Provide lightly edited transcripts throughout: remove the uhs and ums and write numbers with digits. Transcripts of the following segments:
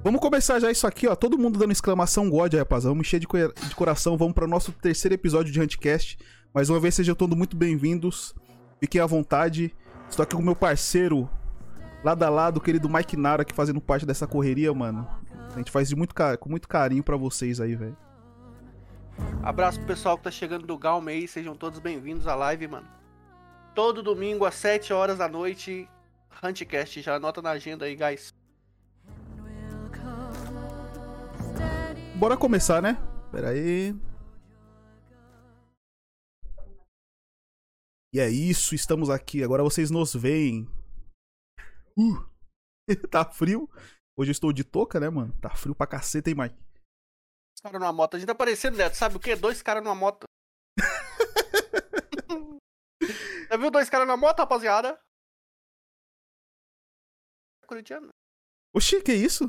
Vamos começar já isso aqui, ó. Todo mundo dando exclamação God, rapaz. Vamos encher de coração. Vamos para o nosso terceiro episódio de Huntcast. Mais uma vez, sejam todos muito bem-vindos. Fiquem à vontade. Estou aqui com o meu parceiro, lado a lado, o querido Mike Nara, aqui fazendo parte dessa correria, mano. A gente faz com muito carinho pra vocês aí, velho. Abraço pro pessoal que tá chegando do Galme aí. Sejam todos bem-vindos à live, mano. Todo domingo às 7 horas da noite, Huntcast. Já anota na agenda aí, guys. Bora começar, né? Pera aí. E é isso, estamos aqui. Agora vocês nos veem. Tá frio. Hoje eu estou de touca, né, mano? Tá frio pra caceta, hein, Mike? Os caras numa moto. A gente tá parecendo, Neto. Sabe o quê? 2 caras numa moto. Já viu 2 caras na moto, rapaziada? Corintiano. Oxi, que isso?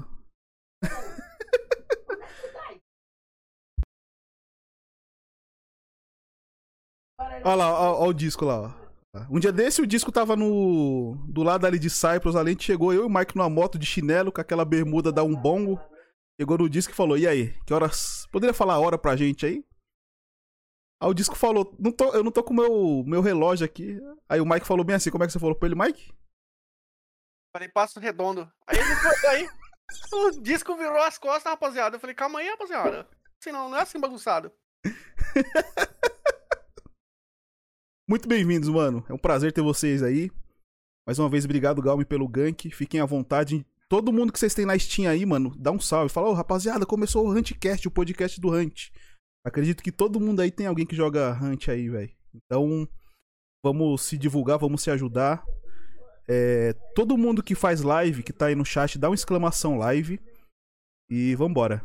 Olha lá, ó o disco lá, ó. Um dia desse o disco tava do lado ali de Cyprus, ali a gente chegou, eu e o Mike numa moto de chinelo, com aquela bermuda da Umbongo. Chegou no disco e falou, e aí, que horas... Poderia falar a hora pra gente aí? Aí o disco falou, eu não tô com o meu relógio aqui. Aí o Mike falou bem assim, como é que você falou pra ele, Mike? Falei, Passo Redondo. Aí ele foi, aí o disco virou as costas, rapaziada. Eu falei, calma aí, rapaziada. Assim não é assim bagunçado. Muito bem-vindos, mano. É um prazer ter vocês aí. Mais uma vez, obrigado, Galme, pelo gank. Fiquem à vontade. Todo mundo que vocês têm na Steam aí, mano, dá um salve. Fala, ô, rapaziada, começou o Huntcast, o podcast do Hunt. Acredito que todo mundo aí tem alguém que joga Hunt aí, velho. Então, vamos se divulgar, vamos se ajudar. Todo mundo que faz live, que tá aí no chat, dá uma exclamação live. E vambora.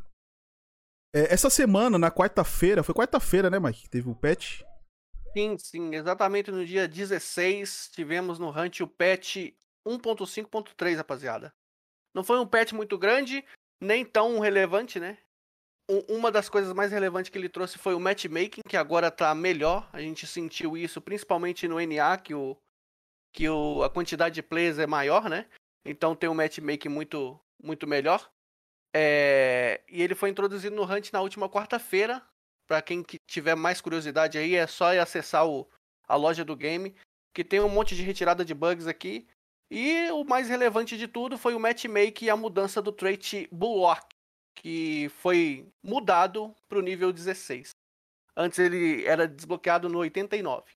Essa semana, na quarta-feira, foi quarta-feira, né, Mike? Que teve o patch. Sim, exatamente no dia 16 tivemos no Hunt o patch 1.5.3, rapaziada. Não foi um patch muito grande, nem tão relevante, né? Uma das coisas mais relevantes que ele trouxe foi o matchmaking, que agora tá melhor. A gente sentiu isso principalmente no NA, que a quantidade de players é maior, né? Então tem um matchmaking muito, muito melhor. E ele foi introduzido no Hunt na última quarta-feira. Pra quem tiver mais curiosidade aí, é só ir acessar a loja do game, que tem um monte de retirada de bugs aqui. E o mais relevante de tudo foi o matchmaking e a mudança do trait Bulwark, que foi mudado pro nível 16. Antes ele era desbloqueado no 89.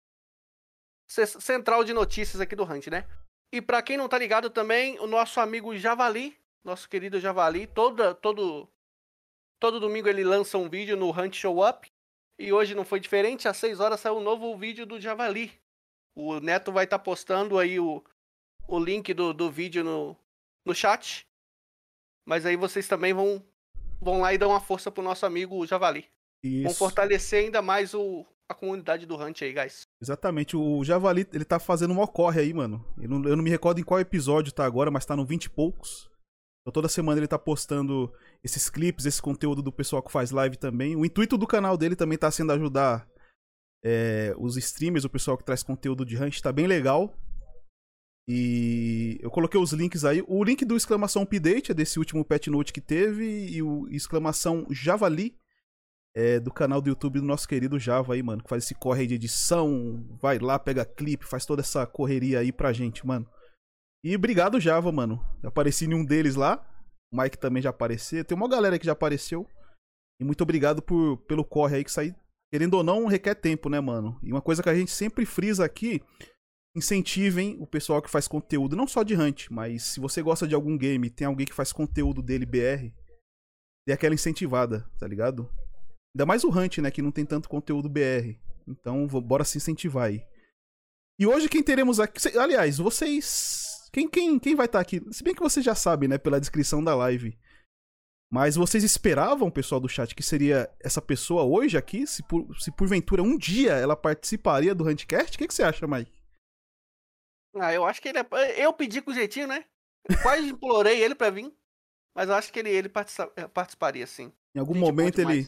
Central de notícias aqui do Hunt, né? E pra quem não tá ligado também, o nosso amigo Javali, nosso querido Javali, todo domingo ele lança um vídeo no Hunt Show Up. E hoje não foi diferente, às 6 horas saiu um novo vídeo do Javali. O Neto vai estar postando aí o link do vídeo no chat. Mas aí vocês também vão lá e dar uma força pro nosso amigo Javali. Isso. Vão fortalecer ainda mais a comunidade do Hunt aí, guys. Exatamente, o Javali, ele tá fazendo um corre aí, mano. Eu não me recordo em qual episódio tá agora, mas tá no 20 e poucos. Então toda semana ele tá postando esses clipes, esse conteúdo do pessoal que faz live também. O intuito do canal dele também tá sendo ajudar os streamers, o pessoal que traz conteúdo de Hunt, tá bem legal. E eu coloquei os links aí. O link do exclamação update é desse último patch note que teve. E o exclamação Javali do canal do YouTube do nosso querido Java aí, mano. Que faz esse corre aí de edição, vai lá, pega clipe, faz toda essa correria aí pra gente, mano. E obrigado, Java, mano. Eu apareci em um deles lá. O Mike também já apareceu. Tem uma galera que já apareceu. E muito obrigado pelo corre aí, que isso aí, querendo ou não, requer tempo, né, mano? E uma coisa que a gente sempre frisa aqui, incentivem o pessoal que faz conteúdo, não só de Hunt, mas se você gosta de algum game, tem alguém que faz conteúdo dele BR, dê aquela incentivada, tá ligado? Ainda mais o Hunt, né, que não tem tanto conteúdo BR. Então, bora se incentivar aí. E hoje quem teremos aqui... Aliás, vocês... Quem vai estar aqui? Se bem que vocês já sabem, né, pela descrição da live. Mas vocês esperavam, pessoal do chat, que seria essa pessoa hoje aqui? Se porventura um dia ela participaria do Huntcast? O que você acha, Mike? Eu acho que ele eu pedi com jeitinho, né? Eu quase implorei ele pra vir. Mas eu acho que ele participaria, sim. Em algum momento ele...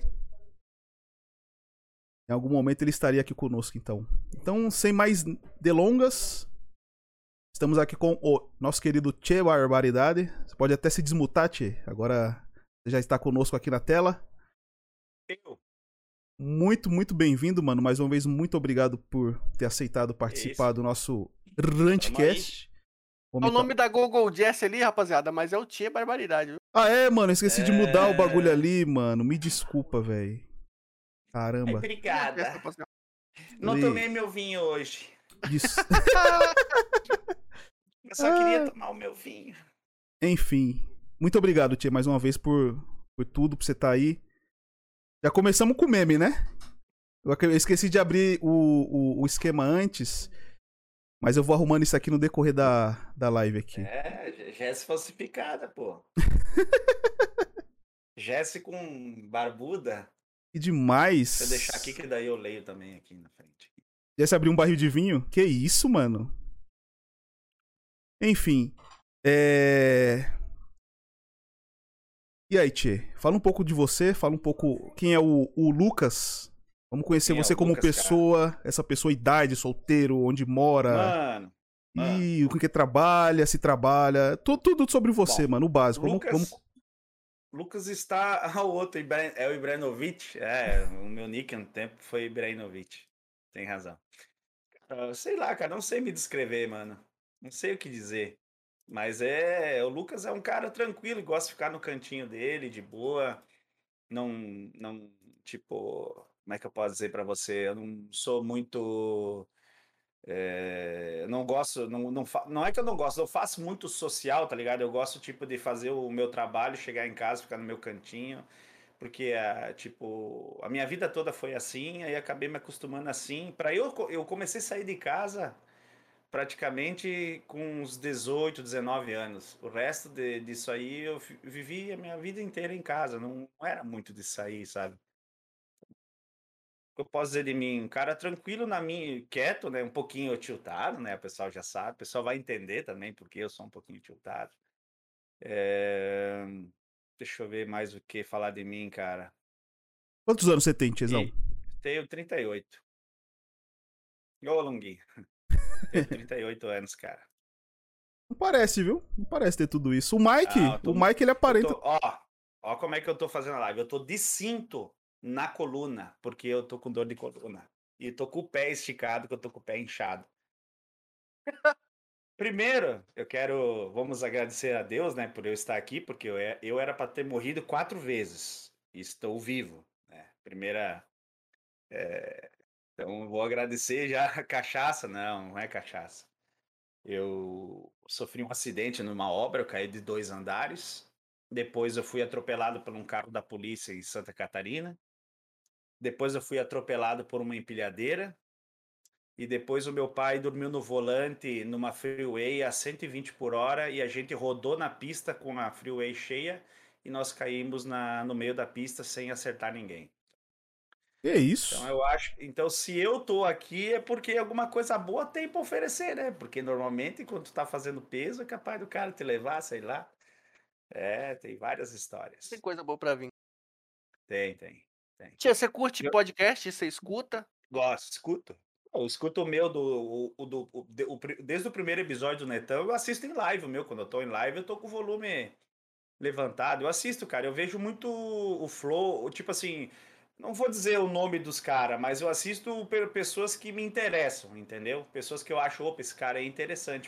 Em algum momento ele estaria aqui conosco, então. Então, sem mais delongas, Estamos aqui com o nosso querido Tchê Barbaridade. Você pode até se desmutar, Tchê. Agora você já está conosco aqui na tela. Eu. Muito, muito bem-vindo, mano. Mais uma vez, muito obrigado por ter aceitado participar do nosso Rantcast. O nome da Google Jess ali, rapaziada, mas é o Tchê Barbaridade, viu? Ah, é, mano. Eu esqueci de mudar o bagulho ali, mano. Me desculpa, velho. Caramba. Obrigada. Não tomei meu vinho hoje. Isso. Eu só queria tomar o meu vinho. Enfim. Muito obrigado, Tchê, mais uma vez por tudo, por você estar aí. Já começamos com o meme, né? Eu esqueci de abrir o esquema antes, mas eu vou arrumando isso aqui no decorrer da live aqui. Jess falsificada, pô. Jess com barbuda. Que demais. Deixa eu deixar aqui que daí eu leio também aqui na frente. Já abriu um barril de vinho? Que isso, mano? Enfim. E aí, Tchê? Fala um pouco de você, fala um pouco quem é o Lucas. Vamos conhecer você como Lucas, pessoa, cara? essa pessoa, idade, solteiro, onde mora. Mano. E com que trabalha, se trabalha. Tudo sobre você, mano, o básico. Lucas está. O outro, é o Ibrahimovic. O meu nick no tempo foi Ibrahimovic. Tem razão. Sei lá, cara, não sei me descrever, mano. Não sei o que dizer. Mas o Lucas é um cara tranquilo, gosta de ficar no cantinho dele, de boa. Não, tipo, como é que eu posso dizer pra você? Eu não sou muito. Não gosto, não é que eu não gosto, eu faço muito social, tá ligado? Eu gosto, tipo, de fazer o meu trabalho, chegar em casa, ficar no meu cantinho, porque, tipo, a minha vida toda foi assim, aí acabei me acostumando assim. Eu comecei a sair de casa praticamente com uns 18, 19 anos. O resto disso aí eu vivi a minha vida inteira em casa, não era muito de sair, sabe? Eu posso dizer de mim, um cara tranquilo na minha, quieto, né? Um pouquinho tiltado, né? O pessoal já sabe, o pessoal vai entender também porque eu sou um pouquinho tiltado. Deixa eu ver mais o que falar de mim, cara. Quantos anos você tem, Tchêzão? Tenho 38. Ô, Longuinho. Tenho 38 anos, cara. Não parece, viu? Não parece ter tudo isso. O Mike, ele aparenta. Ó como é que eu tô fazendo a live. Eu tô de cinto na coluna, porque eu tô com dor de coluna. E tô com o pé esticado, que eu tô com o pé inchado. Primeiro, vamos agradecer a Deus, né, por eu estar aqui, porque eu era para ter morrido 4 vezes. E estou vivo, né? Então, vou agradecer já a cachaça. Não é cachaça. Eu sofri um acidente numa obra, eu caí de 2 andares. Depois eu fui atropelado por um carro da polícia em Santa Catarina. Depois eu fui atropelado por uma empilhadeira. E depois o meu pai dormiu no volante numa freeway a 120 por hora e a gente rodou na pista com a freeway cheia e nós caímos no meio da pista sem acertar ninguém. Que isso? Então eu acho, se eu tô aqui é porque alguma coisa boa tem para oferecer, né? Porque normalmente quando tu tá fazendo peso é capaz do cara te levar, sei lá. Tem várias histórias. Tem coisa boa pra vir. Tem. Tia, você curte podcast? Você escuta? Gosto, escuto. Eu escuto o meu desde o primeiro episódio do Netão, eu assisto em live o meu. Quando eu tô em live, eu tô com o volume levantado. Eu assisto, cara. Eu vejo muito o flow, tipo assim, não vou dizer o nome dos caras, mas eu assisto pessoas que me interessam, entendeu? Pessoas que eu acho, opa, esse cara é interessante.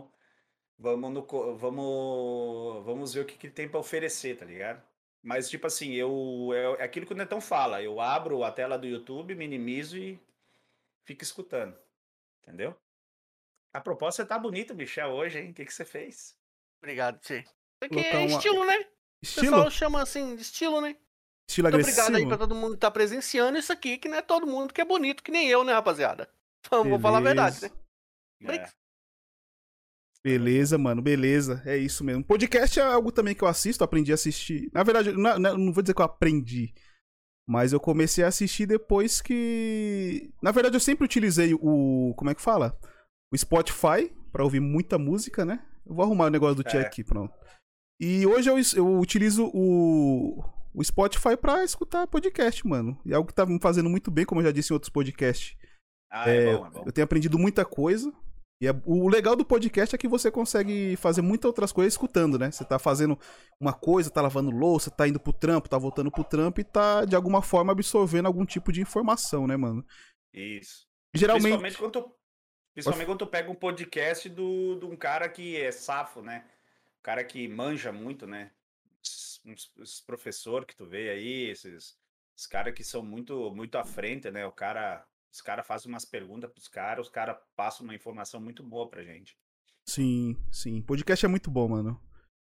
Vamos ver o que ele tem pra oferecer, tá ligado? Mas, tipo assim, é aquilo que o Netão fala. Eu abro a tela do YouTube, minimizo e fico escutando. Entendeu? A proposta tá bonita, Michel, hoje, hein? O que você fez? Obrigado, Tchê. Porque Colocar é estilo, né? Estilo? O pessoal chama assim de estilo, né? Estilo Muito agressivo? obrigado aí pra todo mundo que tá presenciando isso aqui, que não é todo mundo que é bonito, que nem eu, né, rapaziada? Vou falar a verdade, né? Beleza, mano, beleza. É isso mesmo. Podcast é algo também que eu assisto, aprendi a assistir. Na verdade, não vou dizer que eu aprendi, mas eu comecei a assistir depois que... Na verdade, eu sempre utilizei como é que fala? O Spotify, pra ouvir muita música, né? Eu vou arrumar o negócio do Tchê aqui, pronto. E hoje eu utilizo o Spotify pra escutar podcast, mano. E é algo que tá me fazendo muito bem, como eu já disse em outros podcasts. É bom. Eu tenho aprendido muita coisa. E o legal do podcast é que você consegue fazer muitas outras coisas escutando, né? Você tá fazendo uma coisa, tá lavando louça, tá indo pro trampo, tá voltando pro trampo e tá, de alguma forma, absorvendo algum tipo de informação, né, mano? Isso. Geralmente... Principalmente quando tu pega um podcast de um cara que é safo, né? Um cara que manja muito, né? Os professores que tu vê aí, esses caras que são muito, muito à frente, né? Os caras fazem umas perguntas pros caras, os caras passam uma informação muito boa pra gente. Sim, sim. Podcast é muito bom, mano.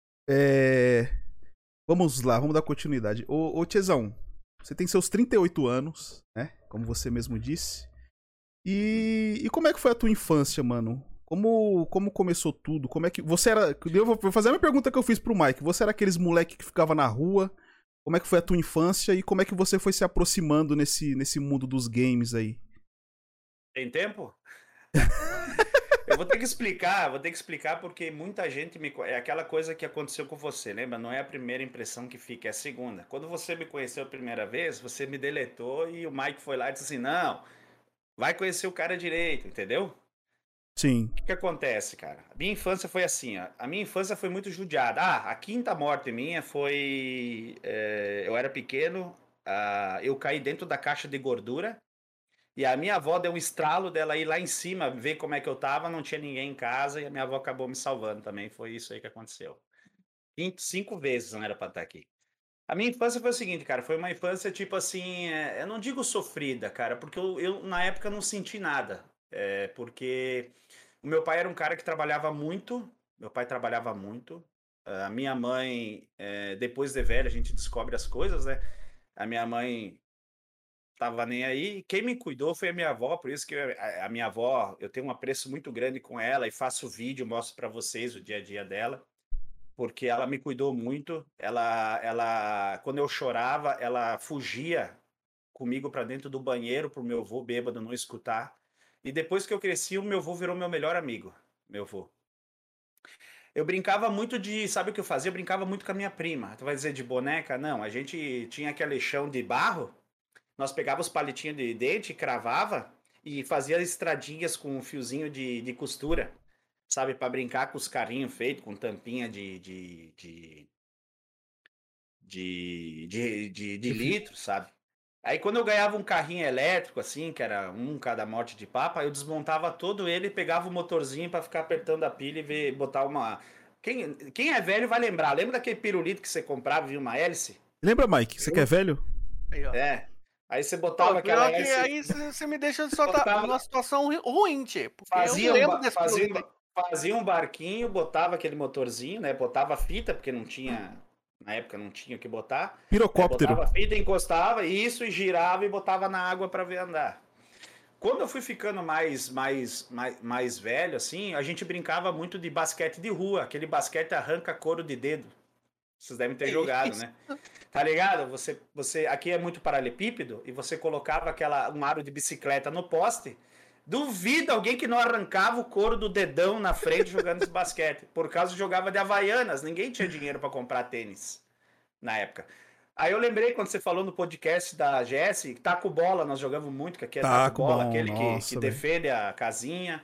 Vamos lá, vamos dar continuidade. Ô Tiezão, você tem seus 38 anos, né? Como você mesmo disse. E como é que foi a tua infância, mano? Como começou tudo? Como é que... Você era... Eu vou fazer a mesma pergunta que eu fiz pro Mike. Você era aqueles moleque que ficava na rua? Como é que foi a tua infância? E como é que você foi se aproximando nesse mundo dos games aí? Tem tempo? Eu vou ter que explicar porque muita gente é aquela coisa que aconteceu com você, lembra? Não é a primeira impressão que fica, é a segunda. Quando você me conheceu a primeira vez, você me deletou e o Mike foi lá e disse assim, não, vai conhecer o cara direito, entendeu? Sim. O que acontece, cara? A minha infância foi assim, ó. A minha infância foi muito judiada. A quinta morte minha foi... eu era pequeno, eu caí dentro da caixa de gordura e a minha avó deu um estralo dela ir lá em cima ver como é que eu tava, não tinha ninguém em casa e a minha avó acabou me salvando também. Foi isso aí que aconteceu. 5 vezes não era pra estar aqui. A minha infância foi o seguinte, cara, foi uma infância tipo assim, eu não digo sofrida, cara, porque eu na época não senti nada, porque o meu pai era um cara que trabalhava muito, a minha mãe, depois de velha, a gente descobre as coisas, né, a minha mãe tava nem aí, quem me cuidou foi a minha avó, por isso que a minha avó, eu tenho um apreço muito grande com ela e faço vídeo, mostro para vocês o dia a dia dela, porque ela me cuidou muito. Ela, quando eu chorava, ela fugia comigo para dentro do banheiro pro meu avô bêbado não escutar. E depois que eu cresci, o meu avô virou meu melhor amigo, meu avô. Eu brincava muito sabe o que eu fazia? Eu brincava muito com a minha prima. Tu vai dizer de boneca? Não, a gente tinha aquele chão de barro, nós pegava os palitinhos de dente, cravava e fazia estradinhas com um fiozinho de costura. Sabe, para brincar com os carrinhos feitos com tampinha de litro, sabe? Aí quando eu ganhava um carrinho elétrico, assim, que era um cada morte de papa, eu desmontava todo ele, pegava o motorzinho para ficar apertando a pilha e botar uma... Quem é velho vai lembrar. Lembra daquele pirulito que você comprava e vinha uma hélice? Lembra, Mike? Você que é velho? Aí, ó. Aí você botava aquela hélice... Aí você me deixa só numa situação ruim, tipo. Fazia um barquinho, botava aquele motorzinho, né? Botava fita, porque não tinha... Na época não tinha o que botar. Pirocóptero. Botava fita, encostava, isso, e girava e botava na água para ver andar. Quando eu fui ficando mais velho, assim, a gente brincava muito de basquete de rua. Aquele basquete arranca couro de dedo. Vocês devem ter jogado, né? Tá ligado? Você aqui é muito paralelepípedo e você colocava um aro de bicicleta no poste. Duvido alguém que não arrancava o couro do dedão na frente jogando esse basquete. Por causa jogava de Havaianas. Ninguém tinha dinheiro para comprar tênis na época. Aí eu lembrei quando você falou no podcast da Jessie, Taco Bola, nós jogamos muito, que aqui é Taco Bola, aquele que defende a casinha.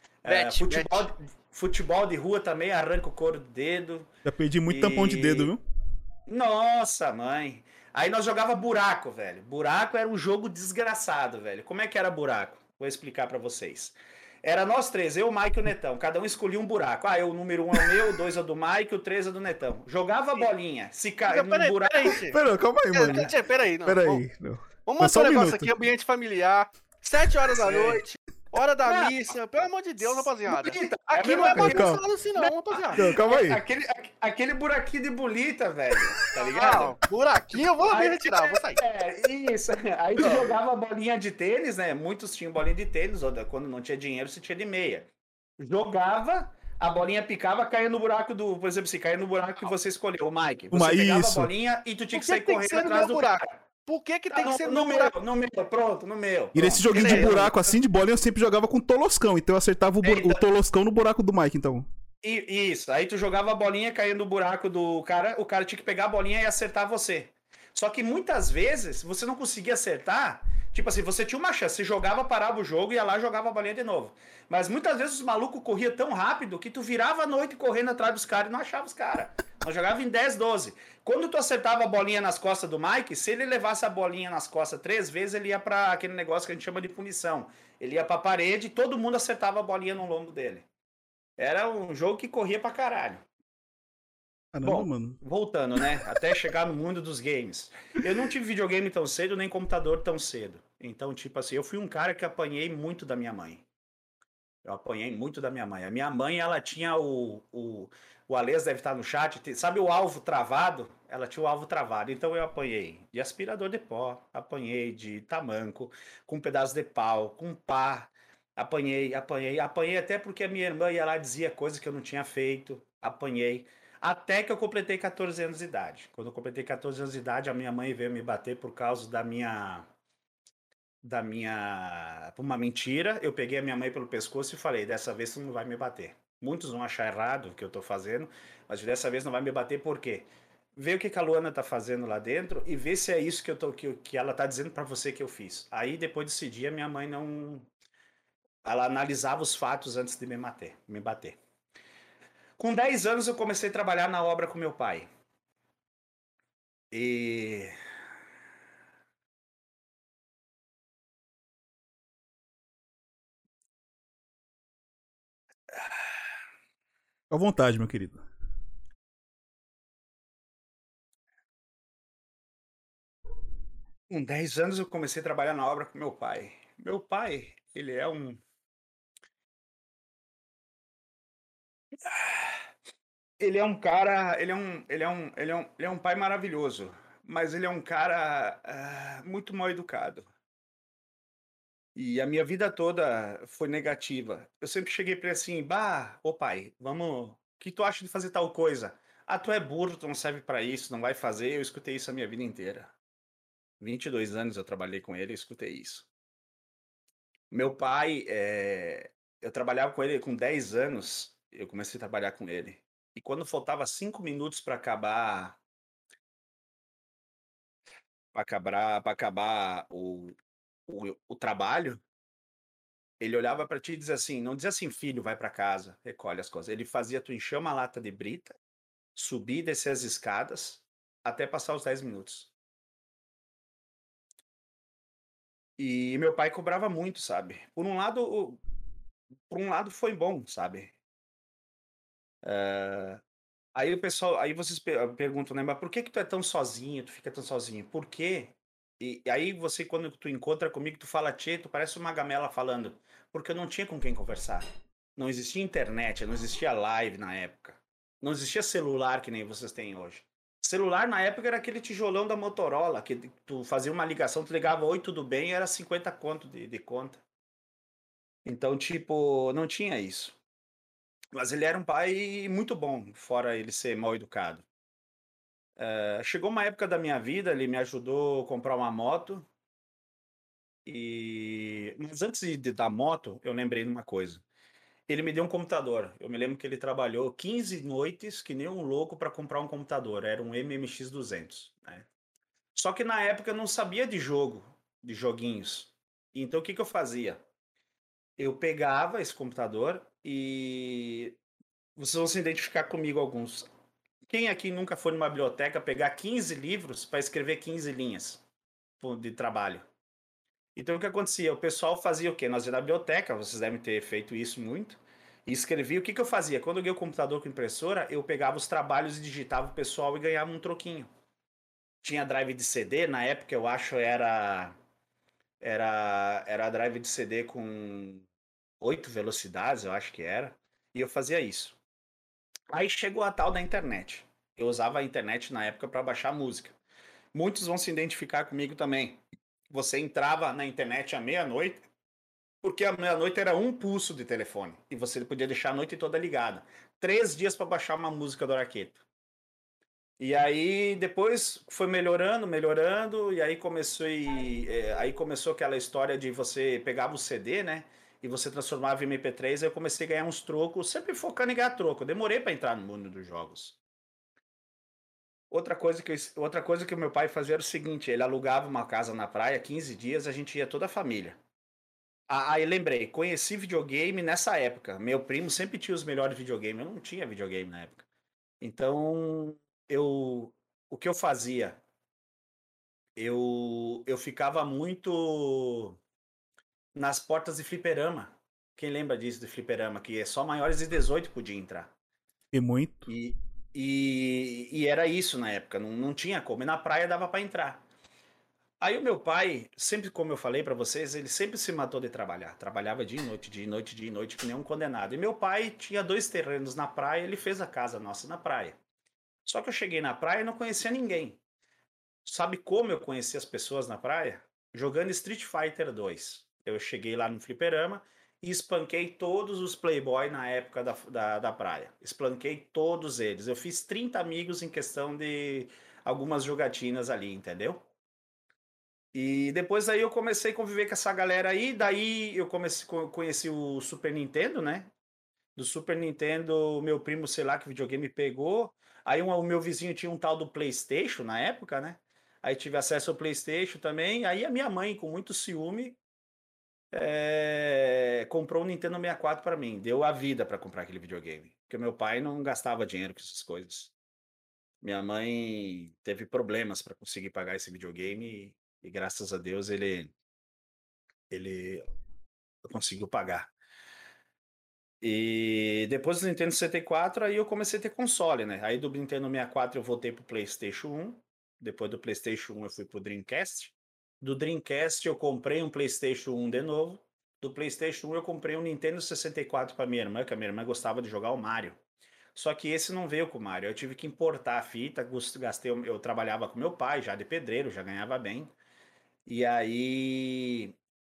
Futebol de rua também, arranca o couro do dedo. Já perdi muito tampão de dedo, viu? Nossa, mãe. Aí nós jogava buraco, velho. Buraco era um jogo desgraçado, velho. Como é que era buraco? Vou explicar pra vocês. Era nós três, eu, o Mike e o Netão. Cada um escolhia um buraco. O número 1 é o meu, o 2 é do Mike, o 3 é do Netão. Jogava a bolinha. Se cair no buraco... Pera, calma aí, mano. Peraí, não. Peraí. Vamos montar um negócio aqui, ambiente familiar. 7 horas da noite. Hora da missa, pelo amor de Deus, rapaziada. Bolita, aqui não é bagunçado assim, não, rapaziada. Não, calma aí. Aquele buraquinho de bolita, velho. Tá ligado? Não, buraquinho, eu vou me retirar, vou sair. Isso. Aí tu jogava bolinha de tênis, né? Muitos tinham bolinha de tênis, ou quando não tinha dinheiro, você tinha de meia. Jogava, a bolinha picava, caía no buraco por exemplo, se caía no buraco que você escolheu, o Mike. Você pegava a bolinha e tu tinha que sair correndo atrás do buraco. Por que tem que ser no meu? Pronto, no meu. E nesse joguinho de buraco assim, de bolinha, eu sempre jogava com toloscão. Então eu acertava o toloscão no buraco do Mike, então. Isso. Aí tu jogava a bolinha, caía no buraco do cara, o cara tinha que pegar a bolinha e acertar você. Só que muitas vezes você não conseguia acertar, Tipo assim, você tinha uma chance, você jogava, parava o jogo, ia lá, jogava a bolinha de novo. Mas muitas vezes os malucos corriam tão rápido que tu virava a noite correndo atrás dos caras e não achava os caras. Nós jogava em 10, 12. Quando tu acertava a bolinha nas costas do Mike, se ele levasse a bolinha nas costas 3 vezes, ele ia pra aquele negócio que a gente chama de punição. Ele ia pra parede e todo mundo acertava a bolinha no lombo dele. Era um jogo que corria pra caralho. Caramba, Bom, mano. voltando, né? Até chegar no mundo dos games. Eu não tive videogame tão cedo, nem computador tão cedo. Então, tipo assim, eu fui um cara que apanhei muito da minha mãe. Eu apanhei muito da minha mãe. A minha mãe, ela tinha o Ales deve estar no chat. Sabe o alvo travado? Ela tinha o alvo travado. Então eu apanhei de aspirador de pó, apanhei de tamanco, com um pedaço de pau, com pá. Apanhei até porque a minha irmã ia lá e dizia coisas que eu não tinha feito. Apanhei. Até que eu completei 14 anos de idade. Quando eu completei 14 anos de idade, a minha mãe veio me bater por causa por uma mentira. Eu peguei a minha mãe pelo pescoço e falei: dessa vez você não vai me bater. Muitos vão achar errado o que eu tô fazendo, mas dessa vez não vai me bater por quê? Vê o que a Luana tá fazendo lá dentro e vê se é isso que ela tá dizendo para você que eu fiz. Aí depois desse dia minha mãe não, ela analisava os fatos antes de me bater. Com 10 anos eu comecei a trabalhar na obra com meu pai. E Fica à vontade, meu querido. com 10 anos eu comecei a trabalhar na obra com meu pai. Meu pai, ele é um cara, ele é um pai maravilhoso, mas ele é um cara muito mal educado. E a minha vida toda foi negativa. Eu sempre cheguei para ele assim, bah, ô pai, vamos, o que tu acha de fazer tal coisa? Ah, tu é burro, tu não serve para isso, não vai fazer. Eu escutei isso a minha vida inteira. 22 anos eu trabalhei com ele e escutei isso. Meu pai, eu trabalhava com ele com 10 anos, eu comecei a trabalhar com ele. E quando faltava 5 minutos para acabar o trabalho, ele olhava para ti e dizia assim, não dizia assim, filho, vai para casa, recolhe as coisas. Ele fazia tu encher uma lata de brita, subir e descer as escadas até passar os 10 minutos. E meu pai cobrava muito, sabe? Por um lado foi bom, sabe? Aí o pessoal, aí vocês perguntam, né, mas por que que tu é tão sozinho, tu fica tão sozinho? Por quê? E aí você, quando tu encontra comigo, tu fala, tchê, tu parece uma gamela falando, porque eu não tinha com quem conversar. Não existia internet, não existia live na época. Não existia celular que nem vocês têm hoje. Celular na época era aquele tijolão da Motorola, que tu fazia uma ligação, tu ligava, oi, tudo bem, era 50 conto de conta. Então, tipo, não tinha isso. Mas ele era um pai muito bom, fora ele ser mal educado. Chegou uma época da minha vida, ele me ajudou a comprar uma moto. Mas antes da moto, eu lembrei de uma coisa. Ele me deu um computador. Eu me lembro que ele trabalhou 15 noites que nem um louco para comprar um computador. Era um MMX 200, né? Só que na época eu não sabia de jogo, de joguinhos. Então o que que eu fazia? Eu pegava esse computador e vocês vão se identificar comigo alguns. Quem aqui nunca foi numa biblioteca pegar 15 livros para escrever 15 linhas de trabalho? Então o que acontecia? O pessoal fazia o quê? Nós ia na biblioteca, vocês devem ter feito isso muito, e escrevia. O que que eu fazia? Quando eu ganhei o computador com impressora, eu pegava os trabalhos e digitava o pessoal e ganhava um troquinho. Tinha drive de CD, na época eu acho era drive de CD com 8 velocidades, eu acho que era, e eu fazia isso. Aí chegou a tal da internet. Eu usava a internet na época para baixar música. Muitos vão se identificar comigo também. Você entrava na internet à meia-noite, porque à meia-noite era um pulso de telefone. E você podia deixar a noite toda ligada. 3 dias para baixar uma música do Araqueto. E aí depois foi melhorando, melhorando, e aí começou aquela história de você pegava o CD, né? E você transformava em MP3, aí eu comecei a ganhar uns trocos, sempre focando em ganhar troco. Eu demorei para entrar no mundo dos jogos. outra coisa que o meu pai fazia era o seguinte, ele alugava uma casa na praia, 15 dias, a gente ia toda a família. Aí lembrei, conheci videogame nessa época. Meu primo sempre tinha os melhores videogames, eu não tinha videogame na época. Então, eu, o que eu fazia? Eu ficava muito nas portas de fliperama. Quem lembra disso de fliperama? Que é só maiores de 18 podia entrar. E muito. E, e era isso na época, não tinha como. E na praia dava para entrar. Aí o meu pai, sempre como eu falei para vocês, ele sempre se matou de trabalhar. Trabalhava dia e noite, dia e noite, dia e noite, que nem um condenado. E meu pai tinha 2 terrenos na praia, ele fez a casa nossa na praia. Só que eu cheguei na praia e não conhecia ninguém. Sabe como eu conheci as pessoas na praia? Jogando Street Fighter 2. Eu cheguei lá no fliperama e espanquei todos os playboy na época da praia. Espanquei todos eles. Eu fiz 30 amigos em questão de algumas jogatinas ali, entendeu? E depois aí eu comecei a conviver com essa galera aí, daí eu conheci o Super Nintendo, né? Do Super Nintendo, meu primo, sei lá que videogame pegou. Aí o meu vizinho tinha um tal do PlayStation na época, né? Aí tive acesso ao PlayStation também. Aí a minha mãe, com muito ciúme, comprou um Nintendo 64 para mim. Deu a vida para comprar aquele videogame. Porque meu pai não gastava dinheiro com essas coisas. Minha mãe teve problemas para conseguir pagar esse videogame e graças a Deus ele conseguiu pagar. E depois do Nintendo 64, aí eu comecei a ter console, né? Aí do Nintendo 64 eu voltei pro PlayStation 1. Depois do PlayStation 1 eu fui pro Dreamcast. Do Dreamcast eu comprei um PlayStation 1 de novo. Do PlayStation 1 eu comprei um Nintendo 64 para minha irmã, que a minha irmã gostava de jogar o Mario. Só que esse não veio com o Mario. Eu tive que importar a fita, gastei, eu trabalhava com meu pai, já de pedreiro, já ganhava bem. E aí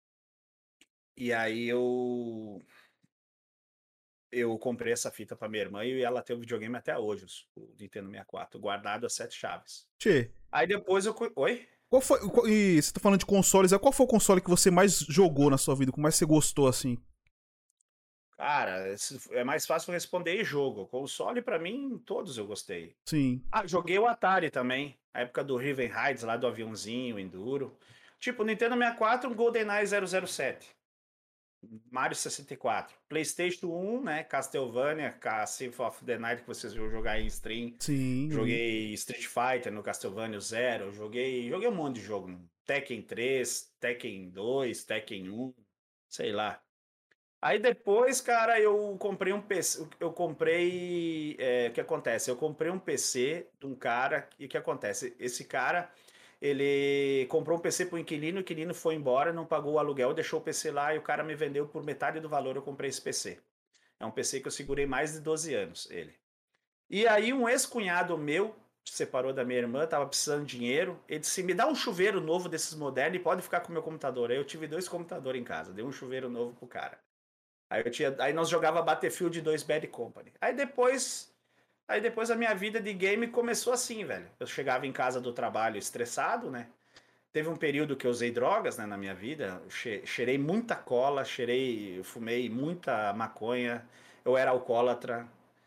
eu comprei essa fita pra minha irmã e ela tem o videogame até hoje, o Nintendo 64, guardado a 7 chaves. Tchê, Aí depois Oi? qual foi. E você tá falando de consoles, qual foi o console que você mais jogou na sua vida? Que mais você gostou, assim? Cara, é mais fácil responder jogo. Console, pra mim, todos eu gostei. Sim. Ah, joguei o Atari também. A época do Riven Heights, lá do aviãozinho, Enduro. Tipo, Nintendo 64, um GoldenEye 007. Mario 64. PlayStation 1, né? Castlevania, Symphony of the Night, que vocês vão jogar em stream. Sim, muito. Joguei Street Fighter no Castlevania Zero. Joguei um monte de jogo. Tekken 3, Tekken 2, Tekken 1, sei lá. Aí depois, cara, eu comprei um PC. Eu comprei. O que acontece? Eu comprei um PC de um cara. E o que acontece? Esse cara, ele comprou um PC pro inquilino, o inquilino foi embora, não pagou o aluguel, deixou o PC lá e o cara me vendeu por metade do valor. Eu comprei esse PC. É um PC que eu segurei mais de 12 anos, ele. E aí, um ex-cunhado meu separou da minha irmã, tava precisando de dinheiro. Ele disse: Me dá um chuveiro novo desses modernos e pode ficar com o meu computador. Aí eu tive 2 computadores em casa, dei um chuveiro novo pro cara. Aí nós jogava Battlefield 2 Bad Company. Aí depois a minha vida de game começou assim, velho. Eu chegava em casa do trabalho estressado, né? Teve um período que eu usei drogas, né, na minha vida. Cheirei muita cola, fumei muita maconha. Eu era alcoólatra.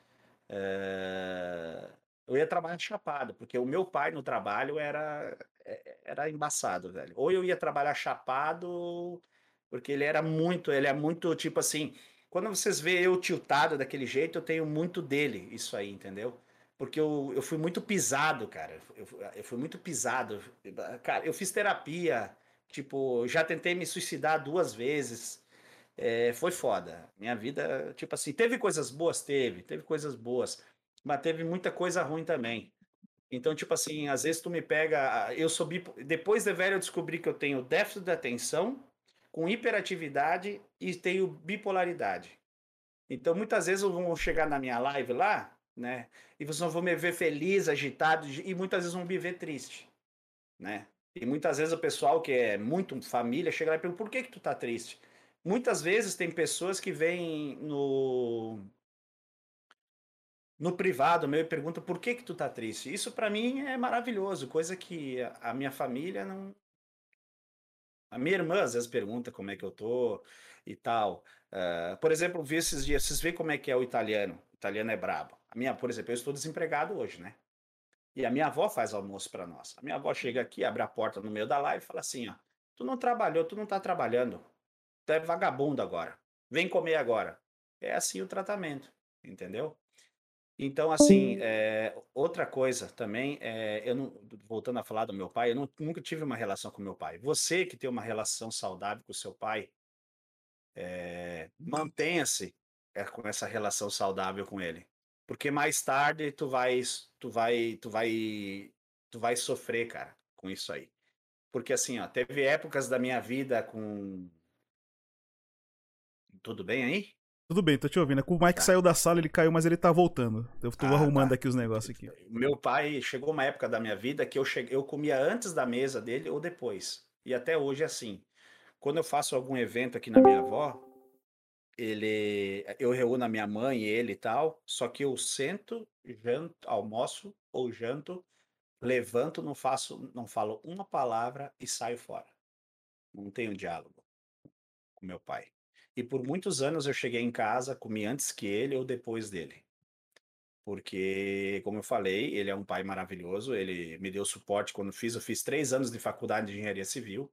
é, Eu ia trabalhar chapado, porque o meu pai no trabalho era embaçado, velho. Ou eu ia trabalhar chapado, porque ele é muito tipo assim, quando vocês vê eu tiltado daquele jeito, eu tenho muito dele, isso aí, entendeu? Porque eu fui muito pisado, cara. Eu fui muito pisado. Cara, eu fiz terapia, tipo, já tentei me suicidar 2 vezes. Foi foda. Minha vida, tipo assim, teve coisas boas? Teve coisas boas, mas teve muita coisa ruim também. Então, tipo assim, às vezes tu me pega, depois de velho eu descobri que eu tenho déficit de atenção, com hiperatividade e tenho bipolaridade. Então, muitas vezes eu vou chegar na minha live lá, né, e vocês vão me ver feliz, agitado, e muitas vezes vão me ver triste, né? E muitas vezes o pessoal que é muito família chega lá e pergunta: por que que tu tá triste? Muitas vezes tem pessoas que vêm no privado meu e perguntam: por que que tu tá triste? Isso para mim é maravilhoso, coisa que a minha família não. A minha irmã às vezes pergunta como é que eu tô e tal. Por exemplo, vi esses dias, vocês veem como é que é o italiano. O italiano é brabo. Por exemplo, eu estou desempregado hoje, né? E a minha avó faz almoço para nós. A minha avó chega aqui, abre a porta no meio da live e fala assim, ó, tu não trabalhou, tu não tá trabalhando, tu é vagabundo agora, vem comer agora. É assim o tratamento, entendeu? Então, assim, outra coisa também, eu não, voltando a falar do meu pai, eu nunca tive uma relação com meu pai. Você que tem uma relação saudável com o seu pai, mantenha-se com essa relação saudável com ele, porque mais tarde tu vai sofrer, cara, com isso aí. Porque assim, ó, teve épocas da minha vida com. Tudo bem aí? Tudo bem, tô te ouvindo. É que o Mike Tá. saiu da sala, ele caiu, mas ele tá voltando. Eu tô Ah, arrumando tá. aqui os negócios aqui. Meu pai chegou uma época da minha vida que eu comia antes da mesa dele ou depois. E até hoje é assim. Quando eu faço algum evento aqui na minha avó, eu reúno a minha mãe e ele e tal, só que eu sento, janto, almoço ou janto, levanto, não falo uma palavra e saio fora. Não tenho diálogo com meu pai. E por muitos anos eu cheguei em casa, comi antes que ele ou depois dele. Porque, como eu falei, ele é um pai maravilhoso, ele me deu suporte quando eu fiz 3 anos de faculdade de engenharia civil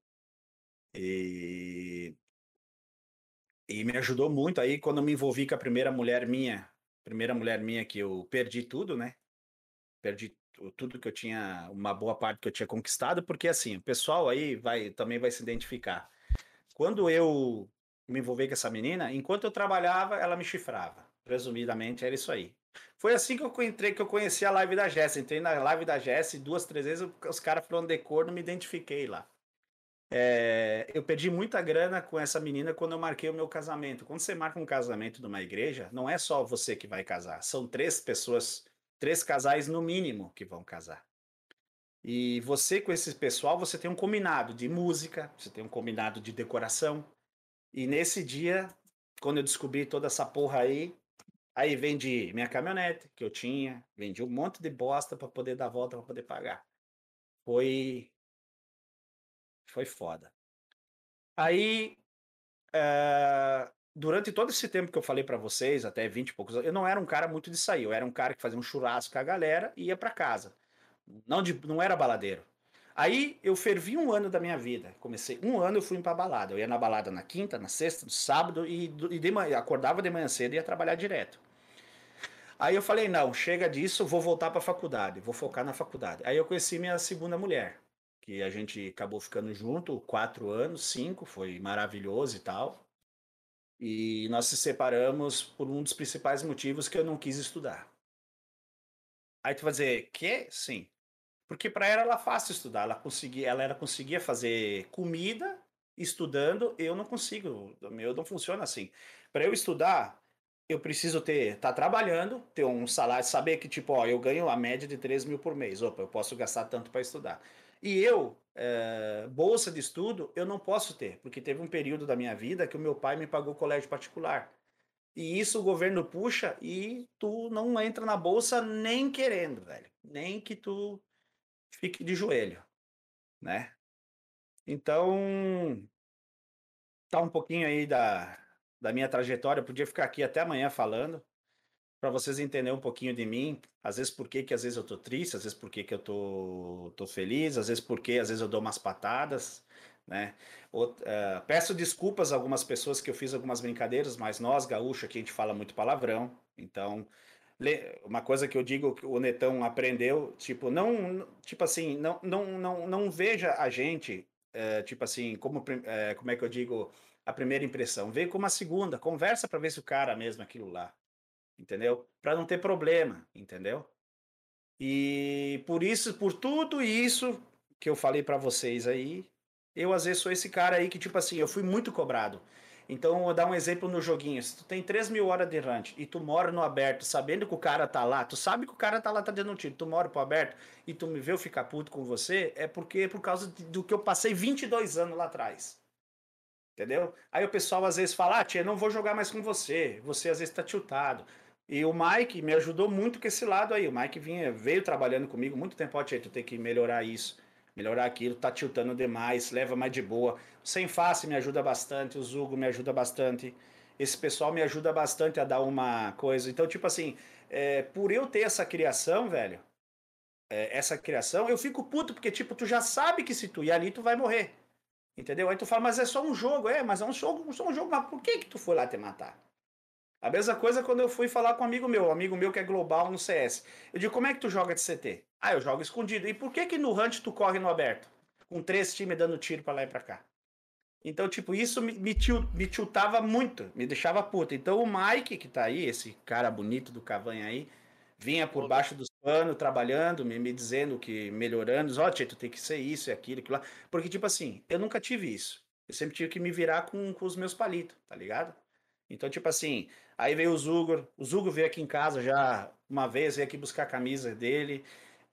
e, e me ajudou muito aí quando eu me envolvi com a primeira mulher minha que eu perdi tudo, né? Perdi tudo que eu tinha, uma boa parte que eu tinha conquistado, porque assim, o pessoal aí também vai se identificar. Quando eu me envolvi com essa menina, enquanto eu trabalhava, ela me chifrava. Resumidamente, era isso aí. Foi assim que eu entrei, que eu conheci a live da Jess. Entrei na live da Jess 2, 3 vezes, os caras falando de cor, não me identifiquei lá. Eu perdi muita grana com essa menina quando eu marquei o meu casamento. Quando você marca um casamento numa igreja, não é só você que vai casar. São 3 pessoas, 3 casais no mínimo que vão casar. E você com esse pessoal, você tem um combinado de música, você tem um combinado de decoração. E nesse dia, quando eu descobri toda essa porra aí vendi minha caminhonete que eu tinha, vendi um monte de bosta para poder dar a volta, para poder pagar. Foi, foi foda. Aí, durante todo esse tempo que eu falei para vocês, até 20 e poucos anos, eu não era um cara muito de sair, eu era um cara que fazia um churrasco com a galera e ia para casa. Não era baladeiro. Aí eu fervi um ano da minha vida. Comecei um ano eu fui pra balada. Eu ia na balada na quinta, na sexta, no sábado e de manhã, acordava de manhã cedo e ia trabalhar direto. Aí eu falei, não, chega disso, vou voltar pra faculdade, vou focar na faculdade. Aí eu conheci minha segunda mulher, que a gente acabou ficando junto 4 anos, 5, foi maravilhoso e tal. E nós se separamos por um dos principais motivos que eu não quis estudar. Aí tu vai dizer, que? Sim. Porque para ela era fácil estudar, ela conseguia fazer comida estudando, eu não consigo, o meu não funciona assim. Para eu estudar, eu preciso estar trabalhando, ter um salário, saber que tipo, ó, eu ganho a média de 3 mil por mês, opa, eu posso gastar tanto para estudar. E bolsa de estudo, eu não posso ter, porque teve um período da minha vida que o meu pai me pagou colégio particular. E isso o governo puxa e tu não entra na bolsa nem querendo, velho. Nem que tu fique de joelho, né? Então, tá um pouquinho aí da minha trajetória. Eu podia ficar aqui até amanhã falando, para vocês entenderem um pouquinho de mim. Às vezes por que às vezes eu tô triste, às vezes por que eu tô feliz, às vezes porque às vezes eu dou umas patadas, né? Peço desculpas a algumas pessoas que eu fiz algumas brincadeiras, mas nós, gaúcho, aqui a gente fala muito palavrão. Então, uma coisa que eu digo que o Netão aprendeu, tipo, tipo assim, não veja a gente, tipo assim, como é que eu digo, a primeira impressão, vê como a segunda, conversa para ver se o cara é mesmo aquilo lá, entendeu? Para não ter problema, entendeu? E por isso, por tudo isso que eu falei para vocês aí, eu às vezes sou esse cara aí que, tipo assim, eu fui muito cobrado. Então, eu vou dar um exemplo no joguinho. Se tu tem 3 mil horas de ranch e tu mora no aberto, sabendo que o cara tá lá, tu sabe que o cara tá lá, tá dando um tiro, tu mora pro aberto e tu me vê eu ficar puto com você, é porque por causa do que eu passei 22 anos lá atrás. Entendeu? Aí o pessoal às vezes fala, tia, não vou jogar mais com você. Você às vezes tá tiltado. E o Mike me ajudou muito com esse lado aí. O Mike veio trabalhando comigo muito tempo. Ó, tia, tu tem que melhorar isso, melhorar aquilo, tá tiltando demais, leva mais de boa. O Sem Face me ajuda bastante, o Zugo me ajuda bastante. Esse pessoal me ajuda bastante a dar uma coisa. Então, tipo assim, por eu ter essa criação, velho, essa criação, eu fico puto, porque, tipo, tu já sabe que se tu ir ali, tu vai morrer. Entendeu? Aí tu fala, mas é só um jogo. Mas é um jogo, só um jogo. Mas por que tu foi lá te matar? A mesma coisa quando eu fui falar com um amigo meu que é global no CS. Eu digo, como é que tu joga de CT? Ah, eu jogo escondido. E por que no Hunt tu corre no aberto? Com 3 times dando tiro pra lá e pra cá. Então, tipo, isso me tiltava muito, me deixava puto. Então o Mike, que tá aí, esse cara bonito do Cavanha aí, vinha por baixo dos panos, trabalhando, me dizendo que, melhorando, ó, tia, tu tem que ser isso e aquilo, aquilo lá. Porque, tipo assim, eu nunca tive isso. Eu sempre tive que me virar com os meus palitos, tá ligado? Então, tipo assim, aí veio o Zugor veio aqui em casa já uma vez, veio aqui buscar a camisa dele.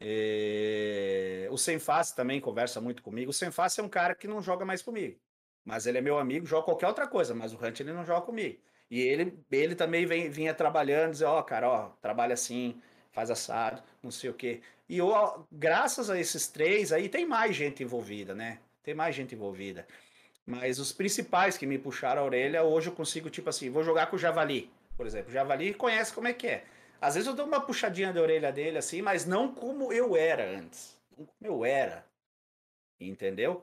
O Sem Face também conversa muito comigo. O Sem Face é um cara que não joga mais comigo. Mas ele é meu amigo, joga qualquer outra coisa, mas o Hunt ele não joga comigo. E ele também vinha trabalhando, dizia, ó, cara, ó, trabalha assim, faz assado, não sei o quê. E eu, ó, graças a esses 3 aí, tem mais gente envolvida, né? Tem mais gente envolvida. Mas os principais que me puxaram a orelha, hoje eu consigo, tipo assim, vou jogar com o Javali, por exemplo. O Javali conhece como é que é. Às vezes eu dou uma puxadinha da orelha dele, assim, mas não como eu era antes. Não como eu era. Entendeu?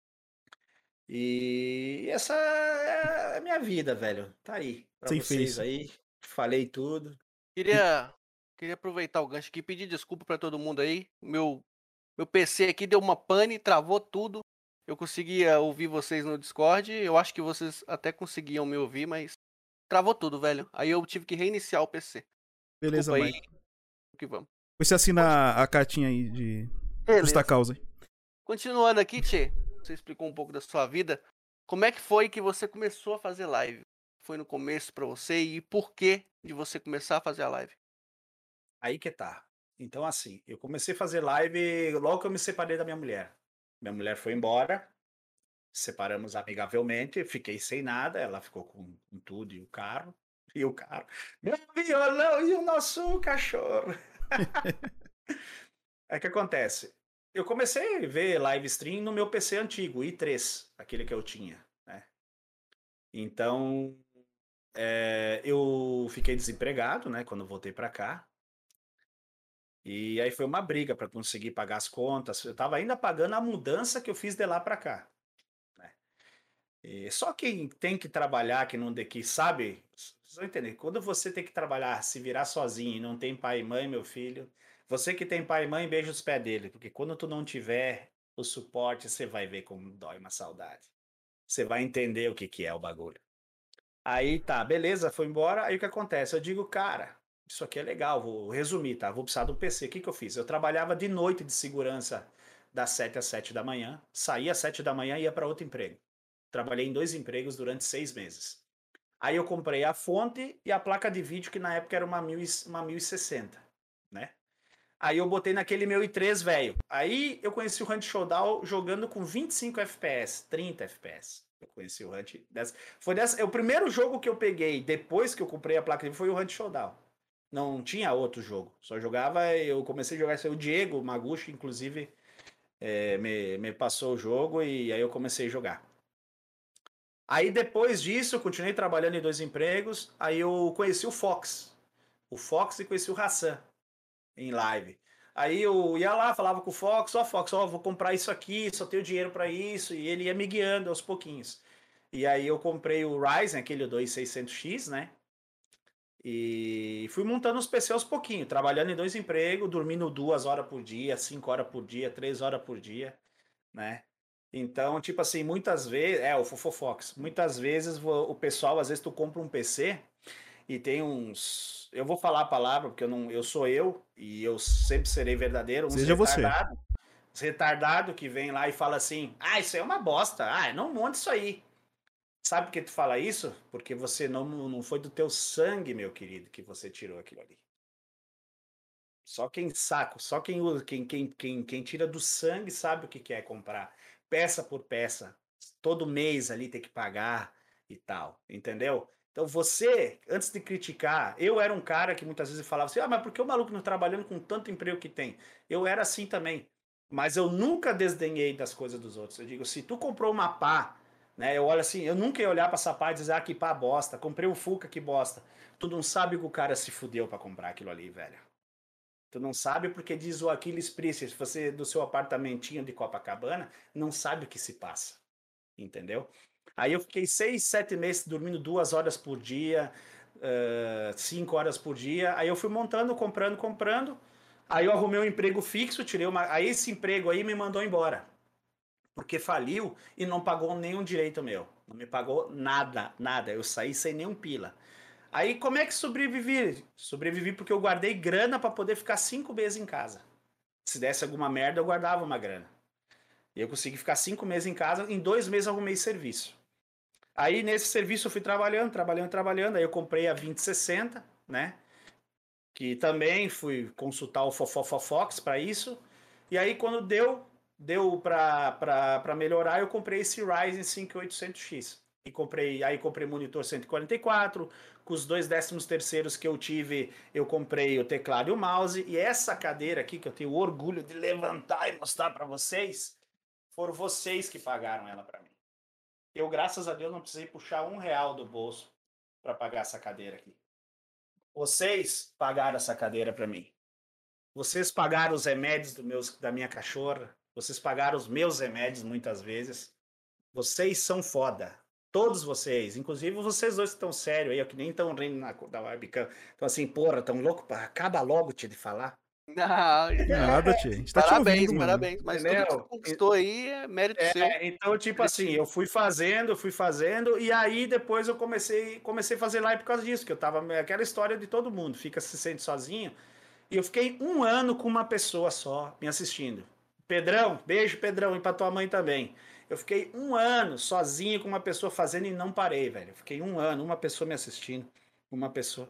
E essa é a minha vida, velho. Tá aí. Pra Sem vocês face. aí. Falei tudo. Queria, queria aproveitar o gancho aqui e pedir desculpa pra todo mundo aí. Meu PC aqui deu uma pane, travou tudo. Eu conseguia ouvir vocês no Discord. Eu acho que vocês até conseguiam me ouvir, mas travou tudo, velho. Aí eu tive que reiniciar o PC. Beleza, Desculpa aí, Mike. que vamos. Depois você Conti- assina a cartinha aí de justa Beleza. causa. Continuando aqui, Tchê, você explicou um pouco da sua vida. Como é que foi que você começou a fazer live? Foi no começo pra você e por que de você começar a fazer a live? Aí que tá. Então, assim, eu comecei a fazer live logo que eu me separei da minha mulher. Minha mulher foi embora, separamos amigavelmente, fiquei sem nada, ela ficou com tudo e o carro. E o carro. Meu violão e o nosso cachorro. É que acontece. Eu comecei a ver live stream no meu PC antigo, o i3, aquele que eu tinha, né? Então, eu fiquei desempregado, né, quando voltei para cá. E aí foi uma briga para conseguir pagar as contas. Eu estava ainda pagando a mudança que eu fiz de lá para cá, né? E só quem tem que trabalhar, que sabe, vocês vão entender. Quando você tem que trabalhar, se virar sozinho e não tem pai e mãe, meu filho, você que tem pai e mãe, beija os pés dele, porque quando tu não tiver o suporte, você vai ver como dói uma saudade. Você vai entender o que que é o bagulho. Aí tá, beleza, foi embora. Aí o que acontece? Eu digo, cara, isso aqui é legal, vou resumir, tá? Vou precisar do PC. O que que eu fiz? Eu trabalhava de noite de segurança das 7 às 7 da manhã, saía às 7 da manhã e ia para outro emprego. Trabalhei em 2 empregos durante 6 meses. Aí eu comprei a fonte e a placa de vídeo, que na época era uma 1060, né? Aí eu botei naquele meu i3 velho. Aí eu conheci o Hunt Showdown jogando com 25 FPS, 30 FPS. Eu conheci o Hunt. O primeiro jogo que eu peguei depois que eu comprei a placa de vídeo foi o Hunt Showdown. Não tinha outro jogo. Só jogava, eu comecei a jogar isso aí. O Diego Maguchi, inclusive, me passou o jogo e aí eu comecei a jogar. Aí depois disso, eu continuei trabalhando em 2 empregos. Aí eu conheci o Fox. O Fox e conheci o Hassan em live. Aí eu ia lá, falava com o Fox, ó, vou comprar isso aqui, só tenho dinheiro para isso, e ele ia me guiando aos pouquinhos. E aí eu comprei o Ryzen, aquele 2600X, né? E fui montando os PC aos pouquinhos, trabalhando em 2 empregos, dormindo 2 horas por dia, 5 horas por dia, 3 horas por dia, né? Então, tipo assim, muitas vezes, o Fofofox, muitas vezes o pessoal, às vezes tu compra um PC e tem uns. Eu vou falar a palavra, porque eu sou eu, e eu sempre serei verdadeiro, uns Seja você. retardados. Uns retardados que vem lá e fala assim: ah, isso aí é uma bosta, não monta isso aí. Sabe por que tu fala isso? Porque você não foi do teu sangue, meu querido, que você tirou aquilo ali. Só quem saca, só quem tira do sangue sabe o que é comprar. Peça por peça. Todo mês ali tem que pagar e tal. Entendeu? Então você, antes de criticar, eu era um cara que muitas vezes falava assim: mas por que o maluco não trabalhando com tanto emprego que tem? Eu era assim também. Mas eu nunca desdenhei das coisas dos outros. Eu digo, se tu comprou uma pá, né? Eu olho assim, eu nunca ia olhar pra essa pá e dizer, que pá bosta. Comprei o Fuca, que bosta. Tu não sabe que o cara se fudeu pra comprar aquilo ali, velho. Tu não sabe porque diz o Aquiles Priester, se você do seu apartamentinho de Copacabana, não sabe o que se passa, entendeu? Aí eu fiquei 6, 7 meses dormindo 2 horas por dia, 5 horas por dia. Aí eu fui montando, comprando. Aí eu arrumei um emprego fixo, aí esse emprego aí me mandou embora. Porque faliu e não pagou nenhum direito meu. Não me pagou nada, nada. Eu saí sem nenhum pila. Aí como é que sobrevivi? Sobrevivi porque eu guardei grana para poder ficar 5 meses em casa. Se desse alguma merda, eu guardava uma grana. E eu consegui ficar 5 meses em casa. Em 2 meses eu arrumei serviço. Aí nesse serviço eu fui trabalhando. Aí eu comprei a 2060, né? Que também fui consultar o Fofox para isso. E aí quando deu para melhorar, eu comprei esse Ryzen 5800X. Aí comprei monitor 144, com os 2/13 que eu tive, eu comprei o teclado e o mouse. E essa cadeira aqui, que eu tenho orgulho de levantar e mostrar para vocês, foram vocês que pagaram ela para mim. Eu, graças a Deus, não precisei puxar R$1 do bolso para pagar essa cadeira aqui. Vocês pagaram essa cadeira para mim. Vocês pagaram os remédios da minha cachorra. Vocês pagaram os meus remédios muitas vezes. Vocês são foda. Todos vocês. Inclusive vocês dois que estão sérios aí, que nem estão rindo da webcam. Então assim, porra, tão louco? Acaba logo, tia, de falar. Não, Nada, tia. A gente tá parabéns, te ouvindo, parabéns. Mas tudo que você conquistou aí é mérito seu. Então, tipo assim, eu fui fazendo, e aí depois eu comecei a fazer live por causa disso, que eu tava, aquela história de todo mundo, se sente sozinho, e eu fiquei 1 ano com uma pessoa só me assistindo. Pedrão, beijo Pedrão, e pra tua mãe também. Eu fiquei 1 ano sozinho com uma pessoa fazendo e não parei, velho. Eu fiquei 1 ano, uma pessoa me assistindo, uma pessoa,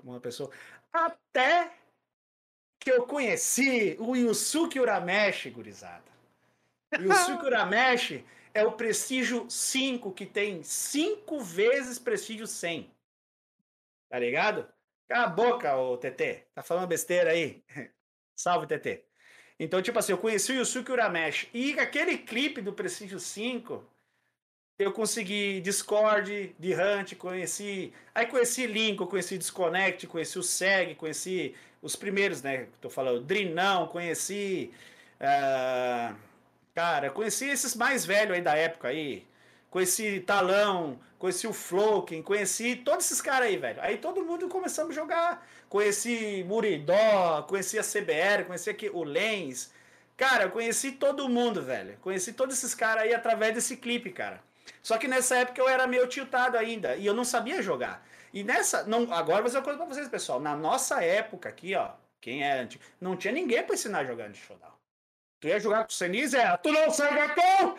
até que eu conheci o Yusuke Urameshi, gurizada. Yusuke Urameshi é o prestígio 5, que tem 5 vezes prestígio 100. Tá ligado? Cala a boca, ô TT. Tá falando besteira aí? Salve, TT. Então, tipo assim, eu conheci o Yusuke Urameshi. E aquele clipe do prestígio 5, eu consegui Discord, de Hunt, conheci... Aí conheci Lincoln, conheci Disconnect, conheci o SEG, conheci os primeiros, né? Tô falando, Drinão, conheci... Cara, conheci esses mais velhos aí da época aí. Conheci Talão, conheci o Floken, conheci todos esses caras aí, velho. Aí todo mundo começamos a jogar. Conheci Muridó, conheci a CBR, conheci aqui o Lens. Cara, eu conheci todo mundo, velho. Conheci todos esses caras aí através desse clipe, cara. Só que nessa época eu era meio tiltado ainda e eu não sabia jogar. E nessa, não, agora eu vou dizer uma coisa pra vocês, pessoal. Na nossa época aqui, ó, quem é antigo, não tinha ninguém pra ensinar a jogar de showdown. Tu ia jogar com o Senise, tu não sai gatão!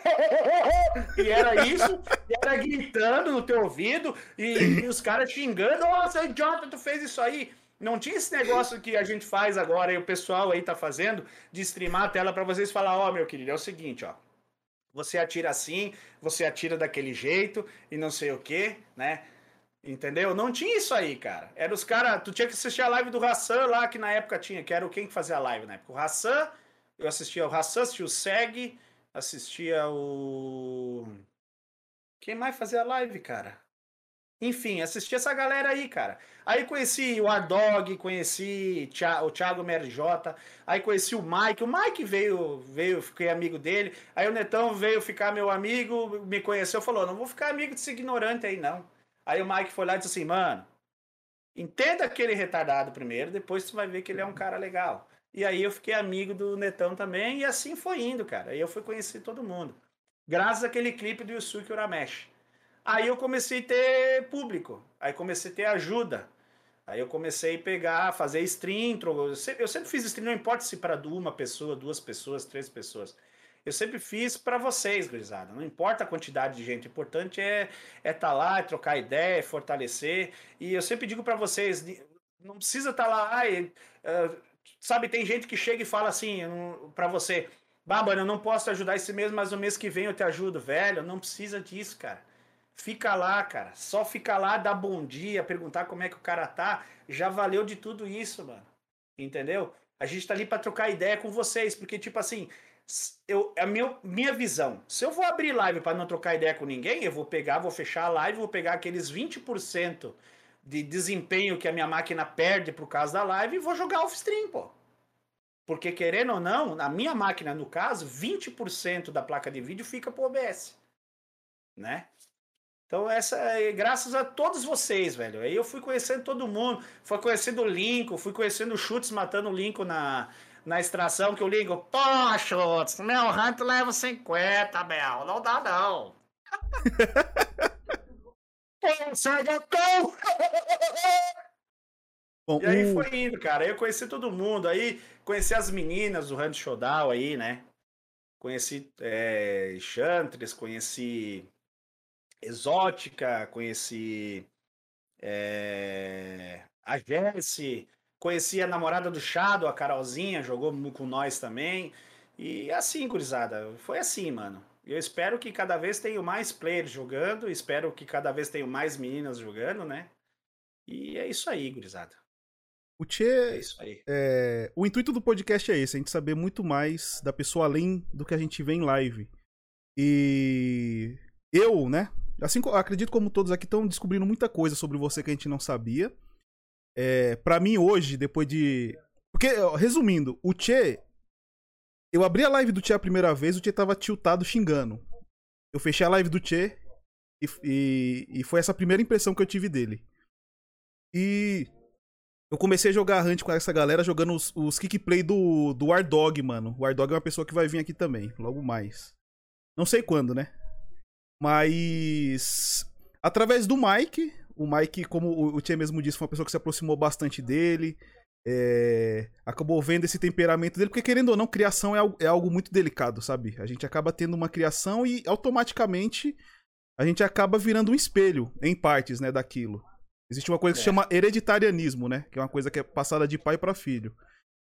E era isso, e era gritando no teu ouvido, e os caras xingando, nossa, idiota, tu fez isso aí. Não tinha esse negócio que a gente faz agora, e o pessoal aí tá fazendo, de streamar a tela pra vocês falar, ó, meu querido, é o seguinte, ó. Você atira assim, você atira daquele jeito, e não sei o que, né? Entendeu? Não tinha isso aí, cara. Era os caras, tu tinha que assistir a live do Hassan lá, que na época tinha, que era quem que fazia a live na época? O Hassan. Eu assistia o Hassan, assistia o SEG, assistia o... Quem mais fazia live, cara? Enfim, assistia essa galera aí, cara. Aí conheci o Ardog, conheci o Thiago MRJ, aí conheci o Mike veio, fiquei amigo dele. Aí o Netão veio ficar meu amigo, me conheceu, falou, não vou ficar amigo desse ignorante aí, não. Aí o Mike foi lá e disse assim, mano, entenda aquele retardado primeiro, depois tu vai ver que ele é um cara legal. E aí eu fiquei amigo do Netão também, e assim foi indo, cara. Aí eu fui conhecer todo mundo. Graças àquele clipe do Yusuke Urameshi. Aí eu comecei a ter público. Aí comecei a ter ajuda. Aí eu comecei a pegar, fazer stream. Eu sempre fiz stream, não importa se para uma pessoa, 2 pessoas, 3 pessoas. Eu sempre fiz para vocês, gurizada. Não importa a quantidade de gente. O importante é estar lá, é trocar ideia, é fortalecer. E eu sempre digo para vocês, não precisa estar lá... sabe, tem gente que chega e fala assim pra você, mano, eu não posso te ajudar esse mês, mas o mês que vem eu te ajudo, velho, não precisa disso, cara. Fica lá, cara, só fica lá, dá bom dia, perguntar como é que o cara tá, já valeu de tudo isso, mano, entendeu? A gente tá ali pra trocar ideia com vocês, porque tipo assim, a minha visão, se eu vou abrir live pra não trocar ideia com ninguém, eu vou fechar a live, vou pegar aqueles 20% de desempenho que a minha máquina perde por causa da live e vou jogar off-stream, pô. Porque, querendo ou não, na minha máquina, no caso, 20% da placa de vídeo fica pro OBS, né? Então, essa é graças a todos vocês, velho. Aí eu fui conhecendo todo mundo, fui conhecendo o Lincoln, fui conhecendo o Chutes matando o Lincoln na extração, que o Lincoln, pô, Chutes, meu ranto leva 50, Bel, não dá não. Pô, sai do cão! Bom, E aí foi indo, cara. Aí eu conheci todo mundo. Aí conheci as meninas do Hand Showdown aí, né? Conheci Chantres, conheci Exótica, conheci a Jessie, conheci a namorada do Shadow, a Carolzinha, jogou com nós também. E assim, gurizada, foi assim, mano. Eu espero que cada vez tenham mais players jogando, espero que cada vez tenham mais meninas jogando, né? E é isso aí, gurizada. O Tchê, É isso aí. o intuito do podcast é esse, a gente saber muito mais da pessoa além do que a gente vê em live. E eu, né, assim, acredito como todos aqui estão descobrindo muita coisa sobre você que a gente não sabia. Pra mim hoje, depois de... Porque, resumindo, o Tchê... Eu abri a live do Tchê a primeira vez, o Tchê tava tiltado xingando. Eu fechei a live do Tchê e foi essa a primeira impressão que eu tive dele. E... eu comecei a jogar Hunt com essa galera jogando os kickplay do Wardog, mano. O Wardog é uma pessoa que vai vir aqui também, logo mais. Não sei quando, né? Mas... através do Mike, o Mike, como o Tchê mesmo disse, foi uma pessoa que se aproximou bastante dele. Acabou vendo esse temperamento dele, porque querendo ou não, criação é algo muito delicado, sabe? A gente acaba tendo uma criação e automaticamente a gente acaba virando um espelho, em partes, né, daquilo. Existe uma coisa que se chama hereditarianismo, né? Que é uma coisa que é passada de pai para filho.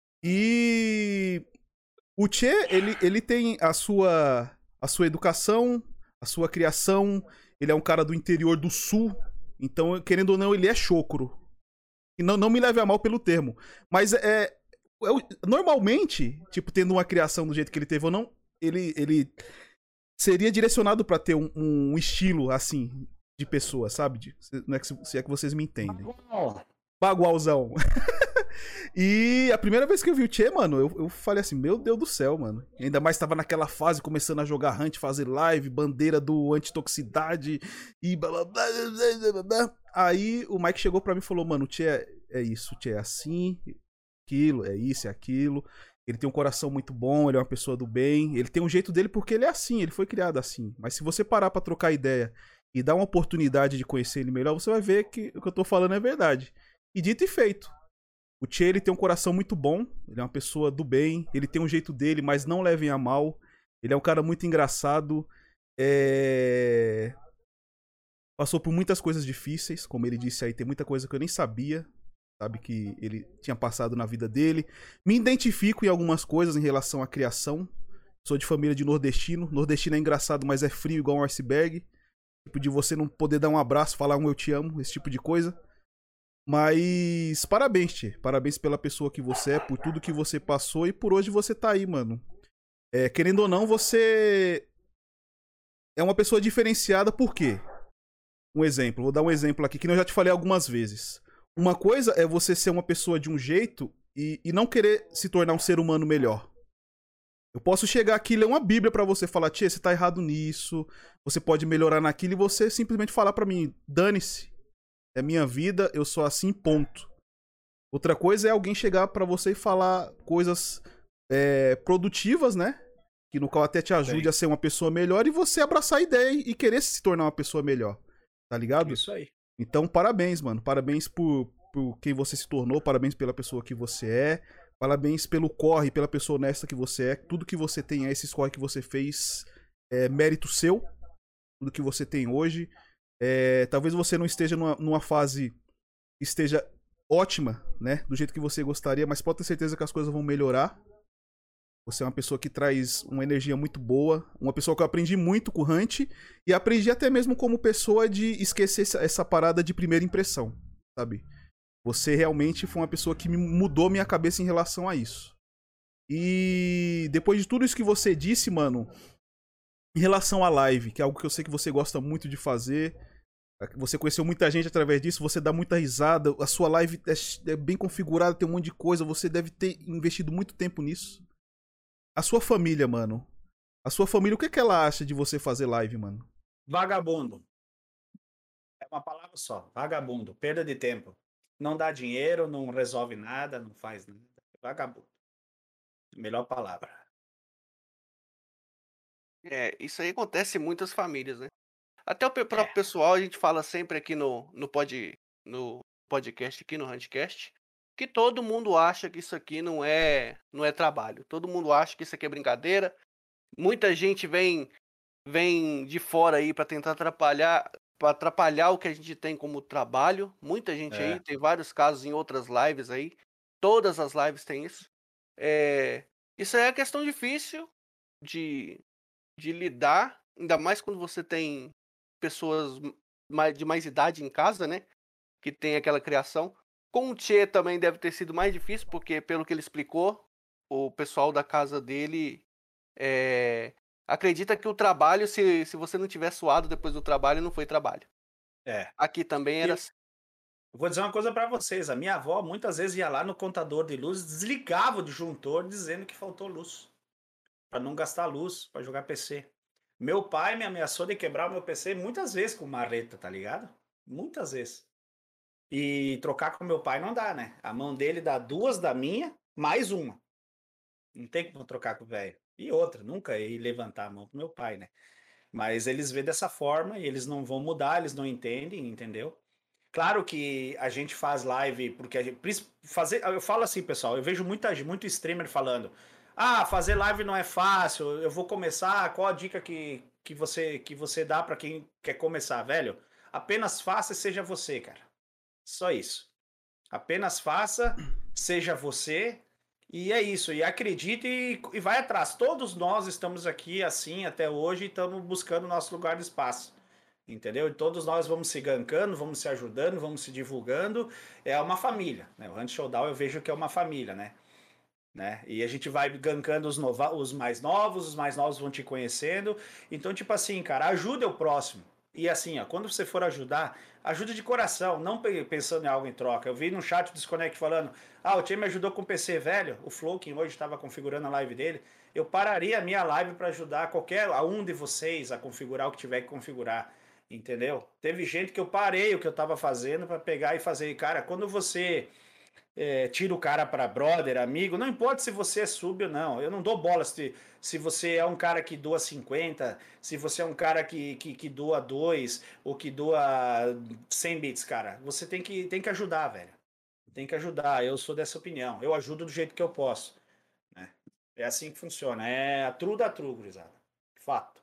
E o Tchê, ele tem a sua educação, a sua criação. Ele é um cara do interior do sul. Então, querendo ou não, ele é chocro. E não me leve a mal pelo termo. Mas normalmente, tipo, tendo uma criação do jeito que ele teve ou não, ele seria direcionado para ter um estilo assim de pessoa, sabe? Não é que, se é que vocês me entendem. Bagualzão. E a primeira vez que eu vi o Tchê, mano, eu falei assim, meu Deus do céu, mano. E ainda mais tava naquela fase, começando a jogar Hunt, fazer live, bandeira do antitoxicidade e blá blá blá blá blá. Aí o Mike chegou pra mim e falou, mano, o Tchê é isso, o Tchê é assim, aquilo, é isso, é aquilo. Ele tem um coração muito bom, ele é uma pessoa do bem. Ele tem um jeito dele porque ele é assim, ele foi criado assim. Mas se você parar pra trocar ideia e dar uma oportunidade de conhecer ele melhor, você vai ver que o que eu tô falando é verdade. E dito e feito. O Tchê, ele tem um coração muito bom, ele é uma pessoa do bem, ele tem um jeito dele, mas não levem a mal. Ele é um cara muito engraçado. Passou por muitas coisas difíceis, como ele disse aí, tem muita coisa que eu nem sabia, sabe, que ele tinha passado na vida dele. Me identifico em algumas coisas em relação à criação. Sou de família de nordestino. Nordestino é engraçado, mas é frio igual um iceberg. Tipo de você não poder dar um abraço, falar eu te amo, esse tipo de coisa. Mas parabéns, Tchê. Parabéns pela pessoa que você é, por tudo que você passou e por hoje você tá aí, mano. Querendo ou não, você é uma pessoa diferenciada, por quê? Um exemplo, vou dar um exemplo aqui que eu já te falei algumas vezes. Uma coisa é você ser uma pessoa de um jeito e não querer se tornar um ser humano melhor. Eu posso chegar aqui e ler uma bíblia pra você, falar, Tchê, você tá errado nisso, você pode melhorar naquilo, e você simplesmente falar pra mim, dane-se. É minha vida, eu sou assim, ponto. Outra coisa é alguém chegar pra você e falar coisas produtivas, né? Que no qual até te ajude a ser uma pessoa melhor e você abraçar a ideia e querer se tornar uma pessoa melhor. Tá ligado? Isso aí. Então, parabéns, mano. Parabéns por quem você se tornou, parabéns pela pessoa que você é, parabéns pelo corre, pela pessoa honesta que você é. Tudo que você tem é esse corre que você fez, é mérito seu. Tudo que você tem hoje. Talvez você não esteja numa fase que esteja ótima, né? Do jeito que você gostaria, mas pode ter certeza que as coisas vão melhorar. Você é uma pessoa que traz uma energia muito boa, uma pessoa que eu aprendi muito com o Hunt e aprendi até mesmo como pessoa de esquecer essa parada de primeira impressão, sabe? Você realmente foi uma pessoa que mudou minha cabeça em relação a isso. E depois de tudo isso que você disse, mano, em relação à live, que é algo que eu sei que você gosta muito de fazer, Você conheceu muita gente através disso, você dá muita risada, a sua live é bem configurada, tem um monte de coisa, você deve ter investido muito tempo nisso. A sua família, mano. A sua família, o que ela acha de você fazer live, mano? Vagabundo. É uma palavra só. Vagabundo. Perda de tempo. Não dá dinheiro, não resolve nada, não faz nada. Vagabundo. Melhor palavra. Isso aí acontece em muitas famílias, né? Até o próprio É. pessoal, a gente fala sempre aqui no podcast, aqui no Handcast, que todo mundo acha que isso aqui não é trabalho. Todo mundo acha que isso aqui é brincadeira. Muita gente vem de fora aí para tentar atrapalhar o que a gente tem como trabalho. Muita gente aí, É. tem vários casos em outras lives aí. Todas as lives têm isso. Isso é questão difícil de lidar, ainda mais quando você tem pessoas de mais idade em casa, né? Que tem aquela criação. Com o Tchê também deve ter sido mais difícil, porque pelo que ele explicou, o pessoal da casa dele acredita que o trabalho, se você não tiver suado depois do trabalho, não foi trabalho. É. Aqui também era E assim. vou dizer uma coisa pra vocês. A minha avó muitas vezes ia lá no contador de luz, desligava o disjuntor dizendo que faltou luz. Pra não gastar luz, pra jogar PC. Meu pai me ameaçou de quebrar o meu PC muitas vezes com marreta, tá ligado? Muitas vezes. E trocar com meu pai não dá, né? A mão dele dá duas da minha, mais uma. Não tem como trocar com o velho. E outra, nunca ia levantar a mão pro meu pai, né? Mas eles vêem dessa forma e eles não vão mudar, eles não entendem, entendeu? Claro que a gente faz live porque a gente fazer, eu falo assim, pessoal, eu vejo muito streamer falando: "Ah, fazer live não é fácil, eu vou começar, qual a dica que você dá pra quem quer começar, velho? Apenas faça e seja você, cara. Só isso. Apenas faça, seja você, e é isso. E acredite e vai atrás. Todos nós estamos aqui assim até hoje e estamos buscando nosso lugar de espaço. Entendeu? E todos nós vamos se gankando, vamos se ajudando, vamos se divulgando. É uma família, né? O Hunt Showdown eu vejo que é uma família, né? E a gente vai gankando os mais novos, os mais novos vão te conhecendo. Então, tipo assim, cara, ajuda o próximo. E assim, ó, quando você for ajudar, ajude de coração, não pensando em algo em troca. Eu vi no chat do Disconnect falando: "Ah, o time me ajudou com o PC velho". O Flokin hoje estava configurando a live dele. Eu pararia a minha live para ajudar a um de vocês a configurar o que tiver que configurar. Entendeu? Teve gente que eu parei o que eu estava fazendo para pegar e fazer. Cara, quando você tira o cara para brother, amigo, não importa se você é sub ou não, eu não dou bola se você é um cara que doa 50, se você é um cara que doa 2 ou que doa 100 bits, cara, você tem que ajudar, velho. Tem que ajudar, eu sou dessa opinião, eu ajudo do jeito que eu posso, né? É assim que funciona, é a true da true, gurizada. Fato.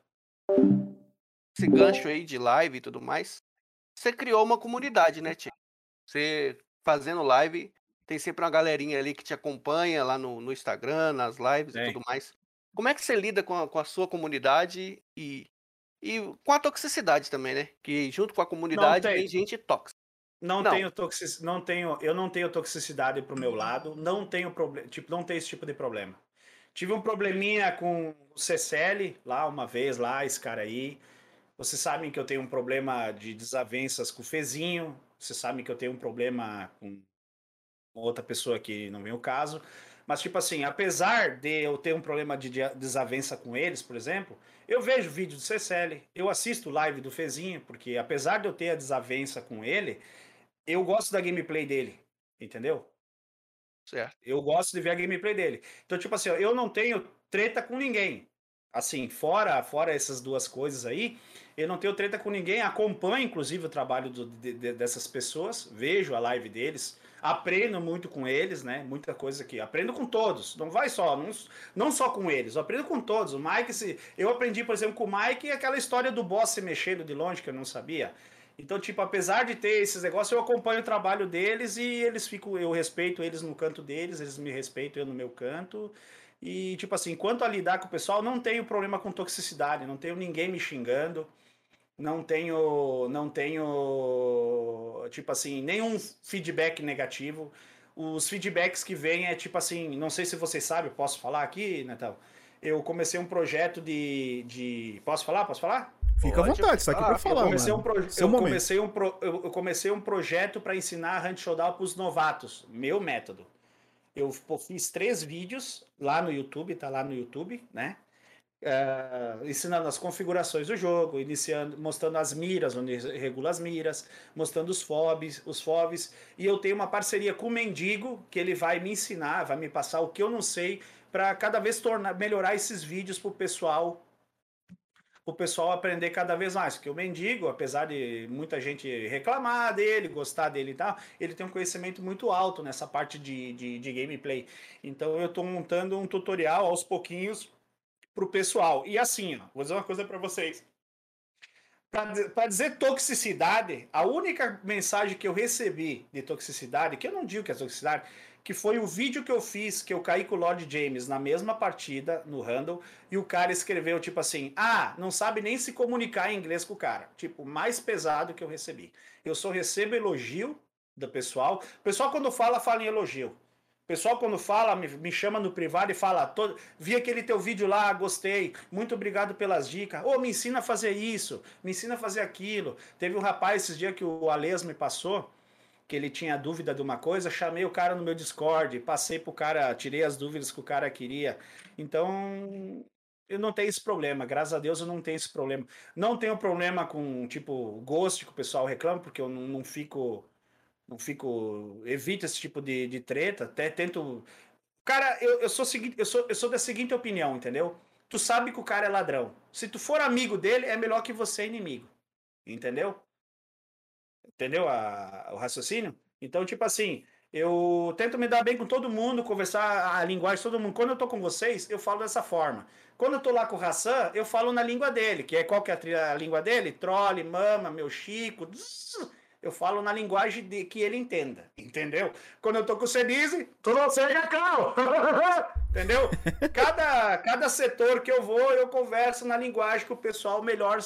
Esse gancho aí de live e tudo mais, você criou uma comunidade, né, Tchê? Você fazendo live, tem sempre uma galerinha ali que te acompanha lá no Instagram, nas lives e tudo Tem. mais. Como é que você lida com a sua comunidade e com a toxicidade também, né? Que junto com a Não comunidade vem tem. gente tóxica. Não Não, tenho eu não tenho toxicidade pro meu lado, não tenho problema, tipo, não tenho esse tipo de problema. Tive um probleminha com o CCL lá uma vez, lá, esse cara aí. Vocês sabem que eu tenho um problema de desavenças com o Fezinho. Vocês sabem que eu tenho um problema com outra pessoa que não vem o caso. Mas, tipo assim, apesar de eu ter um problema de desavença com eles, por exemplo, eu vejo vídeo do CCL, eu assisto live do Fezinho, porque apesar de eu ter a desavença com ele, eu gosto da gameplay dele, entendeu? certo. Eu gosto de ver a gameplay dele. Então, tipo assim, ó, eu não tenho treta com ninguém. Assim, fora essas duas coisas aí, eu não tenho treta com ninguém. Acompanho, inclusive, o trabalho dessas pessoas, vejo a live deles, aprendo muito com eles, né? Muita coisa aqui. Aprendo com todos. Não vai só, não só com eles, eu aprendo com todos. O Mike, eu aprendi, por exemplo, com o Mike aquela história do boss se mexendo de longe, que eu não sabia. Então, tipo, apesar de ter esses negócios, eu acompanho o trabalho deles e eles ficam, eu respeito eles no canto deles, eles me respeitam eu no meu canto. E, tipo assim, quanto a lidar com o pessoal, não tenho problema com toxicidade, não tenho ninguém me xingando, não tenho, tipo assim, nenhum feedback negativo. Os feedbacks que vêm é tipo assim, não sei se vocês sabem, eu posso falar aqui, Natal? Eu comecei um projeto de... Posso falar? Posso falar? Fica à Pode vontade, você tá aqui pra falar. falar, mano. Seu momento. Eu comecei um projeto para ensinar Hunt Showdown para os novatos. Meu método. Eu fiz 3 vídeos lá no YouTube, tá lá no YouTube, né? Ensinando as configurações do jogo, mostrando as miras, onde regula as miras, mostrando os FOVs, e eu tenho uma parceria com o Mendigo, que ele vai me ensinar, vai me passar o que eu não sei, para cada vez melhorar esses vídeos pro pessoal aprender cada vez mais, porque o Mendigo, apesar de muita gente reclamar dele, gostar dele e tal, ele tem um conhecimento muito alto nessa parte de gameplay. Então eu estou montando um tutorial aos pouquinhos pro pessoal. E assim, ó, vou dizer uma coisa para vocês. Para dizer toxicidade, a única mensagem que eu recebi de toxicidade, que eu não digo que é toxicidade, que foi o vídeo que eu fiz, que eu caí com o Lord James na mesma partida, no Randall, e o cara escreveu, tipo assim, não sabe nem se comunicar em inglês com o cara. Tipo, mais pesado que eu recebi. Eu só recebo elogio do pessoal. O pessoal, quando fala em elogio. O pessoal, quando fala, me chama no privado e fala: vi aquele teu vídeo lá, gostei, muito obrigado pelas dicas. Me ensina a fazer isso, me ensina a fazer aquilo. Teve um rapaz esses dias que o Ales me passou, que ele tinha dúvida de uma coisa, chamei o cara no meu Discord, passei pro cara, tirei as dúvidas que o cara queria. Então, eu não tenho esse problema, graças a Deus eu não tenho esse problema. Não tenho problema com, tipo, ghost que o pessoal reclama, porque eu não fico. Não fico. Evito esse tipo de treta. Até tento. Cara, eu sou da seguinte opinião, entendeu? Tu sabe que o cara é ladrão. Se tu for amigo dele, é melhor que você inimigo. Entendeu? Entendeu o raciocínio? Então, tipo assim, eu tento me dar bem com todo mundo, conversar a linguagem de todo mundo. Quando eu tô com vocês, eu falo dessa forma. Quando eu tô lá com o Hassan, eu falo na língua dele, que é qual que é a língua dele? Trole, mama, meu Chico. Eu falo na linguagem que ele entenda, entendeu? Quando eu tô com o Senise, tu não seja cal. Entendeu? Cada setor que eu vou, eu converso na linguagem que o pessoal melhor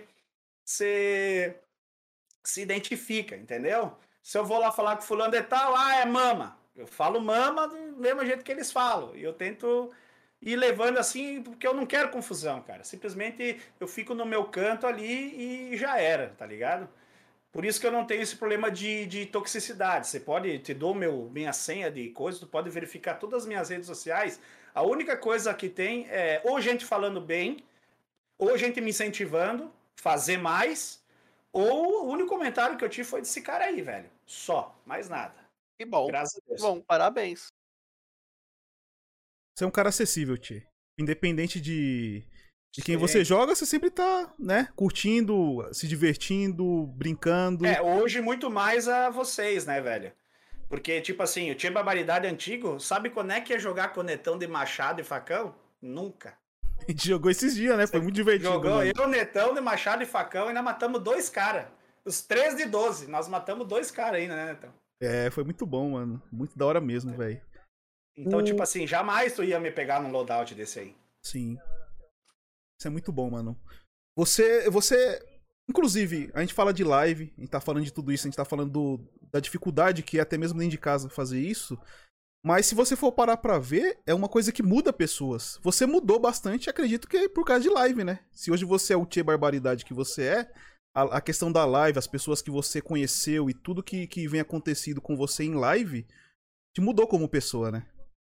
se identifica, entendeu? Se eu vou lá falar com fulano de tal, é mama. Eu falo mama do mesmo jeito que eles falam. E eu tento ir levando assim, porque eu não quero confusão, cara. Simplesmente eu fico no meu canto ali e já era, tá ligado? Por isso que eu não tenho esse problema de toxicidade. Você pode, te dou minha senha de coisa, tu pode verificar todas as minhas redes sociais. A única coisa que tem é ou gente falando bem, ou gente me incentivando, fazer mais, ou o único comentário que eu tive foi desse cara aí, velho. Só, mais nada. Que bom. Graças a Deus. Bom, parabéns. Você é um cara acessível, Tchê. Independente de quem Sim. você joga, você sempre tá, né, curtindo, se divertindo, brincando. Hoje muito mais a vocês, né, velho? Porque, tipo assim, o Tchê Barbaridade antigo, sabe quando é que ia jogar conetão de machado e facão? Nunca. A gente jogou esses dias, né? Foi muito divertido. Jogou mano. eu, Netão, de machado e facão, e ainda matamos 2 caras. Os 3 de 12. Nós matamos 2 caras ainda, né, Netão? Foi muito bom, mano. Muito da hora mesmo, velho. Então, tipo assim, jamais tu ia me pegar num loadout desse aí. Sim. Isso é muito bom, mano. Você. Inclusive, a gente fala de live, a gente tá falando de tudo isso, a gente tá falando da dificuldade que é até mesmo dentro de casa fazer isso. Mas se você for parar pra ver, é uma coisa que muda pessoas. Você mudou bastante, acredito que é por causa de live, né? Se hoje você é o Tchê Barbaridade que você é, a questão da live, as pessoas que você conheceu e tudo que vem acontecido com você em live, te mudou como pessoa, né?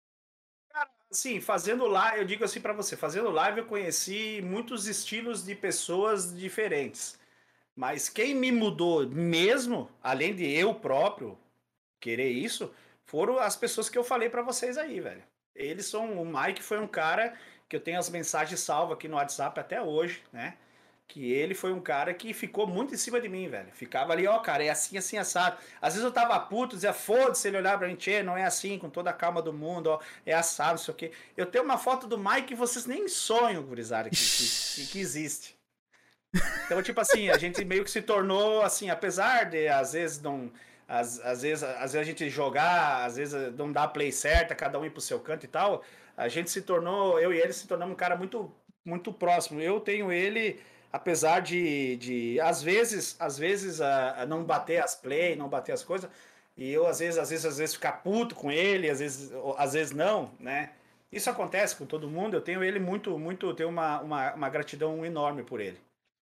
Sim, fazendo live, eu digo assim pra você, fazendo live eu conheci muitos estilos de pessoas diferentes. Mas quem me mudou mesmo, além de eu próprio querer isso, foram as pessoas que eu falei pra vocês aí, velho. Eles são, o Mike foi um cara que eu tenho as mensagens salvas aqui no WhatsApp até hoje, né? Que ele foi um cara que ficou muito em cima de mim, velho. Ficava ali, cara, é assim, assim, assado. Às vezes eu tava puto, dizia, foda-se, ele olhava pra mim, tchê, não é assim, com toda a calma do mundo, ó, é assado, não sei o quê. Eu tenho uma foto do Mike que vocês nem sonham, gurizada, que existe. Então, tipo assim, a gente meio que se tornou, assim, apesar de, às vezes, não... Às vezes a gente jogar, às vezes não dá a play certa, cada um ir pro seu canto e tal, a gente se tornou, eu e ele se tornamos um cara muito, muito próximo. Eu tenho ele, apesar de às vezes a não bater as play, não bater as coisas, e eu às vezes ficar puto com ele, às vezes não, né? Isso acontece com todo mundo, eu tenho ele muito, tenho uma gratidão enorme por ele.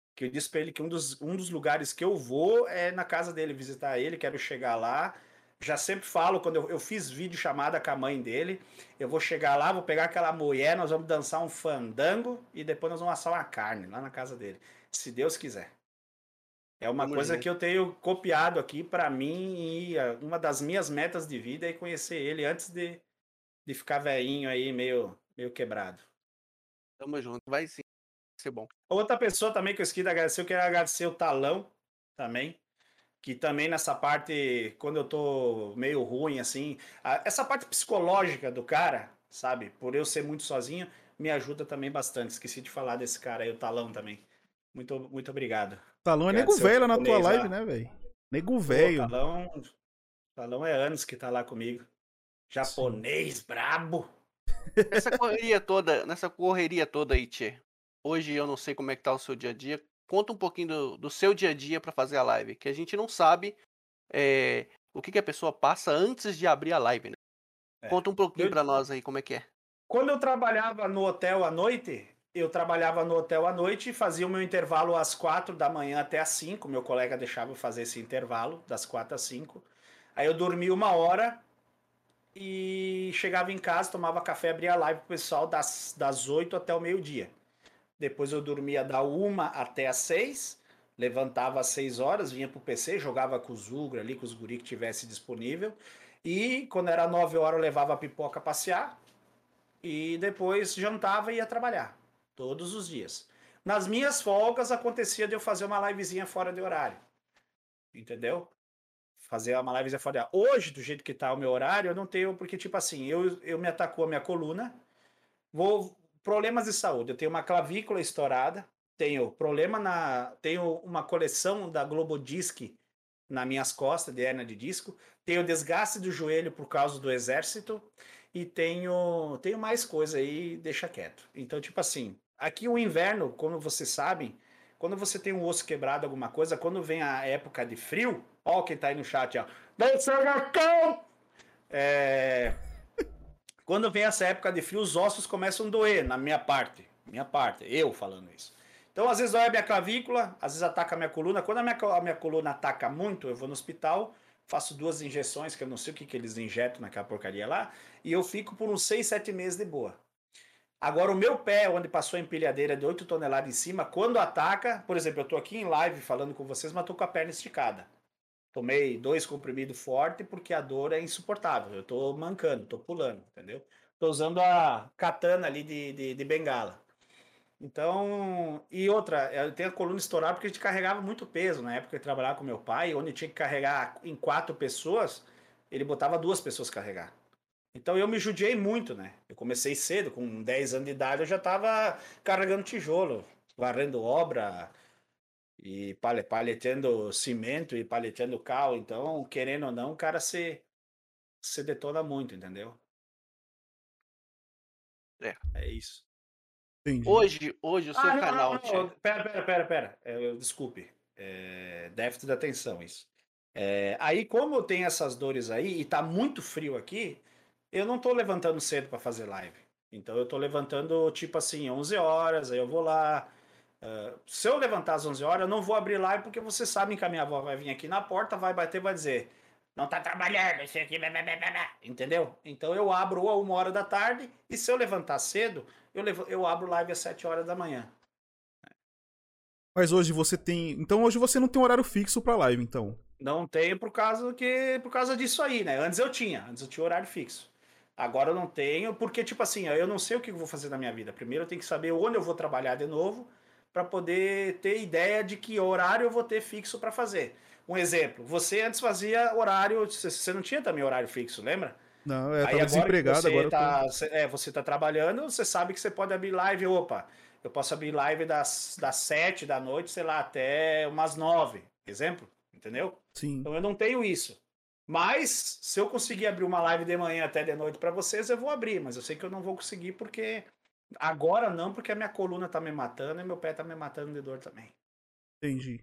que eu disse pra ele que um dos lugares que eu vou é na casa dele, visitar ele, quero chegar lá. Já sempre falo, quando eu fiz vídeo chamada com a mãe dele, eu vou chegar lá, vou pegar aquela mulher, nós vamos dançar um fandango e depois nós vamos assar uma carne lá na casa dele, se Deus quiser. É uma Tamo coisa junto. que eu tenho copiado aqui pra mim e uma das minhas metas de vida é conhecer ele antes de ficar velhinho aí, meio quebrado. Tamo junto. Vai sim ser bom. Outra pessoa também que eu esqueci de agradecer, eu quero agradecer o Talão também, que também nessa parte, quando eu tô meio ruim, assim, essa parte psicológica do cara, sabe, por eu ser muito sozinho, me ajuda também bastante. Esqueci de falar desse cara aí, o Talão também. Muito, muito obrigado. Talão é nego Agradecer ao velho lá na tua japonês live, lá. né, velho? Nego Pô, velho. Talão é anos que tá lá comigo. Japonês, brabo. Nessa correria toda aí, Tchê. Hoje eu não sei como é que tá o seu dia a dia. Conta um pouquinho do seu dia a dia pra fazer a live, que a gente não sabe o que a pessoa passa antes de abrir a live, né? É. Conta um pouquinho pra nós aí como é que é. Quando eu trabalhava no hotel à noite, e fazia o meu intervalo às 4 da manhã até às 5. Meu colega deixava eu fazer esse intervalo, das 4 às 5. Aí eu dormia 1 hora e chegava em casa, tomava café, abria a live pro pessoal das 8 até o meio-dia. Depois eu dormia da 1 até às 6, levantava às 6 horas, vinha pro PC, jogava com os Ugra ali, com os guri que tivesse disponível. E quando era 9 horas eu levava a pipoca a passear. E depois jantava e ia trabalhar. Todos os dias. Nas minhas folgas acontecia de eu fazer uma livezinha fora de horário. Entendeu? Fazer uma livezinha fora de horário. Hoje, do jeito que tá o meu horário, eu não tenho, porque tipo assim, eu me atacou a minha coluna, problemas de saúde. Eu tenho uma clavícula estourada, tenho uma coleção da Globodisc nas minhas costas, de hérnia de disco, tenho desgaste do joelho por causa do exército e tenho mais coisa aí, deixa quieto. Então, tipo assim, aqui o inverno, como vocês sabem, quando você tem um osso quebrado, alguma coisa, quando vem a época de frio, ó quem tá aí no chat, ó. Quando vem essa época de frio, os ossos começam a doer, na minha parte, eu falando isso. Então, às vezes dói a minha clavícula, às vezes ataca a minha coluna. Quando a minha coluna ataca muito, eu vou no hospital, faço 2 injeções, que eu não sei o que eles injetam naquela porcaria lá, e eu fico por uns 6, 7 meses de boa. Agora, o meu pé, onde passou a empilhadeira de 8 toneladas em cima, quando ataca, por exemplo, eu tô aqui em live falando com vocês, mas tô com a perna esticada. Tomei 2 comprimidos fortes porque a dor é insuportável. Eu tô mancando, tô pulando, entendeu? Tô usando a katana ali de bengala. Então, e outra, eu tenho a coluna estourada porque a gente carregava muito peso. Na época eu trabalhava com meu pai, onde tinha que carregar em 4 pessoas, ele botava 2 pessoas carregar. Então eu me judiei muito, né? Eu comecei cedo, com 10 anos de idade, eu já estava carregando tijolo, varrendo obra e palhetando cimento e palhetando cal. Então, querendo ou não, o cara se detona muito, entendeu? É isso. Entendi. Hoje o seu canal, Tchê. Não. Pera. Desculpe. Déficit de atenção, isso. Aí, como tem essas dores aí e tá muito frio aqui, eu não tô levantando cedo para fazer live. Então, eu tô levantando, tipo assim, 11 horas, aí eu vou lá. Se eu levantar às 11 horas, eu não vou abrir live, porque vocês sabem que a minha avó vai vir aqui na porta, vai bater, vai dizer, não tá trabalhando, isso aqui, blá, blá, blá, blá. Entendeu? Então, eu abro a 1 hora da tarde, e se eu levantar cedo, eu abro live às 7 horas da manhã. Mas hoje você tem. Então hoje você não tem um horário fixo pra live, então. Não tenho por causa disso aí, né? Antes eu tinha horário fixo. Agora eu não tenho, porque, tipo assim, eu não sei o que eu vou fazer na minha vida. Primeiro eu tenho que saber onde eu vou trabalhar de novo, para poder ter ideia de que horário eu vou ter fixo para fazer. Um exemplo, você antes fazia horário, você não tinha também horário fixo, lembra? Não, Aí tava agora desempregado, que agora eu tô. você tá trabalhando, você sabe que você pode abrir live, opa, eu posso abrir live das 7 da noite, sei lá, até umas 9, exemplo, entendeu? Sim. Então eu não tenho isso. Mas se eu conseguir abrir uma live de manhã até de noite para vocês, eu vou abrir, mas eu sei que eu não vou conseguir porque agora não, porque a minha coluna tá me matando e meu pé tá me matando de dor também. Entendi.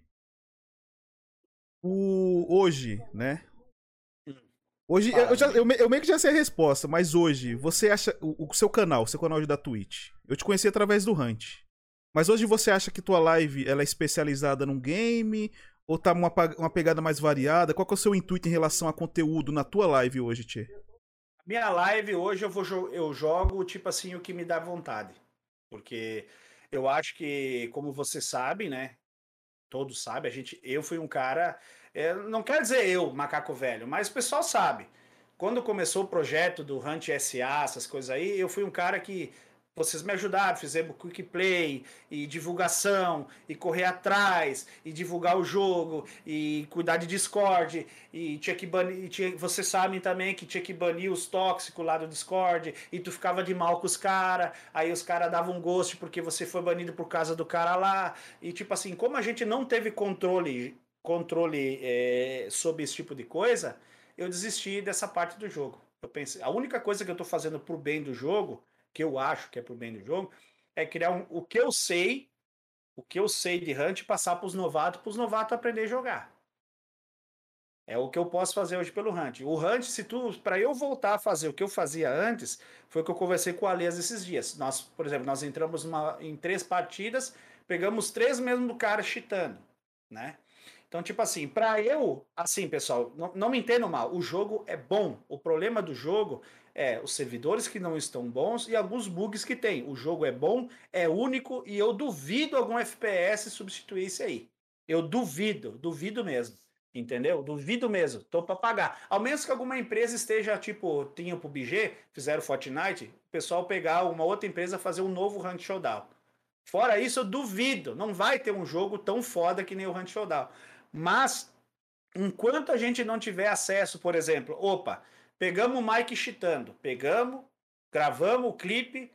Hoje, né? Hoje, eu meio que já sei a resposta, mas hoje, você acha. O seu canal da Twitch. Eu te conheci através do Hunt. Mas hoje você acha que tua live ela é especializada num game? Ou tá uma pegada mais variada? Qual que é o seu intuito em relação a conteúdo na tua live hoje, Tchê? Minha live hoje eu jogo, tipo assim, o que me dá vontade. Porque eu acho que, como você sabe, né? Todos sabem, eu fui um cara, não quer dizer eu, macaco velho, mas o pessoal sabe. Quando começou o projeto do Hunt SA, essas coisas aí, eu fui um cara que vocês me ajudaram, fizemos quick play e divulgação e correr atrás e divulgar o jogo e cuidar de Discord e tinha que banir, vocês sabem também que tinha que banir os tóxicos lá do Discord e tu ficava de mal com os caras, aí os caras davam um ghost porque você foi banido por causa do cara lá e tipo assim, como a gente não teve controle sobre esse tipo de coisa, eu desisti dessa parte do jogo. Eu pensei, a única coisa que eu tô fazendo pro bem do jogo, que eu acho que é pro bem do jogo, é criar o que eu sei, de Hunt, passar pros novatos aprender a jogar. É o que eu posso fazer hoje pelo Hunt. O Hunt, para eu voltar a fazer o que eu fazia antes, foi o que eu conversei com o Alês esses dias. Nós, por exemplo, nós entramos em 3 partidas, pegamos 3 mesmo do cara cheatando, né? Então, tipo assim, para eu, assim, pessoal, não me entendam mal, o jogo é bom. O problema do jogo é os servidores que não estão bons e alguns bugs que tem. O jogo é bom, é único e eu duvido algum FPS substituir isso aí. Eu duvido mesmo. Entendeu? Duvido mesmo. Tô para pagar. Ao menos que alguma empresa esteja, tipo, tinha o PUBG, fizeram Fortnite, o pessoal pegar uma outra empresa fazer um novo Hunt Showdown. Fora isso, eu duvido. Não vai ter um jogo tão foda que nem o Hunt Showdown. Mas, enquanto a gente não tiver acesso, por exemplo, pegamos o Mike cheatando, gravamos o clipe,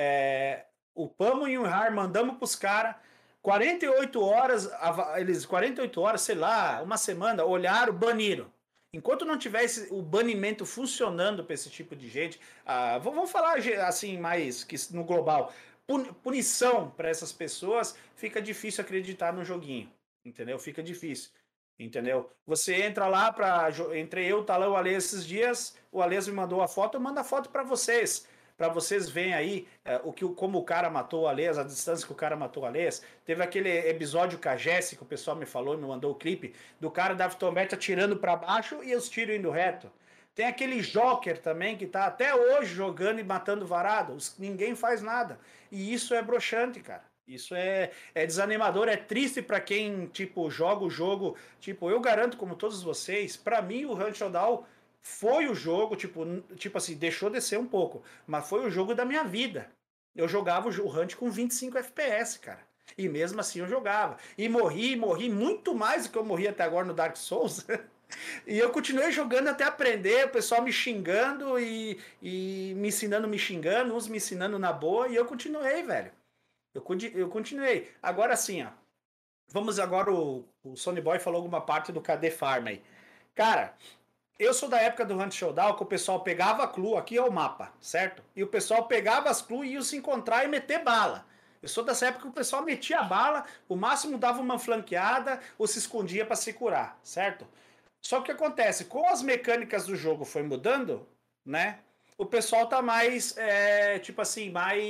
upamos em um RAR, mandamos pros caras, 48 horas, 48 horas, sei lá, uma semana, olharam, baniram. Enquanto não tivesse o banimento funcionando para esse tipo de gente, vamos falar assim mais que no global, punição para essas pessoas, fica difícil acreditar no joguinho, entendeu? Fica difícil. Entendeu? Você entra lá entrei eu, tá lá o Alês esses dias, o Alês me mandou a foto, eu mando a foto para vocês verem aí como o cara matou o Alês, a distância que o cara matou o Alês. Teve aquele episódio com a Jéssica, que o pessoal me falou, me mandou o clipe, do cara da Tomete atirando para baixo e os tiros indo reto. Tem aquele Joker também, que tá até hoje jogando e matando varado, ninguém faz nada. E isso é broxante, cara. Isso é desanimador, é triste para quem, tipo, joga o jogo. Tipo, eu garanto, como todos vocês, para mim o Hunt Showdown foi o jogo, tipo assim, deixou descer um pouco, mas foi o jogo da minha vida. Eu jogava o Hunt com 25 FPS, cara. E mesmo assim eu jogava. E morri muito mais do que eu morri até agora no Dark Souls. E eu continuei jogando até aprender, o pessoal me xingando e me ensinando me xingando, uns me ensinando na boa, e eu continuei, velho. Eu continuei. Agora sim, ó. Vamos agora, o Sony Boy falou alguma parte do KD Farm aí. Cara, eu sou da época do Hunt Showdown que o pessoal pegava a clue, aqui é o mapa, certo? E o pessoal pegava as clues e ia se encontrar e meter bala. Eu sou dessa época que o pessoal metia a bala, o máximo dava uma flanqueada ou se escondia para se curar, certo? Só que o que acontece? Com as mecânicas do jogo foi mudando, né? O pessoal tá mais, tipo assim,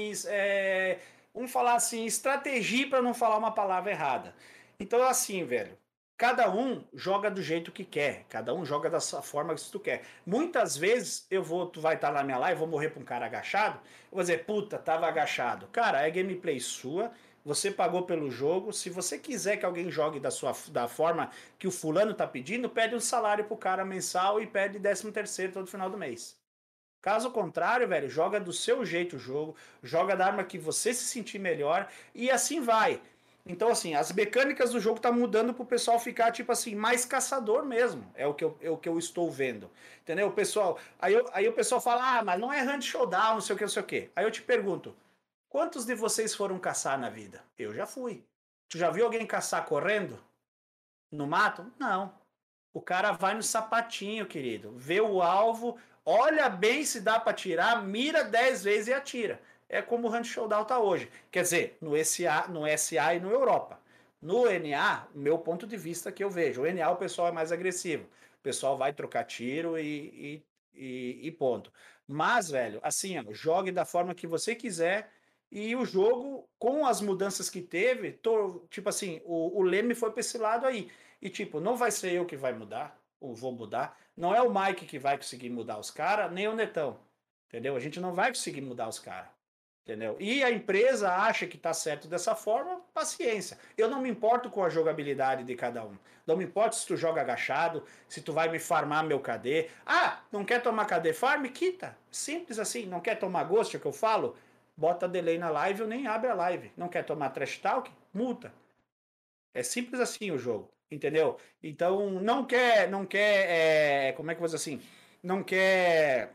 vamos falar assim, estratégia para não falar uma palavra errada. Então, assim, velho, cada um joga do jeito que quer, cada um joga da sua forma que tu quer. Muitas vezes tu vai estar na minha live, vou morrer pra um cara agachado, eu vou dizer, puta, tava agachado. Cara, é gameplay sua, você pagou pelo jogo, se você quiser que alguém jogue da forma que o fulano tá pedindo, pede um salário pro cara mensal e pede 13º todo final do mês. Caso contrário, velho, joga do seu jeito o jogo, joga da arma que você se sentir melhor e assim vai. Então, assim, as mecânicas do jogo tá mudando pro pessoal ficar, tipo assim, mais caçador mesmo. É o que eu estou vendo. Entendeu? O pessoal. Aí o pessoal fala, mas não é Hunt Showdown, não sei o que, não sei o que. Aí eu te pergunto, quantos de vocês foram caçar na vida? Eu já fui. Tu já viu alguém caçar correndo? No mato? Não. O cara vai no sapatinho, querido. Vê o alvo, olha bem se dá para atirar, mira 10 vezes e atira. É como o Hunt Showdown tá hoje. Quer dizer, no SA e no Europa. No NA, meu ponto de vista que eu vejo. O NA o pessoal é mais agressivo. O pessoal vai trocar tiro e ponto. Mas, velho, assim, ó, jogue da forma que você quiser E o jogo, com as mudanças que teve, tipo assim, o Leme foi para esse lado aí. E tipo, não vai ser eu que vai mudar, ou vou mudar. Não é o Mike que vai conseguir mudar os caras, nem o Netão. Entendeu? A gente não vai conseguir mudar os caras. Entendeu? E a empresa acha que está certo dessa forma, paciência. Eu não me importo com a jogabilidade de cada um. Não me importo se tu joga agachado, se tu vai me farmar meu KD. Ah, não quer tomar KD farm? Quita. Simples assim. Não quer tomar Ghost, é o que eu falo? Bota delay na live ou nem abre a live. Não quer tomar trash talk? Multa. É simples assim o jogo. Entendeu? Então, como é que eu vou dizer assim? Não quer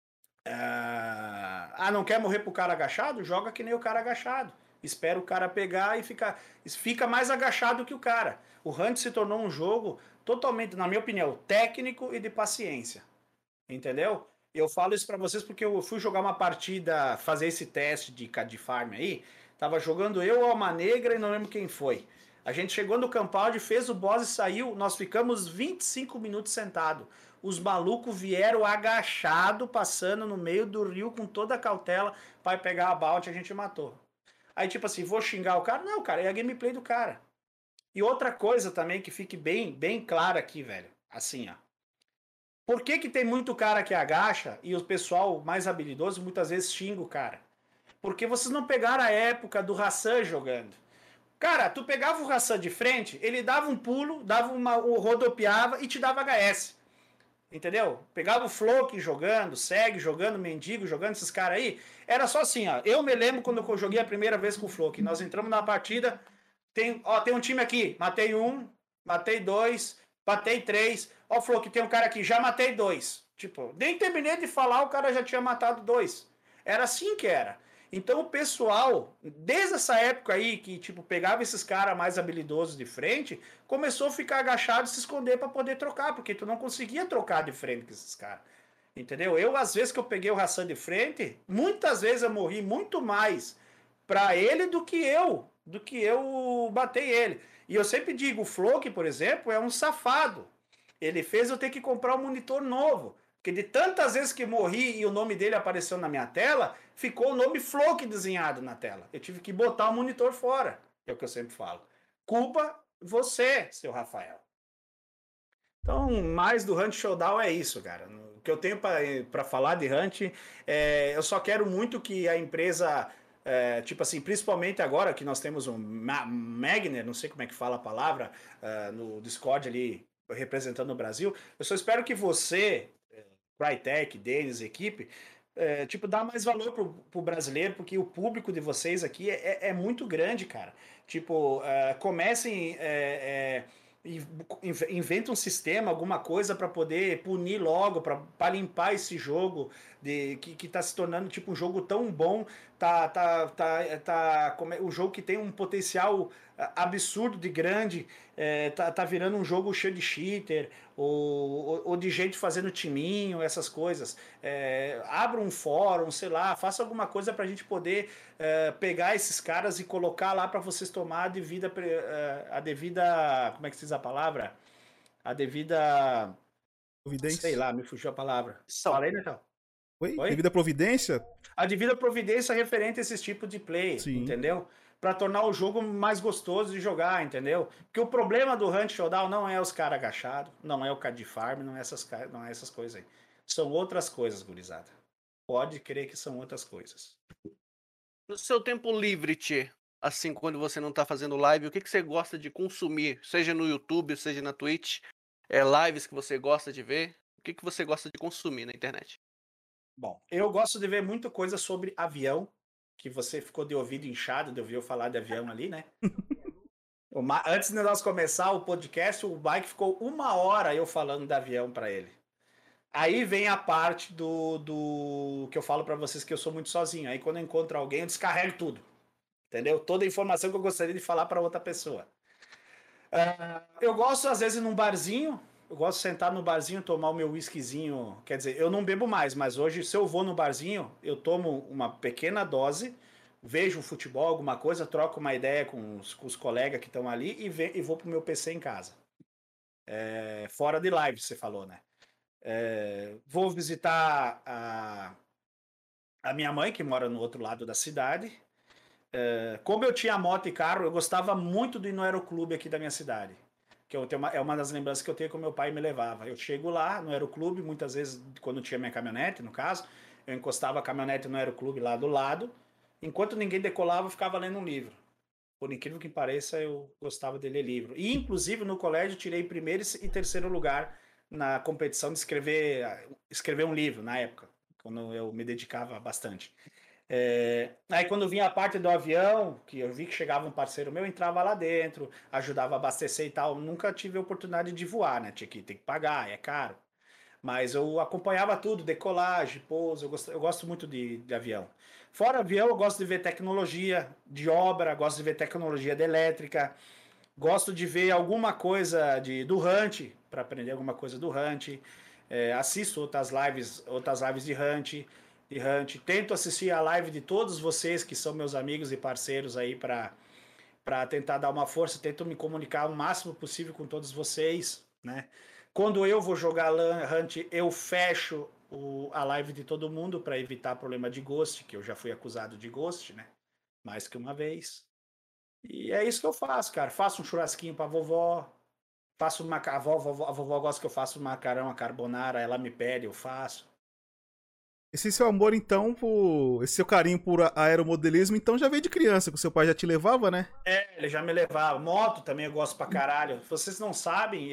não quer morrer pro cara agachado? Joga que nem o cara agachado. Espera o cara pegar e fica mais agachado que o cara. O Hunt se tornou um jogo totalmente, na minha opinião, técnico e de paciência. Entendeu? Eu falo isso para vocês porque eu fui jogar uma partida, fazer esse teste de farm aí. Tava jogando eu, Alma Negra e não lembro quem foi. A gente chegou no compound, fez o boss e saiu. Nós ficamos 25 minutos sentados. Os malucos vieram agachado, passando no meio do rio com toda a cautela para pegar a bounty, a gente matou. Aí, tipo assim, vou xingar o cara? Não, cara, é a gameplay do cara. E outra coisa também que fique bem, bem clara aqui, velho. Assim, ó. Por que que tem muito cara que agacha e o pessoal mais habilidoso muitas vezes xinga o cara? Porque vocês não pegaram a época do Hassan jogando. Cara, tu pegava o Hassan de frente, ele dava um pulo, rodopiava e te dava HS. Entendeu? Pegava o Flock jogando, Seg jogando, Mendigo jogando, esses caras aí. Era só assim, ó. Eu me lembro quando eu joguei a primeira vez com o Flock. Nós entramos na partida, tem um time aqui, matei um, matei dois, matei três. Ó, Flock, tem um cara aqui, já matei dois. Tipo, nem terminei de falar, o cara já tinha matado dois. Era assim que era. Então o pessoal, desde essa época aí, que tipo, pegava esses caras mais habilidosos de frente, começou a ficar agachado e se esconder para poder trocar, porque tu não conseguia trocar de frente com esses caras. Entendeu? Eu, às vezes que eu peguei o Hassan de frente, muitas vezes eu morri muito mais para ele do que eu batei ele. E eu sempre digo, o Flock, por exemplo, é um safado. Ele fez eu ter que comprar um monitor novo. Porque de tantas vezes que morri e o nome dele apareceu na minha tela, ficou o nome Flock desenhado na tela. Eu tive que botar o monitor fora. É o que eu sempre falo. Culpa você, seu Rafael. Então, mais do Hunt Showdown é isso, cara. O que eu tenho para falar de Hunt, eu só quero muito que a empresa, tipo assim, principalmente agora que nós temos um Magner, não sei como é que fala a palavra, no Discord ali, representando o Brasil, eu só espero que você, Crytek, Denis, equipe, tipo, dá mais valor pro brasileiro, porque o público de vocês aqui é muito grande, cara. Tipo, comecem... inventa um sistema, alguma coisa para poder punir logo, para limpar esse jogo que está se tornando tipo um jogo tão bom, o jogo que tem um potencial absurdo de grande, tá virando um jogo cheio de cheater ou de gente fazendo timinho, essas coisas. Abra um fórum, sei lá, faça alguma coisa para a gente poder pegar esses caras e colocar lá para vocês tomar a devida, como é que se diz a palavra? A devida, sei Providência. lá, me fugiu a palavra. São. Falei, Natal? Oi? Oi? Devida providência? A devida providência referente a esses tipos de play, Sim. entendeu? Para tornar o jogo mais gostoso de jogar, entendeu? Porque o problema do Hunt Showdown não é os caras agachados, não é o card farm, não é essas coisas aí. São outras coisas, gurizada. Pode crer que são outras coisas. No seu tempo livre, Tchê, assim, quando você não tá fazendo live, o que você gosta de consumir? Seja no YouTube, seja na Twitch, lives que você gosta de ver? O que você gosta de consumir na internet? Bom, eu gosto de ver muita coisa sobre avião, que você ficou de ouvido inchado de ouvir eu falar de avião ali, né? Antes de nós começar o podcast, o Mike ficou 1 hora eu falando de avião para ele. Aí vem a parte do que eu falo para vocês que eu sou muito sozinho. Aí quando eu encontro alguém, eu descarrego tudo. Entendeu? Toda a informação que eu gostaria de falar para outra pessoa. Eu gosto, às vezes, num barzinho. Eu gosto de sentar no barzinho, tomar o meu whiskyzinho. Quer dizer, eu não bebo mais, mas hoje, se eu vou no barzinho, eu tomo uma pequena dose, vejo um futebol, alguma coisa, troco uma ideia com os colegas que estão ali e vou pro meu PC em casa. Fora de live, você falou, né? Vou visitar a minha mãe, que mora no outro lado da cidade. Como eu tinha moto e carro, eu gostava muito de ir no aeroclube aqui da minha cidade. Que é uma das lembranças que eu tenho que o meu pai me levava. Eu chego lá no aeroclube, muitas vezes, quando tinha minha caminhonete, no caso, eu encostava a caminhonete no aeroclube lá do lado. Enquanto ninguém decolava, eu ficava lendo um livro. Por incrível que pareça, eu gostava de ler livro. E, inclusive, no colégio, tirei primeiro e terceiro lugar na competição de escrever um livro, na época, quando eu me dedicava bastante. Aí quando vinha a parte do avião, que eu vi que chegava um parceiro meu, eu entrava lá dentro, ajudava a abastecer e tal. Nunca tive a oportunidade de voar, né? Tinha que ter que pagar, é caro. Mas eu acompanhava tudo, decolagem, pouso, eu gosto muito de avião. Fora avião, eu gosto de ver tecnologia de obra, gosto de ver tecnologia de elétrica, gosto de ver alguma coisa do Hunt, para aprender alguma coisa do Hunt. Assisto outras lives de Hunt. Tento assistir a live de todos vocês que são meus amigos e parceiros aí para tentar dar uma força. Tento me comunicar o máximo possível com todos vocês, né? Quando eu vou jogar Hunt, eu fecho a live de todo mundo para evitar problema de ghost, que eu já fui acusado de ghost, né? Mais que uma vez. E é isso que eu faço, cara. Faço um churrasquinho pra vovó. Faço a vovó gosta que eu faça um macarrão, a carbonara, ela me pede, eu faço. Esse seu amor, então, esse seu carinho por aeromodelismo, então já veio de criança, que o seu pai já te levava, né? Ele já me levava. Moto também eu gosto pra caralho. Vocês não sabem,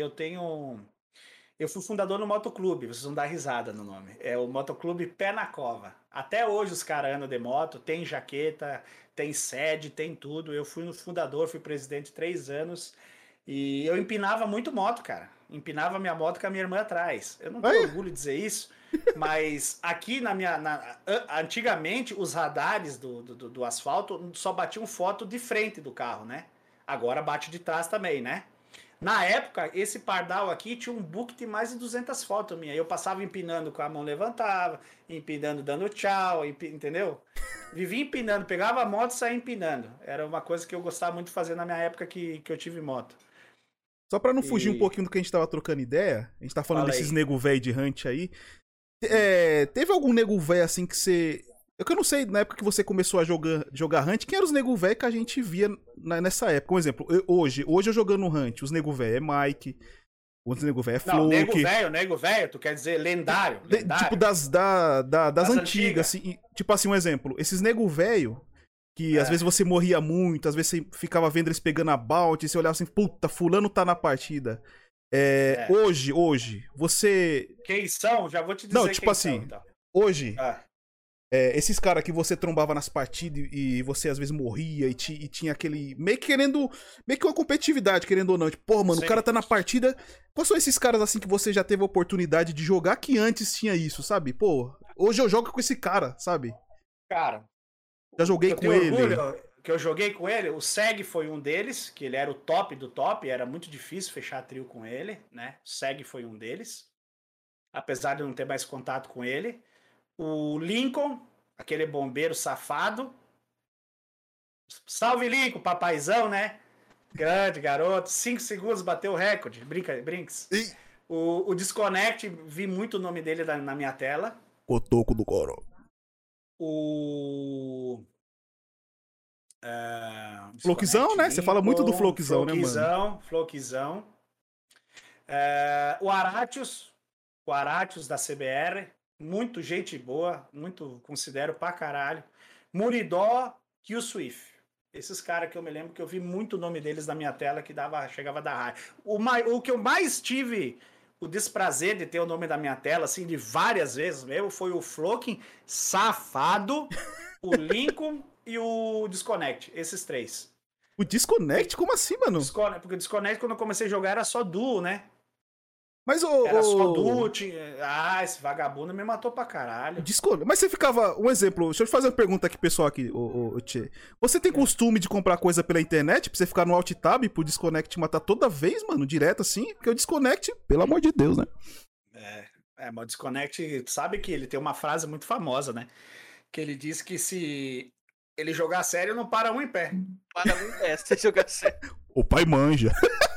eu fui fundador do motoclube, vocês vão dar risada no nome. É o motoclube Pé na Cova. Até hoje os caras andam de moto, tem jaqueta, tem sede, tem tudo. Eu fui no fundador, fui presidente 3 anos e eu empinava muito moto, cara. Empinava minha moto com a minha irmã atrás. Eu não tenho orgulho de dizer isso, mas aqui antigamente os radares do asfalto só batiam foto de frente do carro, né? Agora bate de trás também, né? Na época, esse pardal aqui tinha um book de mais de 200 fotos minha. Eu passava empinando com a mão levantava, empinando dando tchau, entendeu? Vivia empinando, pegava a moto e saía empinando. Era uma coisa que eu gostava muito de fazer na minha época que eu tive moto. Só pra não fugir um pouquinho do que a gente tava trocando ideia, a gente tá falando desses nego velho de Hunt aí. Teve algum nego velho assim que você... Eu não sei, na época que você começou a jogar Hunt, quem eram os nego velho que a gente via nessa época? Por exemplo, hoje eu jogando Hunt, os nego velho é Mike, os nego velho é Floke. Não, nego velho, tu quer dizer lendário. Tipo das antigas, assim, tipo assim, um exemplo. Esses nego velho, que às vezes você morria muito, às vezes você ficava vendo eles pegando a bounty, e você olhava assim, puta, fulano tá na partida. Hoje, você... Quem são? Já vou te dizer. Não, tipo assim, então. Hoje... esses caras que você trombava nas partidas e você às vezes morria e tinha aquele. Meio que uma competitividade, querendo ou não. Tipo, pô, mano, o cara tá na partida. Quais são esses caras assim que você já teve a oportunidade de jogar que antes tinha isso, sabe? Pô, hoje eu jogo com esse cara, sabe? Cara. Já joguei com ele. Que eu joguei com ele, o Seg foi um deles, que ele era o top do top, era muito difícil fechar trio com ele, né? O Seg foi um deles. Apesar de eu não ter mais contato com ele. O Lincoln, aquele bombeiro safado. Salve, Lincoln, papaizão, né? Grande garoto. 5 segundos bateu o recorde. Brinks. O Disconnect, vi muito o nome dele na minha tela. Cotoco do Coro. Floquezão, né? Você fala muito do Floquezão, né, mano? Floquezão. O Aratius da CBR. Muito gente boa, muito considero pra caralho. Muridó e o Swift. Esses caras que eu me lembro que eu vi muito o nome deles na minha tela que chegava a dar raiva. O que eu mais tive o desprazer de ter o nome da minha tela, assim, de várias vezes mesmo, foi o Flokin, Safado, o Lincoln e o Disconnect. Esses 3. O Disconnect? Como assim, mano? Porque o Disconnect, quando eu comecei a jogar, era só duo, né? Mas era só duo. Esse vagabundo me matou pra caralho. Mas você ficava... Um exemplo, deixa eu te fazer uma pergunta aqui, pessoal, aqui, Tchê. Você tem costume de comprar coisa pela internet pra você ficar no alt tab pro Disconnect te matar toda vez, mano? Direto assim? Porque o Disconnect, pelo amor de Deus, né? Mas o Disconnect, sabe que ele tem uma frase muito famosa, né? Que ele diz que se ele jogar sério, não para um em pé. Para um em pé, se jogar sério. O pai manja.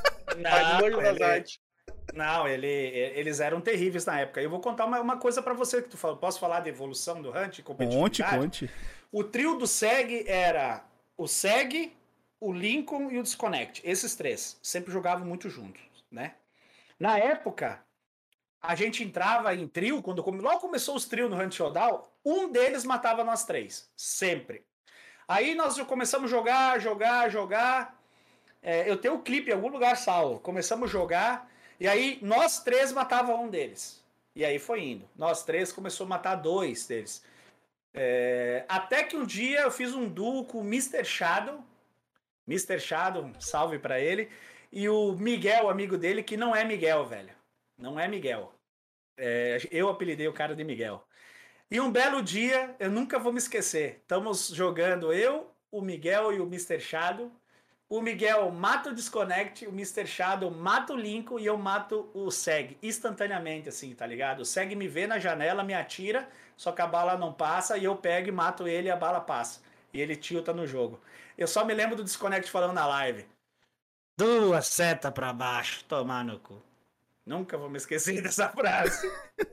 Não, eles eram terríveis na época. Eu vou contar uma coisa pra você que tu falou. Posso falar de evolução do Hunt? Conte. O trio do SEG era o SEG, o Lincoln e o Disconnect. Esses três. Sempre jogavam muito juntos, né? Na época, a gente entrava em trio, logo começou os trios no Hunt Showdown, um deles matava nós três. Sempre. Aí nós já começamos a jogar. Eu tenho o clipe em algum lugar salvo. Começamos a jogar, e aí nós três matava um deles. E aí foi indo. Nós três começou a matar dois deles. Até que um dia eu fiz um duo com o Mr. Shadow. Mr. Shadow, salve pra ele. E o Miguel, amigo dele, que não é Miguel, velho. Não é Miguel. Eu apelidei o cara de Miguel. E um belo dia, eu nunca vou me esquecer. Estamos jogando eu, o Miguel e o Mr. Shadow. O Miguel mata o Disconnect, o Mr. Shadow mata o Lincoln e eu mato o Seg instantaneamente, assim, tá ligado? O Seg me vê na janela, me atira, só que a bala não passa e eu pego e mato ele e a bala passa. E ele tilta no jogo. Eu só me lembro do Disconnect falando na live. 2 setas pra baixo, tomar no cu. Nunca vou me esquecer dessa frase.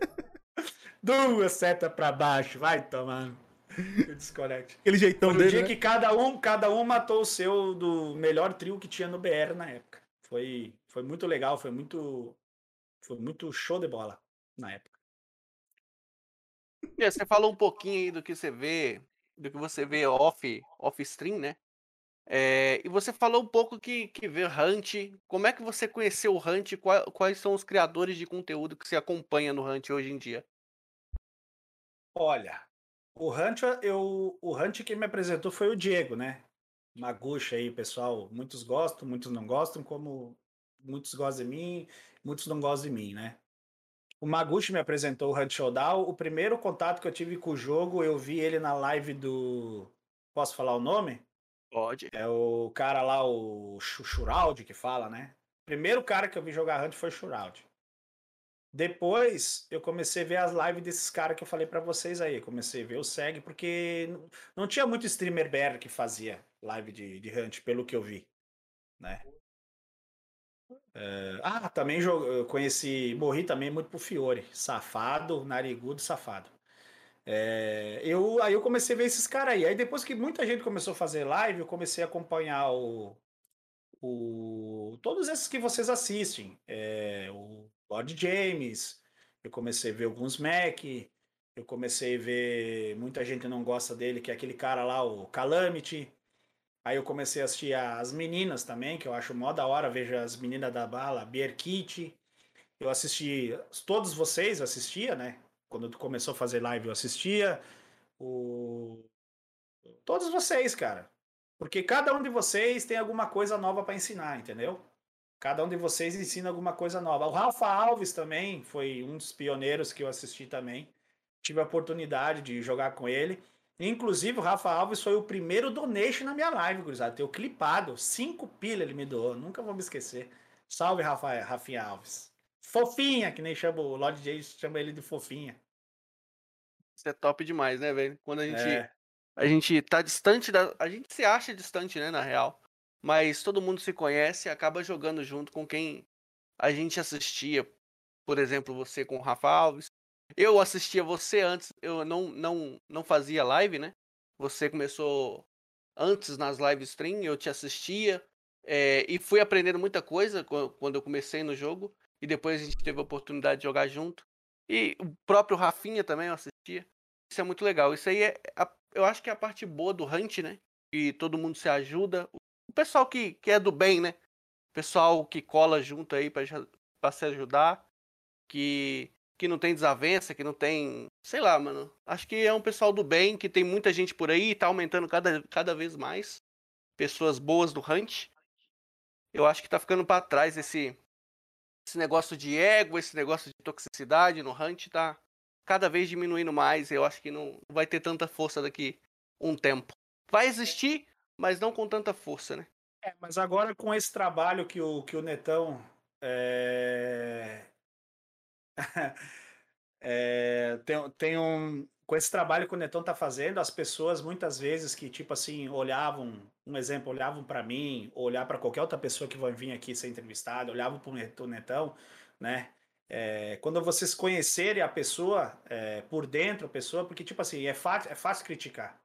2 setas pra baixo, vai tomar. O Disconnect. Aquele jeitão Foi o dele, dia né? que cada um matou o seu do melhor trio que tinha no BR na época. Foi muito legal, foi muito show de bola na época. Você falou um pouquinho aí do que você vê off-stream, né? E você falou um pouco que vê Hunt. Como é que você conheceu o Hunt? Quais são os criadores de conteúdo que você acompanha no Hunt hoje em dia? Olha, o Hunt quem me apresentou foi o Diego, né? Magucha aí, pessoal, muitos gostam, muitos não gostam, como muitos gostam de mim, muitos não gostam de mim, né? O Maguchi me apresentou o Hunt Showdown. O primeiro contato que eu tive com o jogo, eu vi ele na live do. Posso falar o nome? Pode. É o cara lá, o Shroud, que fala, né? O primeiro cara que eu vi jogar Hunt foi o Shroud. Depois eu comecei a ver as lives desses caras que eu falei pra vocês aí. Comecei a ver o SEG, porque não tinha muito streamer BR que fazia live de Hunt, pelo que eu vi, né? Também eu morri também muito pro Fiore. Safado, narigudo, safado. Aí eu comecei a ver esses caras aí. Aí depois que muita gente começou a fazer live, eu comecei a acompanhar todos esses que vocês assistem. O Lord James, eu comecei a ver alguns Mac, eu comecei a ver muita gente não gosta dele, que é aquele cara lá, o Calamity. Aí eu comecei a assistir as meninas também, que eu acho mó da hora, vejo as meninas da bala, Beer Kit. Eu assisti, todos vocês eu assistia, né? Quando tu começou a fazer live eu assistia. O... Todos vocês, cara. Porque cada um de vocês tem alguma coisa nova para ensinar, entendeu? Cada um de vocês ensina alguma coisa nova. O Rafa Alves também foi um dos pioneiros que eu assisti também. Tive a oportunidade de jogar com ele. Inclusive, o Rafa Alves foi o primeiro donation na minha live, gurizada. Tenho clipado. 5 pila ele me doou. Nunca vou me esquecer. Salve, Rafinha Alves. Fofinha, que nem chama o Lord J, chama ele de fofinha. Isso é top demais, né, velho? Quando É, a gente tá distante a gente se acha distante, né, na real. Mas todo mundo se conhece e acaba jogando junto com quem a gente assistia. Por exemplo, você com o Rafa Alves. Eu assistia você antes, eu não fazia live, né? Você começou antes nas live stream, eu te assistia. E fui aprendendo muita coisa quando eu comecei no jogo. E depois a gente teve a oportunidade de jogar junto. E o próprio Rafinha também eu assistia. Isso é muito legal. Isso aí eu acho que é a parte boa do Hunt, né? Que todo mundo se ajuda. O pessoal que é do bem, né? O pessoal que cola junto aí pra se ajudar. Que não tem desavença, que não tem. Sei lá, mano. Acho que é um pessoal do bem, que tem muita gente por aí e tá aumentando cada vez mais. Pessoas boas do Hunt. Eu acho que tá ficando pra trás esse negócio de ego, esse negócio de toxicidade no Hunt tá cada vez diminuindo mais. Eu acho que não vai ter tanta força daqui um tempo. Vai existir, mas não com tanta força, né? mas agora com esse trabalho que o Netão tem com esse trabalho que o Netão tá fazendo, as pessoas muitas vezes que tipo assim olhavam, um exemplo, olhavam para mim, ou olhar para qualquer outra pessoa que vai vir aqui ser entrevistada, olhavam para o Netão, né? Quando vocês conhecerem a pessoa por dentro, a pessoa, porque tipo assim é fácil criticar.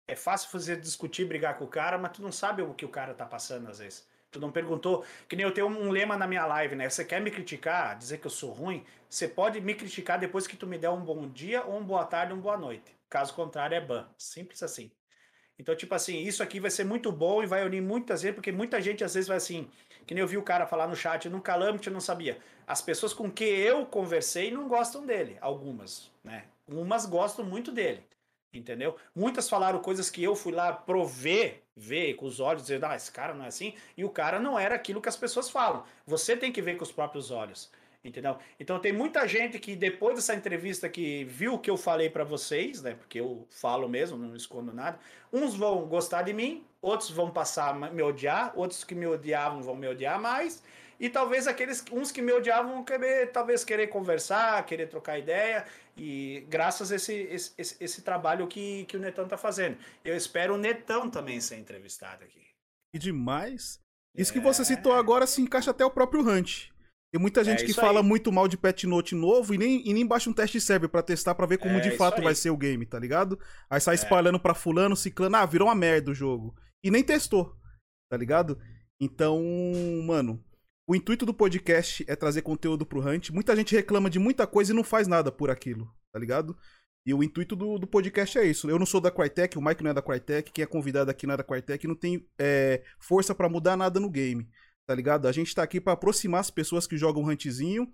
É fácil você discutir, brigar com o cara, mas tu não sabe o que o cara tá passando às vezes. Tu não perguntou. Que nem eu tenho um lema na minha live, né? Você quer me criticar, dizer que eu sou ruim? Você pode me criticar depois que tu me der um bom dia, ou um boa tarde, ou um boa noite. Caso contrário, é ban. Simples assim. Então, tipo assim, isso aqui vai ser muito bom e vai unir muitas vezes, porque muita gente às vezes vai assim, que nem eu vi o cara falar no chat, nunca Calamity eu não sabia. As pessoas com que eu conversei não gostam dele, algumas, né? Umas gostam muito dele, entendeu? Muitas falaram coisas que eu fui lá prover, ver com os olhos, dizer, ah, esse cara não é assim, e o cara não era aquilo que as pessoas falam. Você tem que ver com os próprios olhos. Entendeu? Então tem muita gente que depois dessa entrevista que viu o que eu falei para vocês, né? Porque eu falo mesmo, não escondo nada. Uns vão gostar de mim, outros vão passar a me odiar, outros que me odiavam vão me odiar mais, e talvez aqueles uns que me odiavam vão querer, talvez querer conversar, querer trocar ideia, e graças a esse trabalho que o Netão tá fazendo. Eu espero o Netão também ser entrevistado aqui. E demais. Isso que você citou agora se encaixa até o próprio Hunt. Tem muita gente que fala muito mal de Pet Note novo e nem baixa um teste server pra testar pra ver como de fato vai ser o game, tá ligado? Aí sai espalhando pra fulano, ciclano, virou uma merda o jogo. E nem testou, tá ligado? Então, mano, o intuito do podcast é trazer conteúdo pro Hunt. Muita gente reclama de muita coisa e não faz nada por aquilo, tá ligado? E o intuito do podcast é isso. Eu não sou da Crytek, o Mike não é da Crytek, quem é convidado aqui não é da Crytek, não tem força pra mudar nada no game. Tá ligado? A gente tá aqui pra aproximar as pessoas que jogam Huntzinho.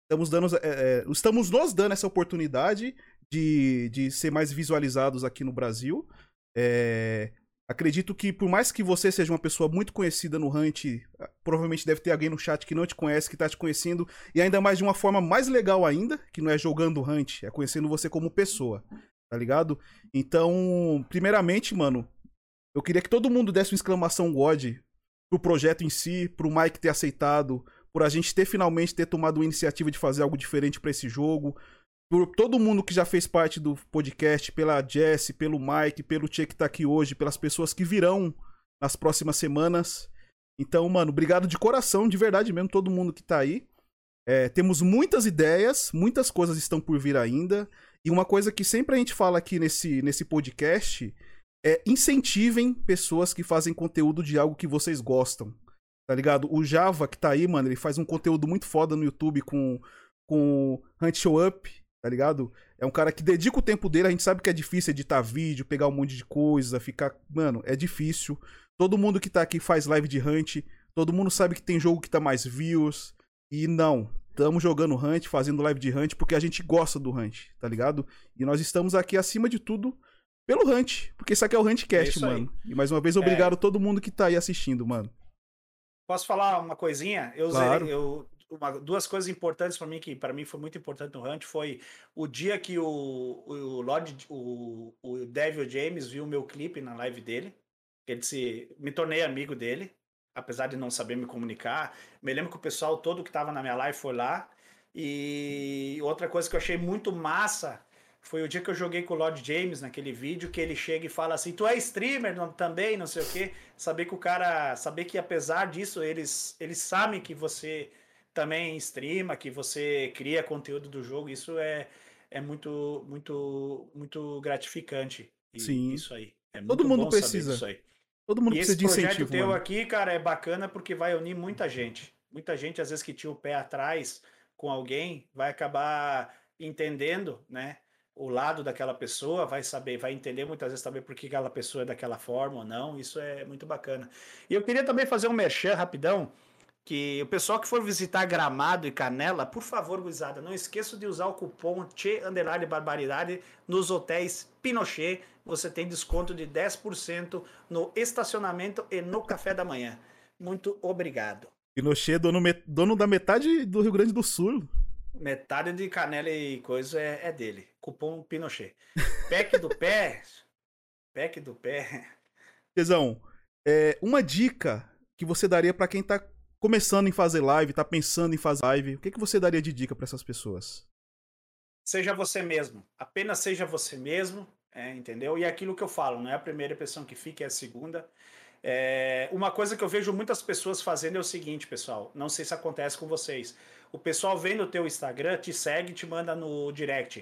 Estamos nos dando essa oportunidade de ser mais visualizados aqui no Brasil. Acredito que por mais que você seja uma pessoa muito conhecida no Hunt, provavelmente deve ter alguém no chat que não te conhece, que tá te conhecendo, e ainda mais de uma forma mais legal ainda, que não é jogando Hunt, é conhecendo você como pessoa, tá ligado? Então, primeiramente, mano, eu queria que todo mundo desse uma exclamação God pro projeto em si, pro Mike ter aceitado, por a gente finalmente ter tomado uma iniciativa de fazer algo diferente pra esse jogo, por todo mundo que já fez parte do podcast, pela Jess, pelo Mike, pelo Tchê que tá aqui hoje, pelas pessoas que virão nas próximas semanas. Então, mano, obrigado de coração, de verdade mesmo, todo mundo que tá aí. Temos muitas ideias, muitas coisas estão por vir ainda, e uma coisa que sempre a gente fala aqui nesse podcast incentivem pessoas que fazem conteúdo de algo que vocês gostam, tá ligado? O Java que tá aí, mano, ele faz um conteúdo muito foda no YouTube com Hunt Show Up, tá ligado? É um cara que dedica o tempo dele, a gente sabe que é difícil editar vídeo, pegar um monte de coisa, ficar... Mano, é difícil. Todo mundo que tá aqui faz live de Hunt, todo mundo sabe que tem jogo que tá mais views, e não, estamos jogando Hunt, fazendo live de Hunt, porque a gente gosta do Hunt, tá ligado? E nós estamos aqui, acima de tudo, pelo Hunt, porque isso aqui é o Huntcast, mano. E mais uma vez, obrigado a todo mundo que tá aí assistindo, mano. Posso falar uma coisinha? Claro. Duas coisas importantes para mim, que para mim foi muito importante no Hunt, foi o dia que o Devil James viu o meu clipe na live dele. Me tornei amigo dele, apesar de não saber me comunicar. Me lembro que o pessoal todo que estava na minha live foi lá. E outra coisa que eu achei muito massa foi o dia que eu joguei com o Lord James naquele vídeo, que ele chega e fala assim, tu é streamer também, não sei o quê. Saber que apesar disso, eles sabem que você também streama, que você cria conteúdo do jogo, isso é muito, muito, muito gratificante. E Sim. isso aí. É muito todo mundo bom precisa. Saber disso aí. Todo mundo precisa de incentivo, esse projeto teu mano. aqui, cara, é bacana porque vai unir muita gente. Muita gente, às vezes, que tinha o pé atrás com alguém, vai acabar entendendo, né? O lado daquela pessoa, vai entender muitas vezes também por que aquela pessoa é daquela forma ou não. Isso é muito bacana. E eu queria também fazer um merchan rapidão, que o pessoal que for visitar Gramado e Canela, por favor, gurizada, não esqueça de usar o cupom TCHE_barbaridade nos hotéis Pinochet. Você tem desconto de 10% no estacionamento e no café da manhã. Muito obrigado. Pinochet, dono da metade do Rio Grande do Sul. Metade de Canela e coisa é dele. Cupom Pinochet. Pack do pé. Pack do pé. Tesão, uma dica que você daria pra quem tá começando em fazer live, tá pensando em fazer live, o que você daria de dica pra essas pessoas? Seja você mesmo. Apenas seja você mesmo, entendeu? E é aquilo que eu falo, não é a primeira impressão que fica, é a segunda. Uma coisa que eu vejo muitas pessoas fazendo é o seguinte, pessoal, não sei se acontece com vocês. O pessoal vem no teu Instagram, te segue, te manda no direct.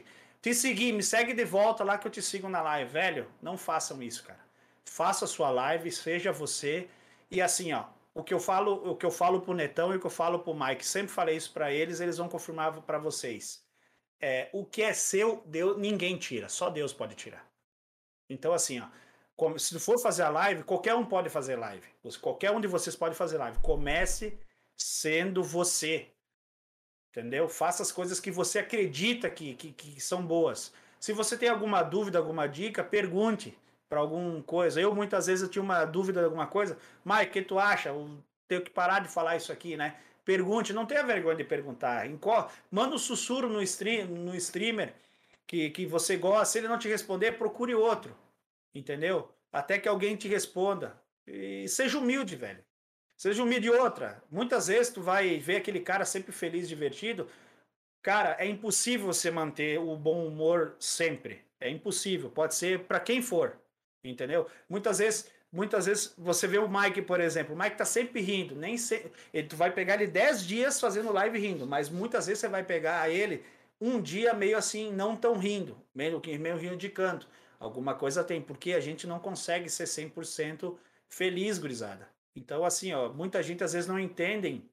te seguir, me segue de volta lá que eu te sigo na live. Velho, não façam isso, cara. Faça a sua live, seja você. E assim, ó, o que eu falo pro Netão e o que eu falo pro Mike, sempre falei isso para eles vão confirmar para vocês. O que é seu, Deus, ninguém tira, só Deus pode tirar. Então, assim, ó, se for fazer a live, qualquer um pode fazer live. Qualquer um de vocês pode fazer live. Comece sendo você. Entendeu? Faça as coisas que você acredita que são boas. Se você tem alguma dúvida, alguma dica, pergunte para alguma coisa. Muitas vezes, eu tinha uma dúvida de alguma coisa. Mike, o que tu acha? Eu tenho que parar de falar isso aqui, né? Pergunte, não tenha vergonha de perguntar. Manda um sussurro no streamer que você gosta. Se ele não te responder, procure outro. Entendeu? Até que alguém te responda. E seja humilde, velho. Seja humilde. Outra, muitas vezes tu vai ver aquele cara sempre feliz, divertido. Cara, é impossível você manter o bom humor sempre. É impossível. Pode ser para quem for. Entendeu? Muitas vezes você vê o Mike, por exemplo. O Mike tá sempre rindo. Tu vai pegar ele 10 dias fazendo live rindo. Mas muitas vezes você vai pegar ele um dia meio assim, não tão rindo. Meio rindo de canto. Alguma coisa tem. Porque a gente não consegue ser 100% feliz, gurizada. Então, assim, ó, muita gente às vezes não entendem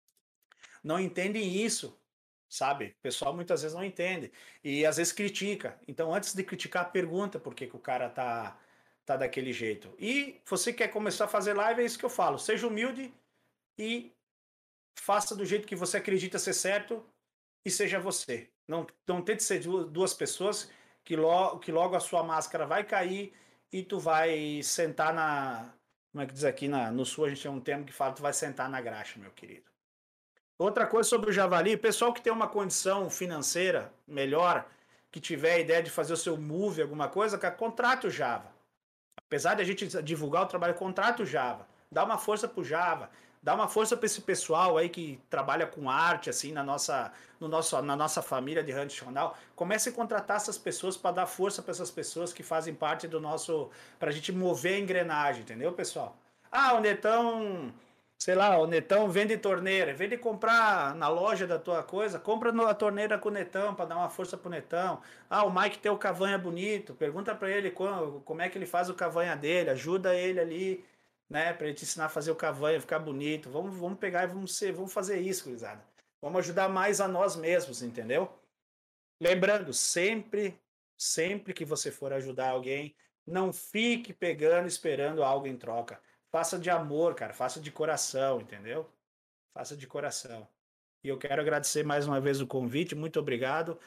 isso, sabe? O pessoal muitas vezes não entende e às vezes critica. Então, antes de criticar, pergunta por que o cara tá daquele jeito. E você quer começar a fazer live, é isso que eu falo. Seja humilde e faça do jeito que você acredita ser certo e seja você. Não tente ser duas pessoas que logo a sua máscara vai cair e tu vai sentar como é que diz aqui no sul, a gente tem um termo que fala, tu vai sentar na graxa, meu querido. Outra coisa sobre o Javali, pessoal que tem uma condição financeira melhor, que tiver a ideia de fazer o seu move, alguma coisa, cara, contrate o Java. Apesar de a gente divulgar o trabalho, contrate o Java. Dá uma força pro Java. Dá uma força para esse pessoal aí que trabalha com arte, assim, na nossa família de Randicional. Comece a contratar essas pessoas para dar força para essas pessoas que fazem parte do nosso. Para a gente mover a engrenagem, entendeu, pessoal? O Netão, sei lá, o Netão vende torneira. Em vez de comprar na loja da tua coisa, compra a torneira com o Netão para dar uma força pro Netão. O Mike tem o cavanha bonito. Pergunta para ele como é que ele faz o cavanha dele. Ajuda ele ali, né, para ele te ensinar a fazer o cavanha, ficar bonito. Vamos pegar e vamos fazer isso, gurizada. Vamos ajudar mais a nós mesmos, entendeu? Lembrando, sempre que você for ajudar alguém, não fique pegando, esperando algo em troca. Faça de amor, cara, faça de coração, entendeu? Faça de coração. E eu quero agradecer mais uma vez o convite, muito obrigado.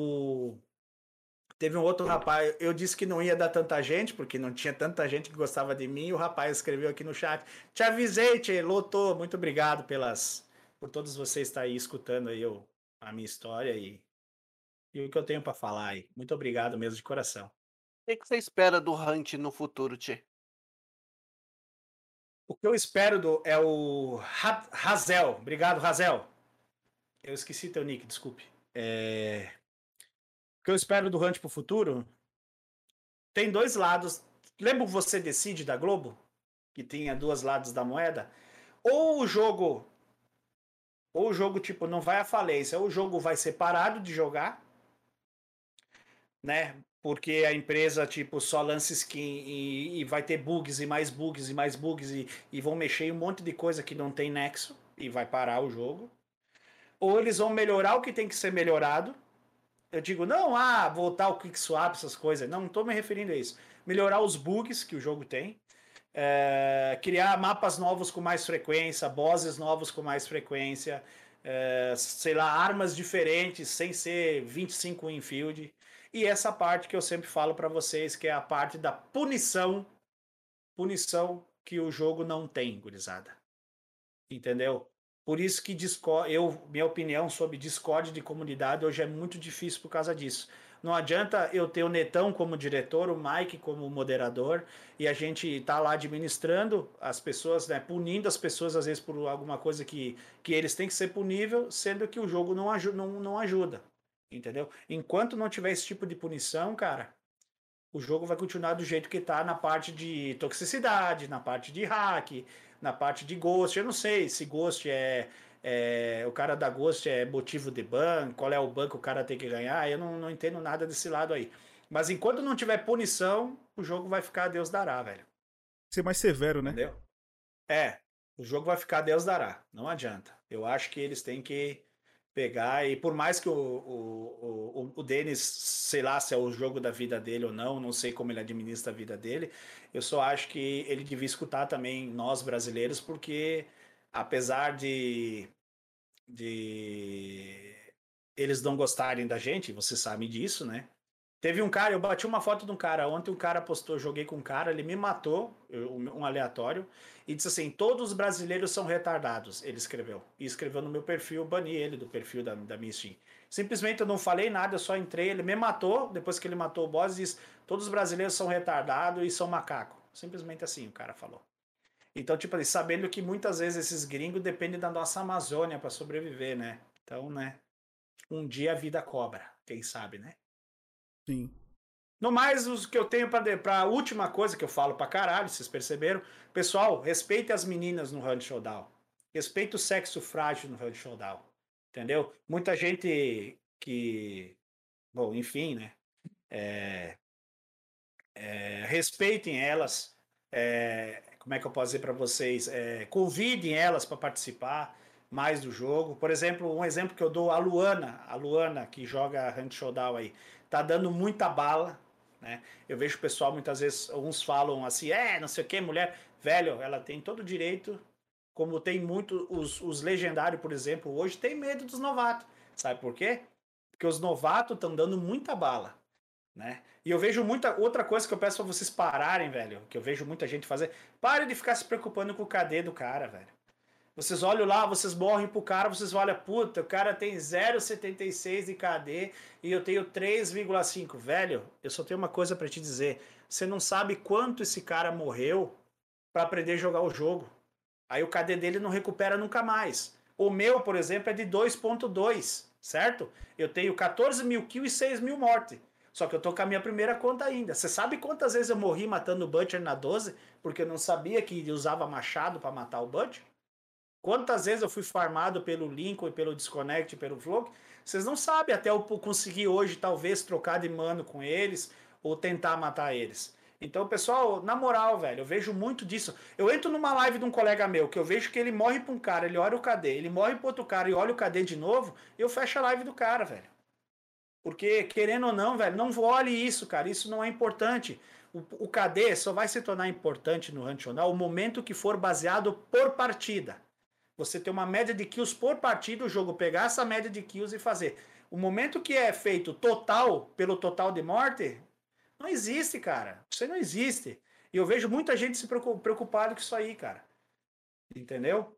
Teve um outro rapaz, eu disse que não ia dar tanta gente, porque não tinha tanta gente que gostava de mim, e o rapaz escreveu aqui no chat, te avisei, tchê, lotou, muito obrigado por todos vocês estarem aí escutando aí a minha história e o que eu tenho para falar aí. Muito obrigado mesmo, de coração. O que você espera do Hunt no futuro, Tchê? O que eu espero é o Razel. Obrigado, Razel. Eu esqueci teu nick, desculpe. O que eu espero do Hunt pro futuro tem dois lados. Lembra o Você Decide da Globo? Que tinha dois lados da moeda? Ou o jogo tipo não vai à falência, ou o jogo vai ser parado de jogar, né? Porque a empresa tipo só lança skin e vai ter bugs e mais bugs e mais bugs e vão mexer em um monte de coisa que não tem nexo e vai parar o jogo. Ou eles vão melhorar o que tem que ser melhorado. Eu digo, não, voltar o quick swap, essas coisas. Não estou me referindo a isso. Melhorar os bugs que o jogo tem. Criar mapas novos com mais frequência, bosses novos com mais frequência, sei lá, armas diferentes sem ser 25 infield. E essa parte que eu sempre falo para vocês, que é a parte da punição que o jogo não tem, gurizada. Entendeu? Por isso que minha opinião sobre Discord de comunidade hoje é muito difícil por causa disso. Não adianta eu ter o Netão como diretor, o Mike como moderador, e a gente tá lá administrando as pessoas, né, punindo as pessoas às vezes por alguma coisa que eles têm que ser punível, sendo que o jogo não ajuda. Entendeu? Enquanto não tiver esse tipo de punição, cara, o jogo vai continuar do jeito que tá na parte de toxicidade, na parte de hack, na parte de Ghost. Eu não sei se Ghost o cara da Ghost é motivo de ban, qual é o ban que o cara tem que ganhar, eu não entendo nada desse lado aí. Mas enquanto não tiver punição, o jogo vai ficar Deus dará, velho. Ser mais severo, né? Entendeu? O jogo vai ficar Deus dará, não adianta. Eu acho que eles têm que pegar, e por mais que o Denis, sei lá se é o jogo da vida dele ou não sei como ele administra a vida dele, eu só acho que ele devia escutar também nós brasileiros, porque apesar de eles não gostarem da gente, você sabe disso, né? Teve um cara, eu bati uma foto de um cara ontem, um cara postou, joguei com um cara, ele me matou, um aleatório, e disse assim, todos os brasileiros são retardados, ele escreveu. E escreveu no meu perfil, eu bani ele do perfil da minha Steam. Simplesmente eu não falei nada, eu só entrei, ele me matou, depois que ele matou o boss, disse, todos os brasileiros são retardados e são macaco. Simplesmente assim o cara falou. Então, tipo assim, sabendo que muitas vezes esses gringos dependem da nossa Amazônia para sobreviver, né? Então, né, um dia a vida cobra, quem sabe, né? Sim. No mais, os que eu tenho para a última coisa que eu falo pra caralho, vocês perceberam? Pessoal, respeite as meninas no Hunt Showdown. Respeite o sexo frágil no Hunt Showdown. Entendeu? Muita gente que. Bom, enfim, né? Respeitem elas. Como é que eu posso dizer para vocês? Convidem elas para participar mais do jogo. Por exemplo, um exemplo que eu dou, a Luana que joga Hunt Showdown aí, tá dando muita bala, né? Eu vejo o pessoal muitas vezes, uns falam assim, não sei o que, mulher, velho, ela tem todo o direito, como tem muito os legendários, por exemplo, hoje tem medo dos novatos. Sabe por quê? Porque os novatos estão dando muita bala, né? E eu vejo muita outra coisa que eu peço pra vocês pararem, velho, que eu vejo muita gente fazer. Pare de ficar se preocupando com o KD do cara, velho. Vocês olham lá, vocês morrem pro cara, vocês olham, puta, o cara tem 0,76 de KD e eu tenho 3,5. Velho, eu só tenho uma coisa pra te dizer. Você não sabe quanto esse cara morreu pra aprender a jogar o jogo. Aí o KD dele não recupera nunca mais. O meu, por exemplo, é de 2,2, certo? Eu tenho 14 mil kills e 6 mil mortes. Só que eu tô com a minha primeira conta ainda. Você sabe quantas vezes eu morri matando o Butcher na 12? Porque eu não sabia que ele usava machado para matar o Butcher? Quantas vezes eu fui farmado pelo Lincoln e pelo Disconnect e pelo Flock? Vocês não sabem, até eu conseguir hoje talvez trocar de mano com eles ou tentar matar eles. Então, pessoal, na moral, velho, eu vejo muito disso. Eu entro numa live de um colega meu, que eu vejo que ele morre pra um cara, ele olha o KD, ele morre pro outro cara e olha o KD de novo, eu fecho a live do cara, velho. Porque, querendo ou não, velho, não olhe isso, cara, isso não é importante. O KD só vai se tornar importante no Ranchonal o momento que for baseado por partida. Você ter uma média de kills por partida, o jogo pegar essa média de kills e fazer. O momento que é feito total, pelo total de morte, não existe, cara. Isso aí não existe. E eu vejo muita gente se preocupado com isso aí, cara. Entendeu?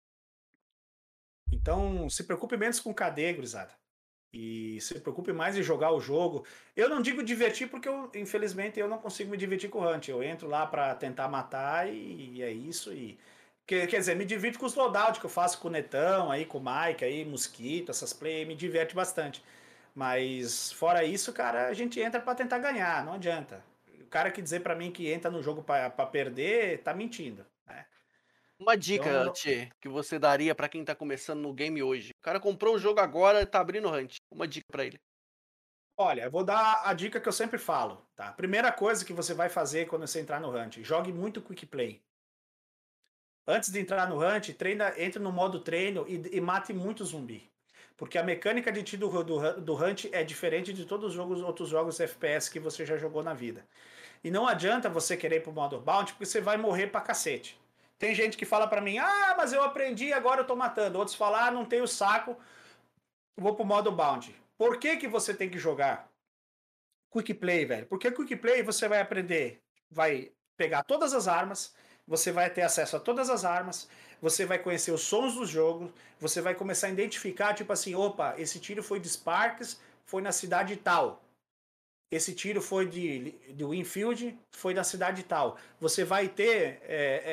Então, se preocupe menos com KD, gurizada. E se preocupe mais em jogar o jogo. Eu não digo divertir porque, infelizmente, eu não consigo me divertir com o Hunt. Eu entro lá pra tentar matar e é isso. Quer dizer, me divirto com os loadouts que eu faço com o Netão, aí, com o Mike, aí, Mosquito, essas play, me diverte bastante. Mas, fora isso, cara, a gente entra pra tentar ganhar, não adianta. O cara que dizer pra mim que entra no jogo pra perder, tá mentindo, né? Uma dica, Então, Tchê, que você daria pra quem tá começando no game hoje. O cara comprou o jogo agora e tá abrindo o Hunt. Uma dica pra ele. olha, eu vou dar a dica que eu sempre falo, tá? Primeira coisa que você vai fazer quando você entrar no Hunt, jogue muito Quick Play. Antes de entrar no Hunt, entre no modo treino e mate muito zumbi. Porque a mecânica de tiro do Hunt é diferente de todos os outros jogos FPS que você já jogou na vida. E não adianta você querer ir pro modo bounty, porque você vai morrer pra cacete. Tem gente que fala pra mim, mas eu aprendi, agora eu tô matando. Outros falam, não tenho saco, vou pro modo bounty. Por que você tem que jogar Quick Play, velho? Porque Quick Play você vai aprender, vai pegar todas as armas, você vai ter acesso a todas as armas, você vai conhecer os sons do jogo, você vai começar a identificar, tipo assim, opa, esse tiro foi de Sparks, foi na cidade tal. Esse tiro foi de Winfield, foi na cidade tal. Você vai ter...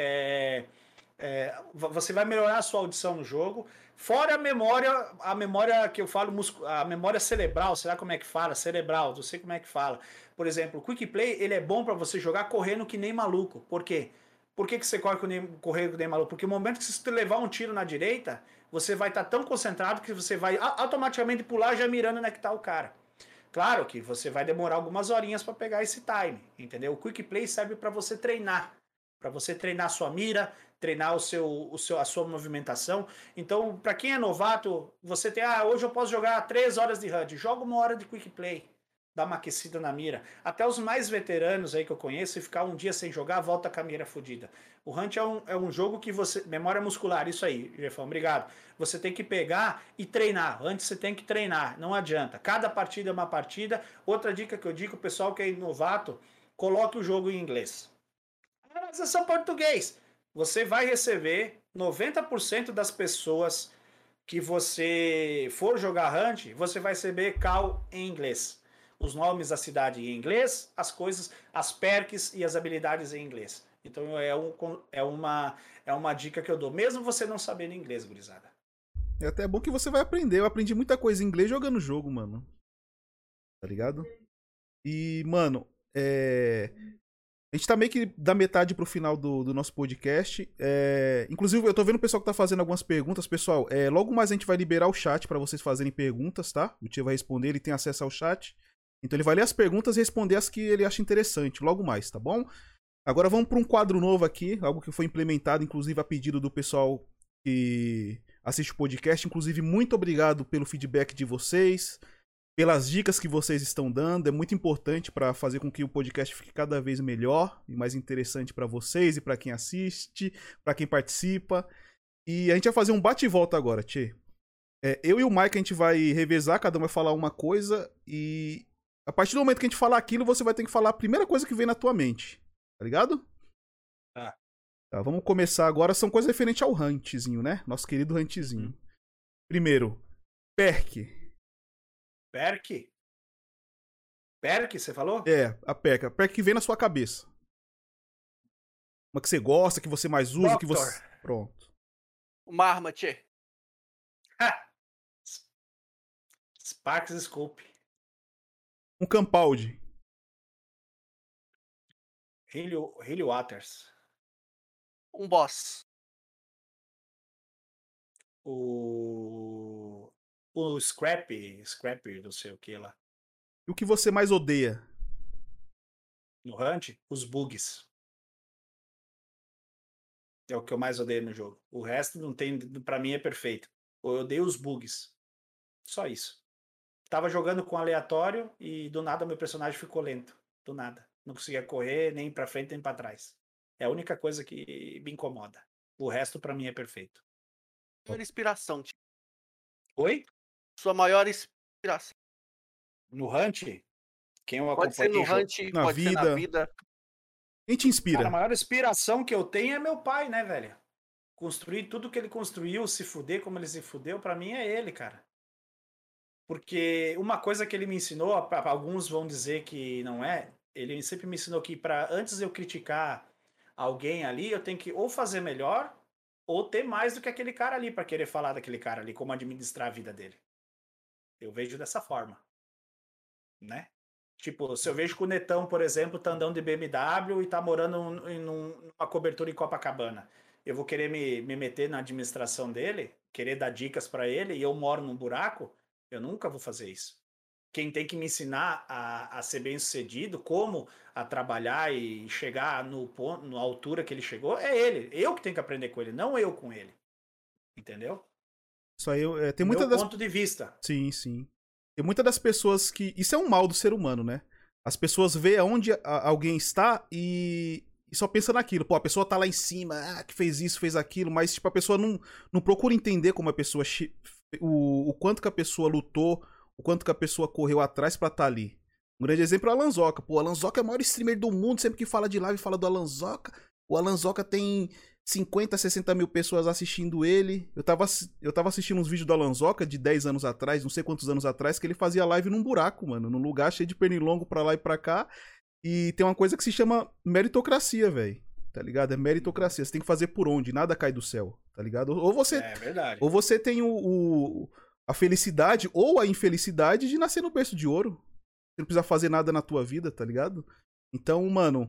você vai melhorar a sua audição no jogo. Fora a memória que eu falo, a memória cerebral, será como é que fala? Cerebral, não sei como é que fala. Por exemplo, o Quick Play, ele é bom para você jogar correndo que nem maluco. Por quê? Por que você corre com o Ney maluco? Porque o momento que você levar um tiro na direita, você vai estar tão concentrado que você vai automaticamente pular já mirando onde é que tá o cara. Claro que você vai demorar algumas horinhas para pegar esse time, entendeu? O Quick Play serve para você treinar. Para você treinar a sua mira, treinar a sua movimentação. Então, para quem é novato, você tem, hoje eu posso jogar 3 horas de HUD. Joga 1 hora de Quick Play. Dá uma aquecida na mira. Até os mais veteranos aí que eu conheço, se ficar um dia sem jogar, volta com a mira fodida. O Hunt é um jogo que você... Memória muscular, isso aí, Jefão, obrigado. Você tem que pegar e treinar. Antes você tem que treinar, não adianta. Cada partida é uma partida. Outra dica que eu digo, o pessoal que é novato, coloque o jogo em inglês. Mas é só português. Você vai receber 90% das pessoas que você for jogar Hunt, você vai receber call em inglês. Os nomes da cidade em inglês, as coisas, as perks e as habilidades em inglês. Então é uma dica que eu dou, mesmo você não sabendo inglês, gurizada. É até bom que você vai aprender. Eu aprendi muita coisa em inglês jogando o jogo, mano. Tá ligado? E, mano, a gente tá meio que da metade pro final do nosso podcast. Inclusive, eu tô vendo o pessoal que tá fazendo algumas perguntas. Pessoal, logo mais a gente vai liberar o chat pra vocês fazerem perguntas, tá? O Tia vai responder, ele tem acesso ao chat. Então ele vai ler as perguntas e responder as que ele acha interessante, logo mais, tá bom? Agora vamos para um quadro novo aqui, algo que foi implementado, inclusive a pedido do pessoal que assiste o podcast. Inclusive, muito obrigado pelo feedback de vocês, pelas dicas que vocês estão dando. É muito importante para fazer com que o podcast fique cada vez melhor e mais interessante para vocês e para quem assiste, para quem participa. E a gente vai fazer um bate e volta agora, Tchê. Eu e o Mike, a gente vai revezar, cada um vai falar uma coisa e a partir do momento que a gente falar aquilo, você vai ter que falar a primeira coisa que vem na tua mente. Tá ligado? Tá, vamos começar agora. São coisas referentes ao Huntzinho, né? Nosso querido Huntzinho. Primeiro, perk. Perk? Perk, você falou? A perk. A perk que vem na sua cabeça. Uma que você gosta, que você mais usa, Doctor. que você... Pronto. Uma arma, tchê. Sparks Scope. Um Campaldi. Hilly Waters. Um boss. O Scrap, não sei o que lá. E o que você mais odeia? No Hunt, os bugs. É o que eu mais odeio no jogo. O resto não tem, pra mim é perfeito. Eu odeio os bugs. Só isso. Tava jogando com aleatório e do nada meu personagem ficou lento. Do nada. Não conseguia correr nem pra frente nem pra trás. É a única coisa que me incomoda. O resto pra mim é perfeito. Maior inspiração, tchê. Oi? Sua maior inspiração. No Hunt, quem eu Pode ser no acompanhei Hunt, na pode ser na vida. vida. Quem te inspira? Cara, a maior inspiração que eu tenho é meu pai, né, velho? Construir tudo que ele construiu, se fuder como ele se fudeu, pra mim é ele, cara. Porque uma coisa que ele me ensinou, alguns vão dizer que não é, ele sempre me ensinou que antes de eu criticar alguém ali, eu tenho que ou fazer melhor ou ter mais do que aquele cara ali pra querer falar daquele cara ali, como administrar a vida dele. Eu vejo dessa forma, né? Tipo, se eu vejo que o Netão, por exemplo, tá andando de BMW e tá morando numa cobertura em Copacabana, eu vou querer me meter na administração dele, querer dar dicas pra ele, e eu moro num buraco, eu nunca vou fazer isso. Quem tem que me ensinar a ser bem sucedido, como a trabalhar e chegar na altura que ele chegou, é ele. Eu que tenho que aprender com ele, não eu com ele. Entendeu? Isso aí tem muita Meu ponto de vista. Sim, sim. Tem muitas das pessoas que... Isso é um mal do ser humano, né? As pessoas veem aonde alguém está e só pensa naquilo. Pô, a pessoa tá lá em cima, que fez isso, fez aquilo, mas tipo, a pessoa não procura entender como a pessoa... O quanto que a pessoa lutou, o quanto que a pessoa correu atrás pra estar ali. Um grande exemplo é o Alanzoca. Pô, o Alanzoca é o maior streamer do mundo, sempre que fala de live fala do Alanzoca. O Alanzoca tem 50, 60 mil pessoas assistindo ele. Eu tava assistindo uns vídeos do Alanzoca de 10 anos atrás, não sei quantos anos atrás, que ele fazia live num buraco, mano. Num lugar cheio de pernilongo pra lá e pra cá. E tem uma coisa que se chama meritocracia, velho. Tá ligado? É meritocracia. Você tem que fazer por onde? Nada cai do céu. Tá ligado? Ou você, É verdade. ou você tem a felicidade ou a infelicidade de nascer no berço de ouro. Você não precisa fazer nada na tua vida, tá ligado? Então, mano,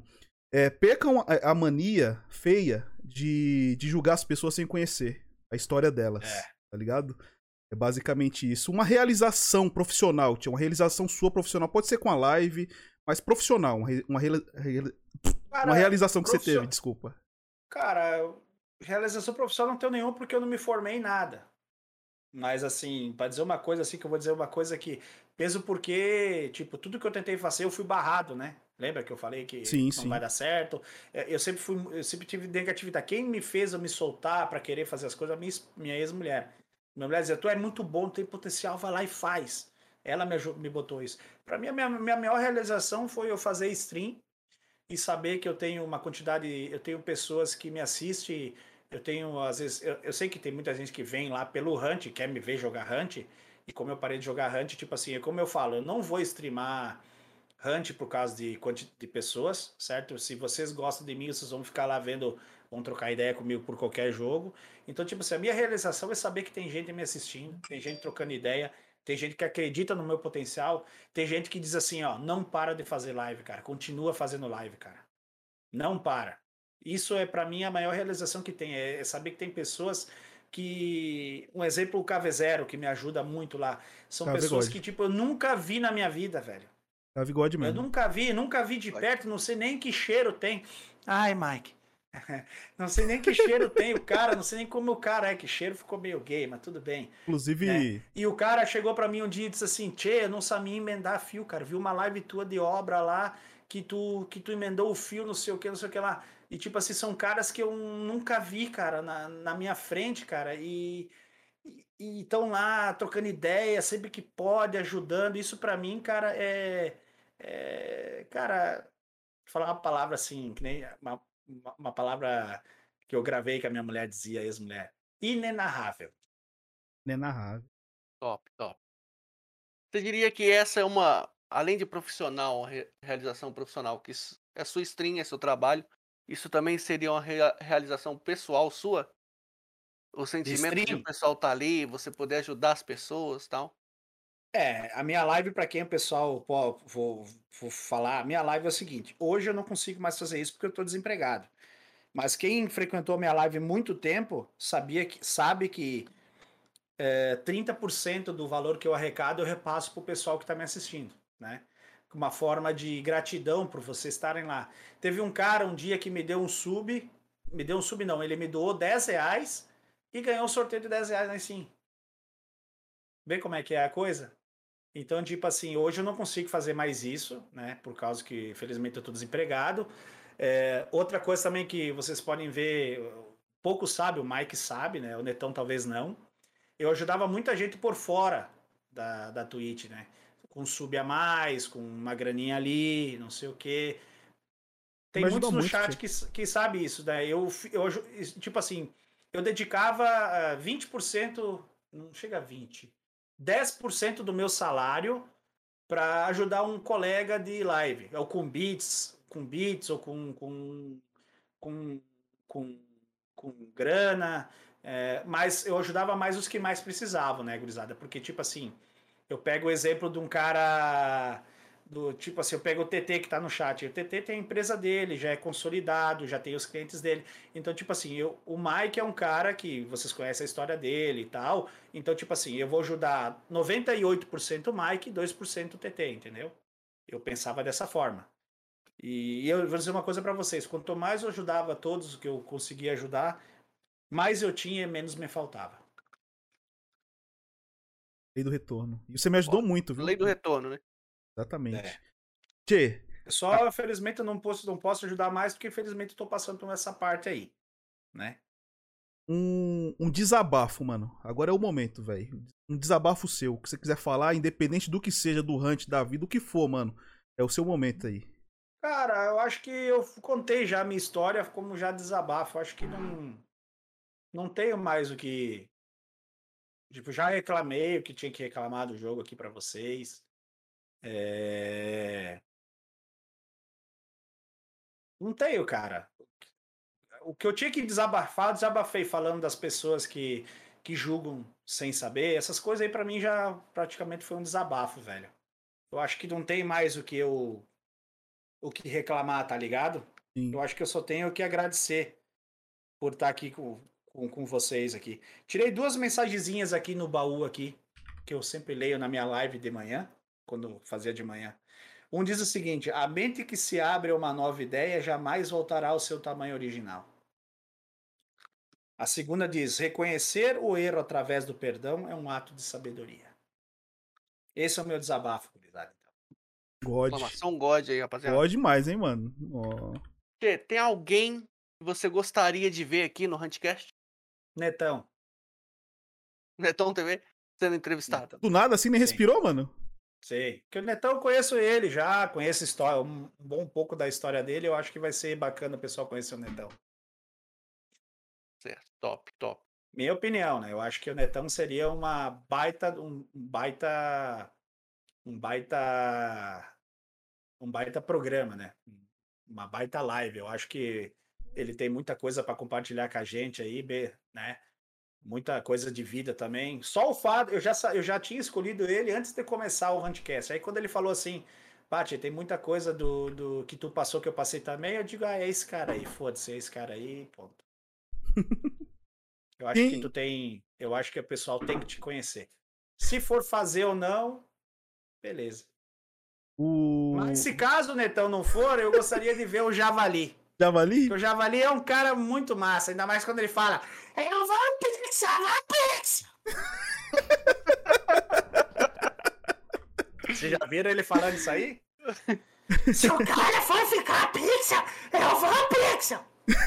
Percam a mania feia de julgar as pessoas sem conhecer a história delas, tá ligado? É basicamente isso. Uma realização profissional, tia, uma realização sua profissional, pode ser com a live, mas profissional, uma Cara, realização que você teve, desculpa. Cara, realização profissional não tenho nenhum porque eu não me formei em nada. Mas assim, pra dizer uma coisa assim, que eu vou dizer uma coisa que peso porque, tipo, tudo que eu tentei fazer eu fui barrado, né? Lembra que eu falei que Sim, não vai sim. dar certo? Eu sempre tive negatividade. Quem me fez eu me soltar pra querer fazer as coisas? Minha ex-mulher. Minha mulher dizia, tu é muito bom, tem potencial, vai lá e faz. Ela me botou isso. Pra mim, minha maior realização foi eu fazer stream e saber que eu tenho uma quantidade, eu tenho pessoas que me assistem, eu tenho, às vezes, eu sei que tem muita gente que vem lá pelo Hunt, quer me ver jogar Hunt, e como eu parei de jogar Hunt, tipo assim, é como eu falo, eu não vou streamar Hunt por causa de pessoas, certo? Se vocês gostam de mim, vocês vão ficar lá vendo, vão trocar ideia comigo por qualquer jogo. Então, tipo assim, a minha realização é saber que tem gente me assistindo, tem gente trocando ideia, tem gente que acredita no meu potencial, tem gente que diz assim, ó, não para de fazer live, cara, continua fazendo live, cara. Não para. Isso é para mim a maior realização que tem, é saber que tem pessoas que, um exemplo, o KV0, que me ajuda muito lá, são pessoas que, Cavegode. tipo, eu nunca vi na minha vida, velho. Cavegode Eu mesmo. nunca vi de perto, não sei nem que cheiro tem. Ai, Mike. Não sei nem que cheiro tem o cara, não sei nem como o cara é, que cheiro ficou meio gay, mas tudo bem, né? Inclusive, E o cara chegou pra mim um dia e disse assim: Tchê, eu não sabia emendar fio, cara. Vi uma live tua de obra lá que tu emendou o fio, não sei o que, não sei o que lá. E tipo assim, são caras que eu nunca vi, cara, na minha frente, cara. E estão lá trocando ideia, sempre que pode, ajudando. Isso pra mim, cara, cara, vou falar uma palavra assim, que nem uma palavra que eu gravei que a minha mulher dizia, ex-mulher, inenarrável. inenarrável. Top, top. Você diria que essa é uma, além de profissional, realização profissional, que é sua stream, é seu trabalho, isso também seria uma realização pessoal sua? O De sentimento de o stream, pessoal estar ali, você poder ajudar as pessoas, tal? a minha live, para quem o pessoal, pô, vou falar, a minha live é o seguinte, hoje eu não consigo mais fazer isso porque eu tô desempregado. Mas quem frequentou minha live muito tempo sabe que 30% do valor que eu arrecado eu repasso pro pessoal que está me assistindo, né? Uma forma de gratidão por vocês estarem lá. Teve um cara um dia que me deu um sub não, ele me doou R$ 10 e ganhou um sorteio de R$ 10 na Steam. Vê como é que é a coisa? Então, tipo assim, hoje eu não consigo fazer mais isso, né? Por causa que, felizmente, eu tô desempregado. Outra coisa também que vocês podem ver, pouco sabe, o Mike sabe, né? O Netão talvez não. Eu ajudava muita gente por fora da Twitch, né? Com sub a mais, com uma graninha ali, não sei o quê. Você Tem me ajuda muitos no muito, chat tia. que sabe isso, né? Tipo assim, eu dedicava 20%, não chega a 20, 10% do meu salário para ajudar um colega de live, ou com beats ou com, com, com grana, mas eu ajudava mais os que mais precisavam, né, gurizada? Porque, tipo assim, eu pego o exemplo de um cara do tipo assim, eu pego o TT que tá no chat. O TT tem a empresa dele, já é consolidado, já tem os clientes dele. Então, tipo assim, o Mike é um cara que vocês conhecem a história dele e tal. Então, tipo assim, eu vou ajudar 98% o Mike e 2% o TT, entendeu? Eu pensava dessa forma. E eu vou dizer uma coisa para vocês: quanto mais eu ajudava todos que eu conseguia ajudar, mais eu tinha e menos me faltava. Lei do retorno. E você me ajudou Ó, muito, viu? lei do retorno, né? É. Exatamente. Tchê, Só, infelizmente, eu não posso ajudar mais, porque, infelizmente, eu tô passando por essa parte aí, né? um desabafo, mano. Agora é o momento, velho. Um desabafo seu. O que você quiser falar, independente do que seja, do hunt, da vida, o que for, mano. É o seu momento aí. Cara, eu acho que eu contei já a minha história como já desabafo. Acho que não tenho mais o que. Tipo, já reclamei o que tinha que reclamar do jogo aqui pra vocês. É... Não tenho, cara. O que eu tinha que desabafar, desabafei falando das pessoas que julgam sem saber. Essas coisas aí pra mim já praticamente foi um desabafo, velho. Eu acho que não tem mais o que reclamar, tá ligado? Sim. Eu acho que eu só tenho que agradecer por estar aqui com vocês aqui. Tirei 2 mensagenzinhas aqui no baú aqui, que eu sempre leio na minha live de manhã, quando fazia de manhã. Um diz o seguinte: a mente que se abre a uma nova ideia jamais voltará ao seu tamanho original. A segunda diz: reconhecer o erro através do perdão é um ato de sabedoria. Esse é o meu desabafo, gurizada. God. Exclamação God aí, rapaziada. God demais, hein, mano? Ó. Tchê, tem alguém que você gostaria de ver aqui no Huntcast? Netão. Netão TV sendo entrevistado. Netão. Do nada assim nem Sim. respirou, mano? Sei. Porque o Netão eu conheço ele já, conheço a história, um bom pouco da história dele. Eu acho que vai ser bacana o pessoal conhecer o Netão. Certo, top, top. Minha opinião, né? Eu acho que o Netão seria um baita programa, né? Uma baita live. Eu acho que ele tem muita coisa para compartilhar com a gente aí, né? Muita coisa de vida também. Só o fato, eu já tinha escolhido ele antes de começar o Huntcast. Aí quando ele falou assim, Paty, tem muita coisa do que tu passou que eu passei também, eu digo, é esse cara aí, foda-se, é esse cara aí, ponto. Eu acho que eu acho que o pessoal tem que te conhecer. Se for fazer ou não, beleza. Mas se caso o Netão não for, eu gostaria de ver o Javali. Javali? Porque o Javali é um cara muito massa, ainda mais quando ele fala: eu vou pixar na pizza. Vocês já viram ele falando isso aí? Se o cara for ficar pizza, eu vou pizza.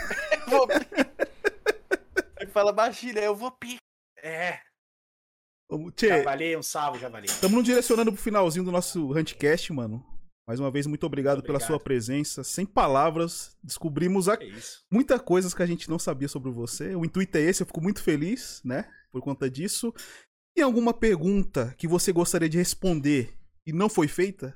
Ele fala baixinho, né? Eu vou picar. É. Tchê, Javali, um salve, Javali. estamos nos direcionando pro finalzinho do nosso Huntcast, mano. Mais uma vez, muito obrigado pela sua presença. Sem palavras, descobrimos muita coisa que a gente não sabia sobre você. O intuito é esse, eu fico muito feliz, né? Por conta disso. Tem alguma pergunta que você gostaria de responder e não foi feita?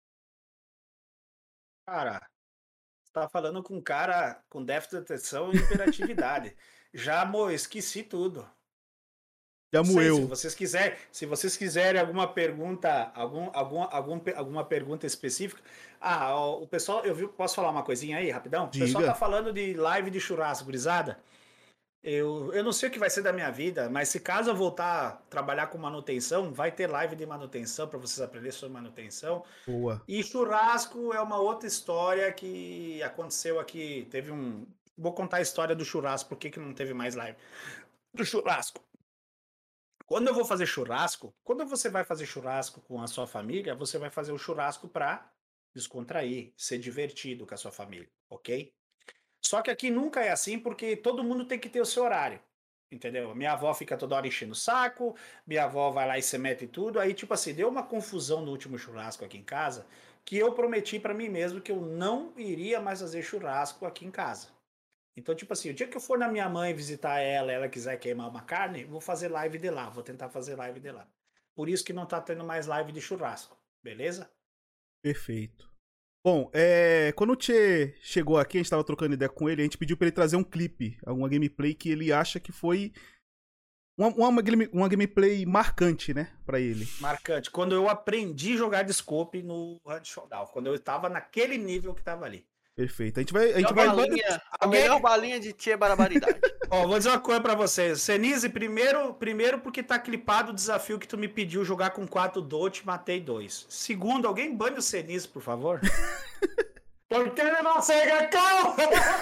Cara, você tá falando com um cara com déficit de atenção e hiperatividade. Já, amor, esqueci tudo. Já moeu. Se vocês quiserem alguma pergunta, alguma pergunta específica. O pessoal, posso falar uma coisinha aí, rapidão? Diga. O pessoal tá falando de live de churrasco, gurizada. Eu não sei o que vai ser da minha vida, mas se caso eu voltar a trabalhar com manutenção, vai ter live de manutenção para vocês aprenderem sobre manutenção. Boa. E churrasco é uma outra história que aconteceu aqui. Vou contar a história do churrasco, por que não teve mais live do churrasco. Quando eu vou fazer churrasco, quando você vai fazer churrasco com a sua família, você vai fazer o churrasco para descontrair, ser divertido com a sua família, ok? Só que aqui nunca é assim, porque todo mundo tem que ter o seu horário, entendeu? Minha avó fica toda hora enchendo o saco, minha avó vai lá e se mete em tudo, aí tipo assim, deu uma confusão no último churrasco aqui em casa, que eu prometi para mim mesmo que eu não iria mais fazer churrasco aqui em casa. Então, tipo assim, o dia que eu for na minha mãe visitar ela quiser queimar uma carne, vou fazer live de lá, vou tentar fazer live de lá. Por isso que não tá tendo mais live de churrasco, beleza? Perfeito. Bom, quando o Tchê chegou aqui, a gente tava trocando ideia com ele, a gente pediu pra ele trazer um clipe, alguma gameplay que ele acha que foi uma gameplay marcante, né, pra ele. Marcante. Quando eu aprendi a jogar de scope no Hunt Showdown, quando eu tava naquele nível que tava ali. Perfeito. A gente vai a melhor balinha de Tchê barbaridade. Ó, vou dizer uma coisa pra vocês. Senise, primeiro porque tá clipado o desafio que tu me pediu jogar com 4 Dot, matei 2. Segundo, alguém bane o Senise, por favor. Porque ele não chega cão!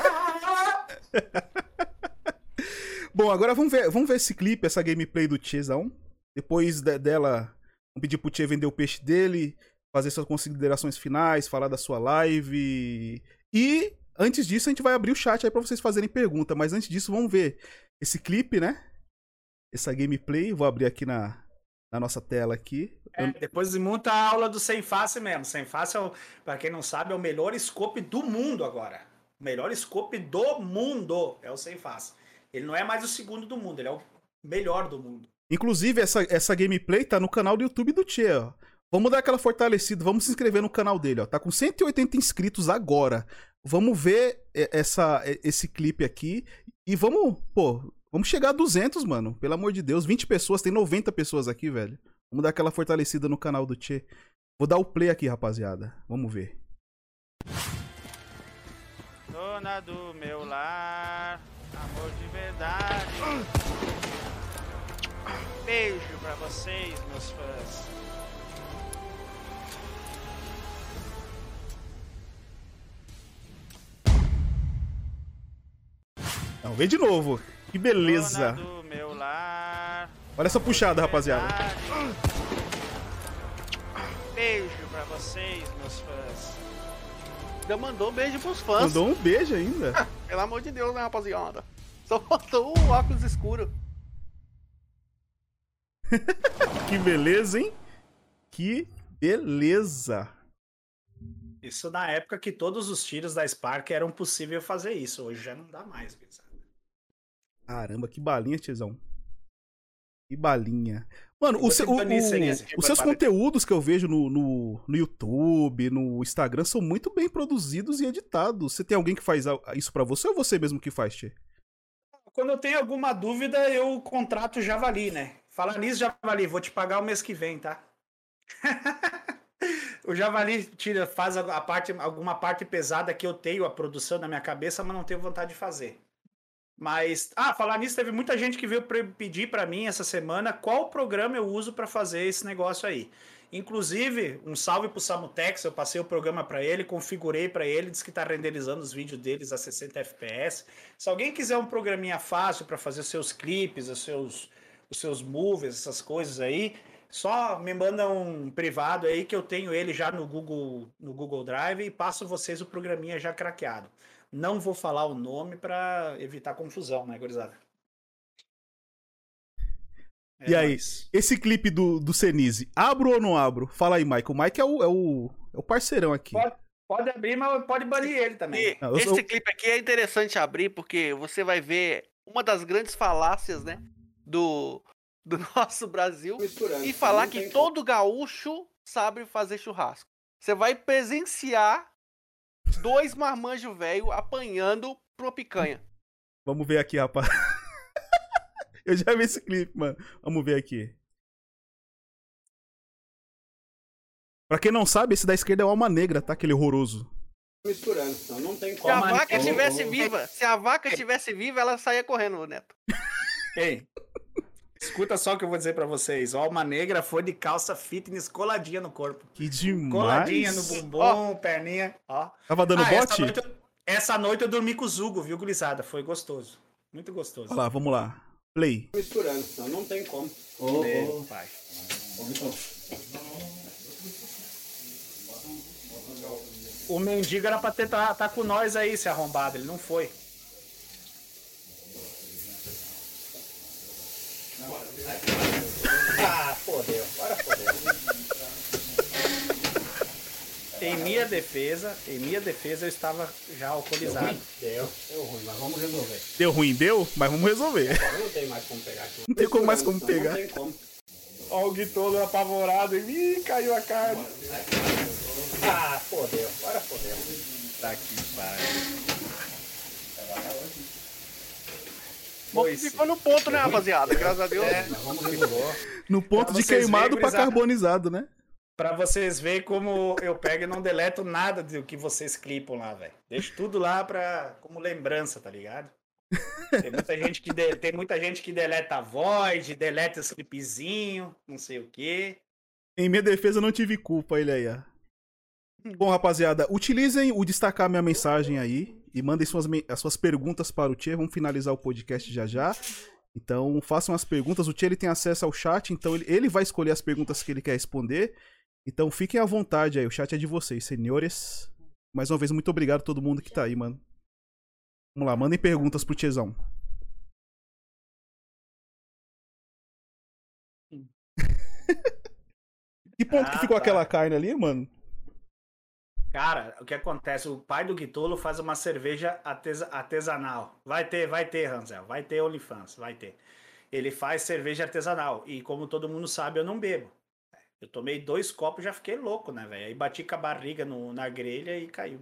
Bom, agora vamos ver esse clipe, essa gameplay do Tchêzão. Depois dela, vamos pedir pro Tchê vender o peixe dele, fazer suas considerações finais, falar da sua live. E antes disso, a gente vai abrir o chat aí pra vocês fazerem pergunta. Mas antes disso, vamos ver esse clipe, né? Essa gameplay. Vou abrir aqui na nossa tela aqui. Depois monta a aula do Sem Face mesmo. Sem Face, pra quem não sabe, é o melhor scope do mundo agora. O melhor scope do mundo é o Sem Face. Ele não é mais o segundo do mundo, ele é o melhor do mundo. Inclusive, essa gameplay tá no canal do YouTube do Tchê, ó. Vamos dar aquela fortalecida, vamos se inscrever no canal dele, ó. Tá com 180 inscritos agora. Vamos ver esse clipe aqui e vamos chegar a 200, mano. Pelo amor de Deus, 20 pessoas, tem 90 pessoas aqui, velho. Vamos dar aquela fortalecida no canal do Tchê. Vou dar o play aqui, rapaziada. Vamos ver. Dona do meu lar, amor de verdade. Beijo pra vocês, meus fãs. Não, vê de novo. Que beleza. Dona do meu lar, Olha essa puxada, rapaziada. beijo pra vocês, meus fãs. Já mandou um beijo pros fãs. Mandou um beijo ainda. Pelo amor de Deus, né, rapaziada? Só faltou o óculos escuro. Que beleza, hein? Que beleza. Isso na época que todos os tiros da Spark eram possível fazer isso. Hoje já não dá mais, gurizada. Caramba, que balinha, tiozão. Que balinha. Mano, os seus conteúdos que eu vejo no YouTube, no Instagram, são muito bem produzidos e editados. Você tem alguém que faz isso pra você ou você mesmo que faz, Tchê? Quando eu tenho alguma dúvida, eu contrato o Javali, né? Falar nisso, Javali, vou te pagar o mês que vem, tá? O Javali faz alguma parte pesada que eu tenho, a produção na minha cabeça, mas não tenho vontade de fazer. Mas, falar nisso, teve muita gente que veio pedir pra mim essa semana qual programa eu uso pra fazer esse negócio aí. Inclusive, um salve pro Samutex, eu passei o programa pra ele, configurei pra ele, disse que tá renderizando os vídeos deles a 60 FPS. Se alguém quiser um programinha fácil pra fazer os seus clipes, os seus movies, essas coisas aí, só me manda um privado aí que eu tenho ele já no Google Drive e passo vocês o programinha já craqueado. Não vou falar o nome para evitar confusão, né, gurizada? E aí, esse clipe do Senise, abro ou não abro? Fala aí, Mike. O Mike é o parceirão aqui. Pode abrir, mas pode banir ele também. Esse clipe aqui é interessante abrir porque você vai ver uma das grandes falácias, né, do nosso Brasil e falar que todo gaúcho sabe fazer churrasco. Você vai presenciar 2 marmanjos velho apanhando pra uma picanha. Vamos ver aqui, rapaz. Eu já vi esse clipe, mano. Vamos ver aqui. Pra quem não sabe, esse da esquerda é o Alma Negra, tá? Aquele horroroso. Misturando, então não tem Se como. a vaca estivesse viva, ela saía correndo, Neto. Ei, escuta só o que eu vou dizer pra vocês. O Alma Negra foi de calça fitness coladinha no corpo. Que demais. Coladinha no bumbum, perninha. Ó. Tava dando bote? Essa noite eu dormi com o Zugo, viu, gurizada? Foi gostoso. Muito gostoso. Olha lá, vamos lá. Play. Misturando, então não tem como. Pai. O mendigo era pra tá com nós aí, esse arrombado. Ele não foi. Fodeu. Agora fodeu. Em minha defesa, eu estava já alcoolizado. Deu ruim, mas vamos resolver. Deu ruim, mas vamos resolver. Agora não tem mais como pegar aqui. Não tem como mais como pegar. Não tem como. Ó, o Gui todo apavorado. Ih, caiu a carne. Fodeu. Agora fodeu. Tá aqui, pai. Bom, ficou no ponto, né, rapaziada? Graças a Deus. Vamos resolver. No ponto Pra de vocês queimado verem, pra gurizada. carbonizado, né? Pra vocês verem como eu pego e não deleto nada do que vocês clipam lá, velho. Deixo tudo lá como lembrança, tá ligado? Tem muita gente que deleta a voz, deleta os clipezinho, não sei o quê. Em minha defesa, eu não tive culpa, ele aí, ó. Bom, rapaziada, utilizem o destacar minha mensagem aí e mandem as suas perguntas para o Tchê. Vamos finalizar o podcast já já. Então, façam as perguntas. O Tchê ele tem acesso ao chat, então ele vai escolher as perguntas que ele quer responder. Então, fiquem à vontade aí. O chat é de vocês, senhores. Mais uma vez, muito obrigado a todo mundo que tá aí, mano. Vamos lá, mandem perguntas pro Tchêzão. Que ponto que ficou aquela carne ali, mano? Cara, o que acontece? O pai do Guitolo faz uma cerveja artesanal. Vai ter, Ranzel. Vai ter OnlyFans, vai ter. Ele faz cerveja artesanal. E como todo mundo sabe, eu não bebo. Eu tomei 2 copos e já fiquei louco, né, velho? Aí bati com a barriga na grelha e caiu.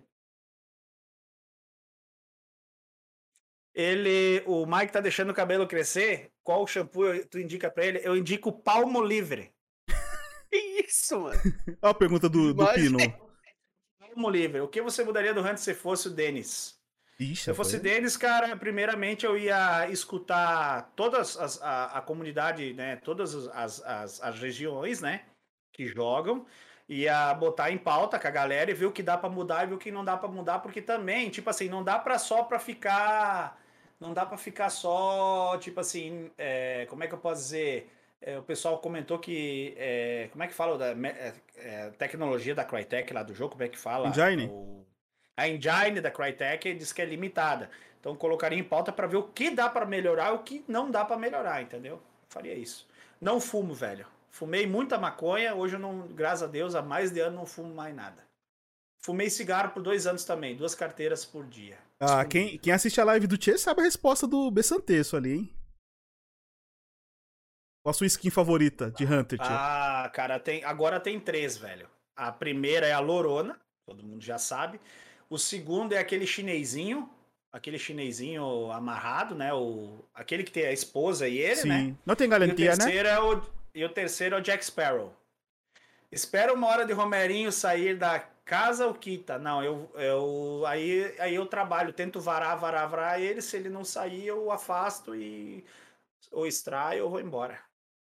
O Mike tá deixando o cabelo crescer. Qual shampoo tu indica pra ele? Eu indico o Palmolive. Que isso, mano? Olha a pergunta do Pino. Palmolive. O que você mudaria do Hunter se fosse o Denis? Ixi, Se eu fosse rapaz. deles, cara, primeiramente eu ia escutar a comunidade, né? Todas as regiões, né? Que jogam. Ia botar em pauta com a galera e ver o que dá pra mudar e ver o que não dá pra mudar, porque também, tipo assim, não dá pra só pra ficar. Não dá pra ficar só, tipo assim, como é que eu posso dizer? O pessoal comentou que. Como é que fala tecnologia da Crytek lá do jogo? Como é que fala? Engine? A engine da Crytek diz que é limitada. Então colocaria em pauta para ver o que dá para melhorar e o que não dá para melhorar, entendeu? Faria isso. Não fumo, velho. Fumei muita maconha, hoje eu não, graças a Deus, há mais de ano não fumo mais nada. Fumei cigarro por 2 anos também, 2 carteiras por dia. Ah, Escondido. quem assiste a live do Tchê sabe a resposta do Bessanteço ali, hein? Qual a sua skin favorita de Hunter, Tchê? Ah, cara, agora tem 3, velho. A primeira é a Lorona, todo mundo já sabe. O segundo é aquele chinesinho amarrado, né? Aquele que tem a esposa e ele, né? Sim. Não tem E o garantia, né? terceiro é o Jack Sparrow. Espera uma hora de Romerinho sair da casa, o quita. Não, aí eu trabalho, tento varar ele. Se ele não sair, eu afasto e ou extraio ou vou embora.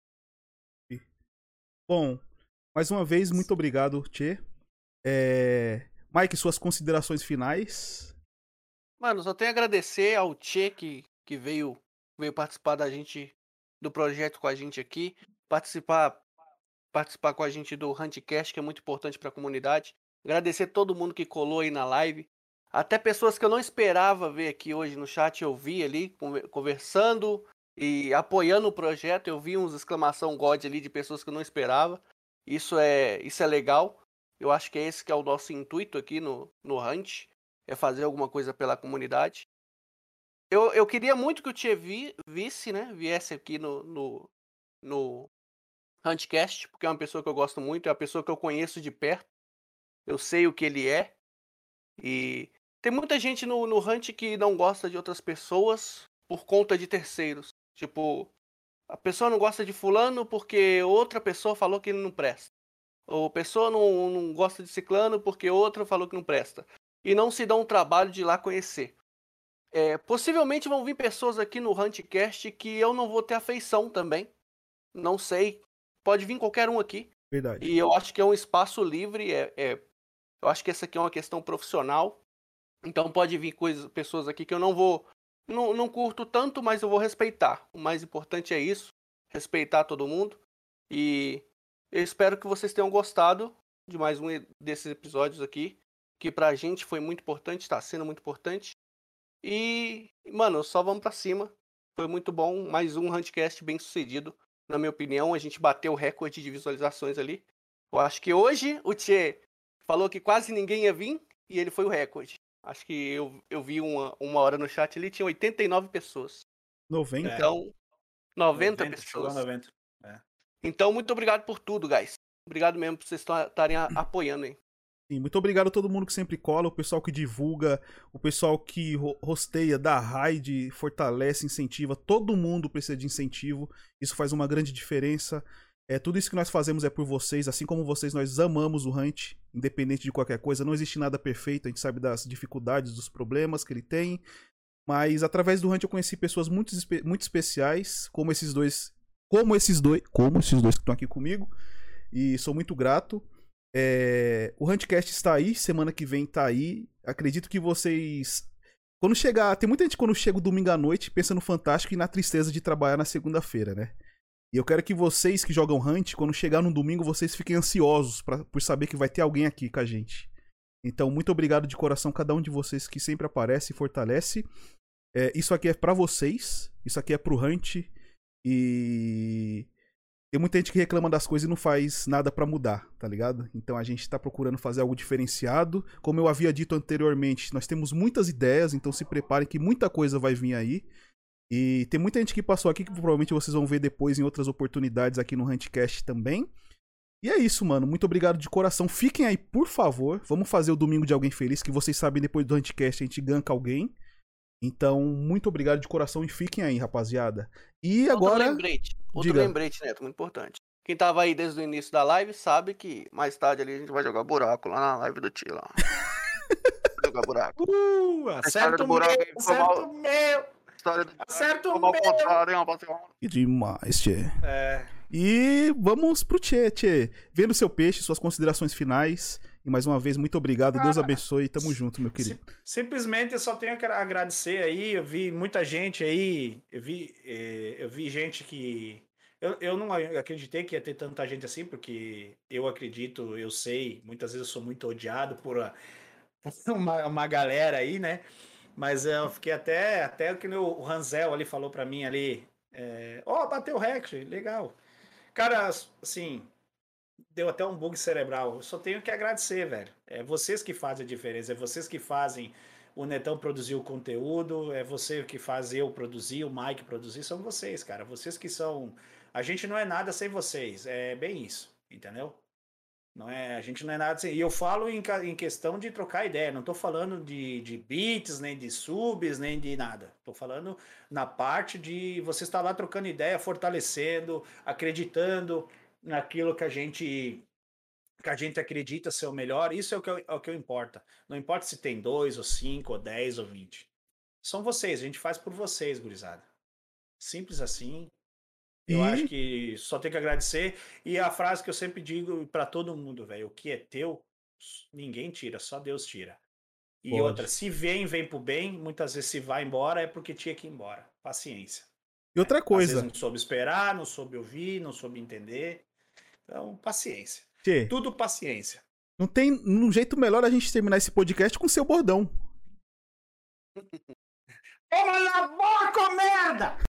Bom, mais uma vez, muito obrigado, Tchê. Mike, suas considerações finais. Mano, só tenho a agradecer ao Tchê que veio participar do projeto com a gente aqui, participar com a gente do Huntcast, que é muito importante para a comunidade. Agradecer todo mundo que colou aí na live, até pessoas que eu não esperava ver aqui hoje no chat, eu vi ali conversando e apoiando o projeto, eu vi uns exclamação God ali de pessoas que eu não esperava. Isso é legal. Eu acho que é esse que é o nosso intuito aqui no Hunt, é fazer alguma coisa pela comunidade. Eu queria muito que o Tchê viesse aqui no Huntcast, porque é uma pessoa que eu gosto muito, é uma pessoa que eu conheço de perto, eu sei o que ele é, e tem muita gente no Hunt que não gosta de outras pessoas por conta de terceiros. Tipo, a pessoa não gosta de fulano porque outra pessoa falou que ele não presta. Ou a pessoa não gosta de ciclano porque outra falou que não presta. E não se dá um trabalho de ir lá conhecer. Possivelmente vão vir pessoas aqui no Huntcast que eu não vou ter afeição também. Não sei. Pode vir qualquer um aqui. Verdade. E eu acho que é um espaço livre. Eu acho que essa aqui é uma questão profissional. Então pode vir pessoas aqui que eu não vou. Não curto tanto, mas eu vou respeitar. O mais importante é isso. Respeitar todo mundo. E eu espero que vocês tenham gostado de mais um desses episódios aqui. Que pra gente foi muito importante. Tá sendo muito importante. E, mano, só vamos pra cima. Foi muito bom. Mais um Huntcast bem sucedido. Na minha opinião, a gente bateu o recorde de visualizações ali. Eu acho que hoje o Tchê falou que quase ninguém ia vir e ele foi o recorde. Acho que eu vi uma hora no chat ali, tinha 89 pessoas. 90. Então, 90 chegou a pessoas. 90. Então, muito obrigado por tudo, guys. Obrigado mesmo por vocês estarem apoiando aí. Sim, muito obrigado a todo mundo que sempre cola, o pessoal que divulga, o pessoal que hosteia, dá raid, fortalece, incentiva. Todo mundo precisa de incentivo. Isso faz uma grande diferença. Tudo isso que nós fazemos é por vocês, assim como vocês, nós amamos o Hunt, independente de qualquer coisa. Não existe nada perfeito, a gente sabe das dificuldades, dos problemas que ele tem. Mas através do Hunt eu conheci pessoas muito especiais, como esses dois que estão aqui comigo. E sou muito grato. O Huntcast está aí, semana que vem tá aí. Acredito que vocês. Quando chegar. Tem muita gente quando chega o domingo à noite pensa no fantástico e na tristeza de trabalhar na segunda-feira, né? E eu quero que vocês que jogam Hunt, quando chegar no domingo, vocês fiquem ansiosos por saber que vai ter alguém aqui com a gente. Então, muito obrigado de coração, cada um de vocês que sempre aparece e fortalece. Isso aqui é pra vocês. Isso aqui é pro Hunt. E tem muita gente que reclama das coisas e não faz nada pra mudar, tá ligado? Então a gente tá procurando fazer algo diferenciado. Como eu havia dito anteriormente, nós temos muitas ideias, então se preparem que muita coisa vai vir aí. E tem muita gente que passou aqui que provavelmente vocês vão ver depois em outras oportunidades aqui no Huntcast também. E é isso, mano. Muito obrigado de coração. Fiquem aí, por favor. Vamos fazer o domingo de alguém feliz, que vocês sabem, depois do Huntcast a gente ganka alguém. Então, muito obrigado de coração e fiquem aí, rapaziada. E agora... Outro lembrete, Neto, muito importante. Quem tava aí desde o início da live sabe que mais tarde ali a gente vai jogar buraco lá na live do Tio lá. agora, buraco. Acerta história do o buraco meu, aí ficou acerta mal. o meu. História do Acerta o Ficou mal meu. contado, hein, rapaziada? Que demais, tchê. É, E vamos pro Tchê, Tchê. Vendo seu peixe, suas considerações finais. E mais uma vez, muito obrigado. Deus abençoe. Tamo junto, meu querido. simplesmente eu só tenho que agradecer aí. Eu vi muita gente aí. Eu vi gente que. Eu não acreditei que ia ter tanta gente assim, porque eu acredito, eu sei, muitas vezes eu sou muito odiado por uma galera aí, né? Mas eu fiquei até que o Ranzel ali falou pra mim ali. Bateu o recorde, legal. Cara, assim, deu até um bug cerebral. Eu só tenho que agradecer, velho. É vocês que fazem a diferença, é vocês que fazem o Netão produzir o conteúdo, é você que faz eu produzir, o Mike produzir, são vocês, cara. Vocês que são. A gente não é nada sem vocês, é bem isso, entendeu? Não é, a gente não é nada sem. E eu falo em questão de trocar ideia, não tô falando de beats, nem de subs, nem de nada. Tô falando na parte de você estar lá trocando ideia, fortalecendo, acreditando naquilo que a gente acredita ser o melhor. Isso é o que importa. Não importa se tem 2, ou 5, ou 10, ou 20. São vocês, a gente faz por vocês, gurizada. Simples assim. Eu acho que só tem que agradecer. E a frase que eu sempre digo pra todo mundo, velho: o que é teu, ninguém tira, só Deus tira. E Pode. outra, se vem pro bem, muitas vezes se vai embora é porque tinha que ir embora. Paciência. E outra Às coisa, vezes não soube esperar, não soube ouvir, não soube entender. Então, paciência. Tchê, Tudo paciência. não tem um jeito melhor a gente terminar esse podcast com seu bordão. Toma na boca, merda!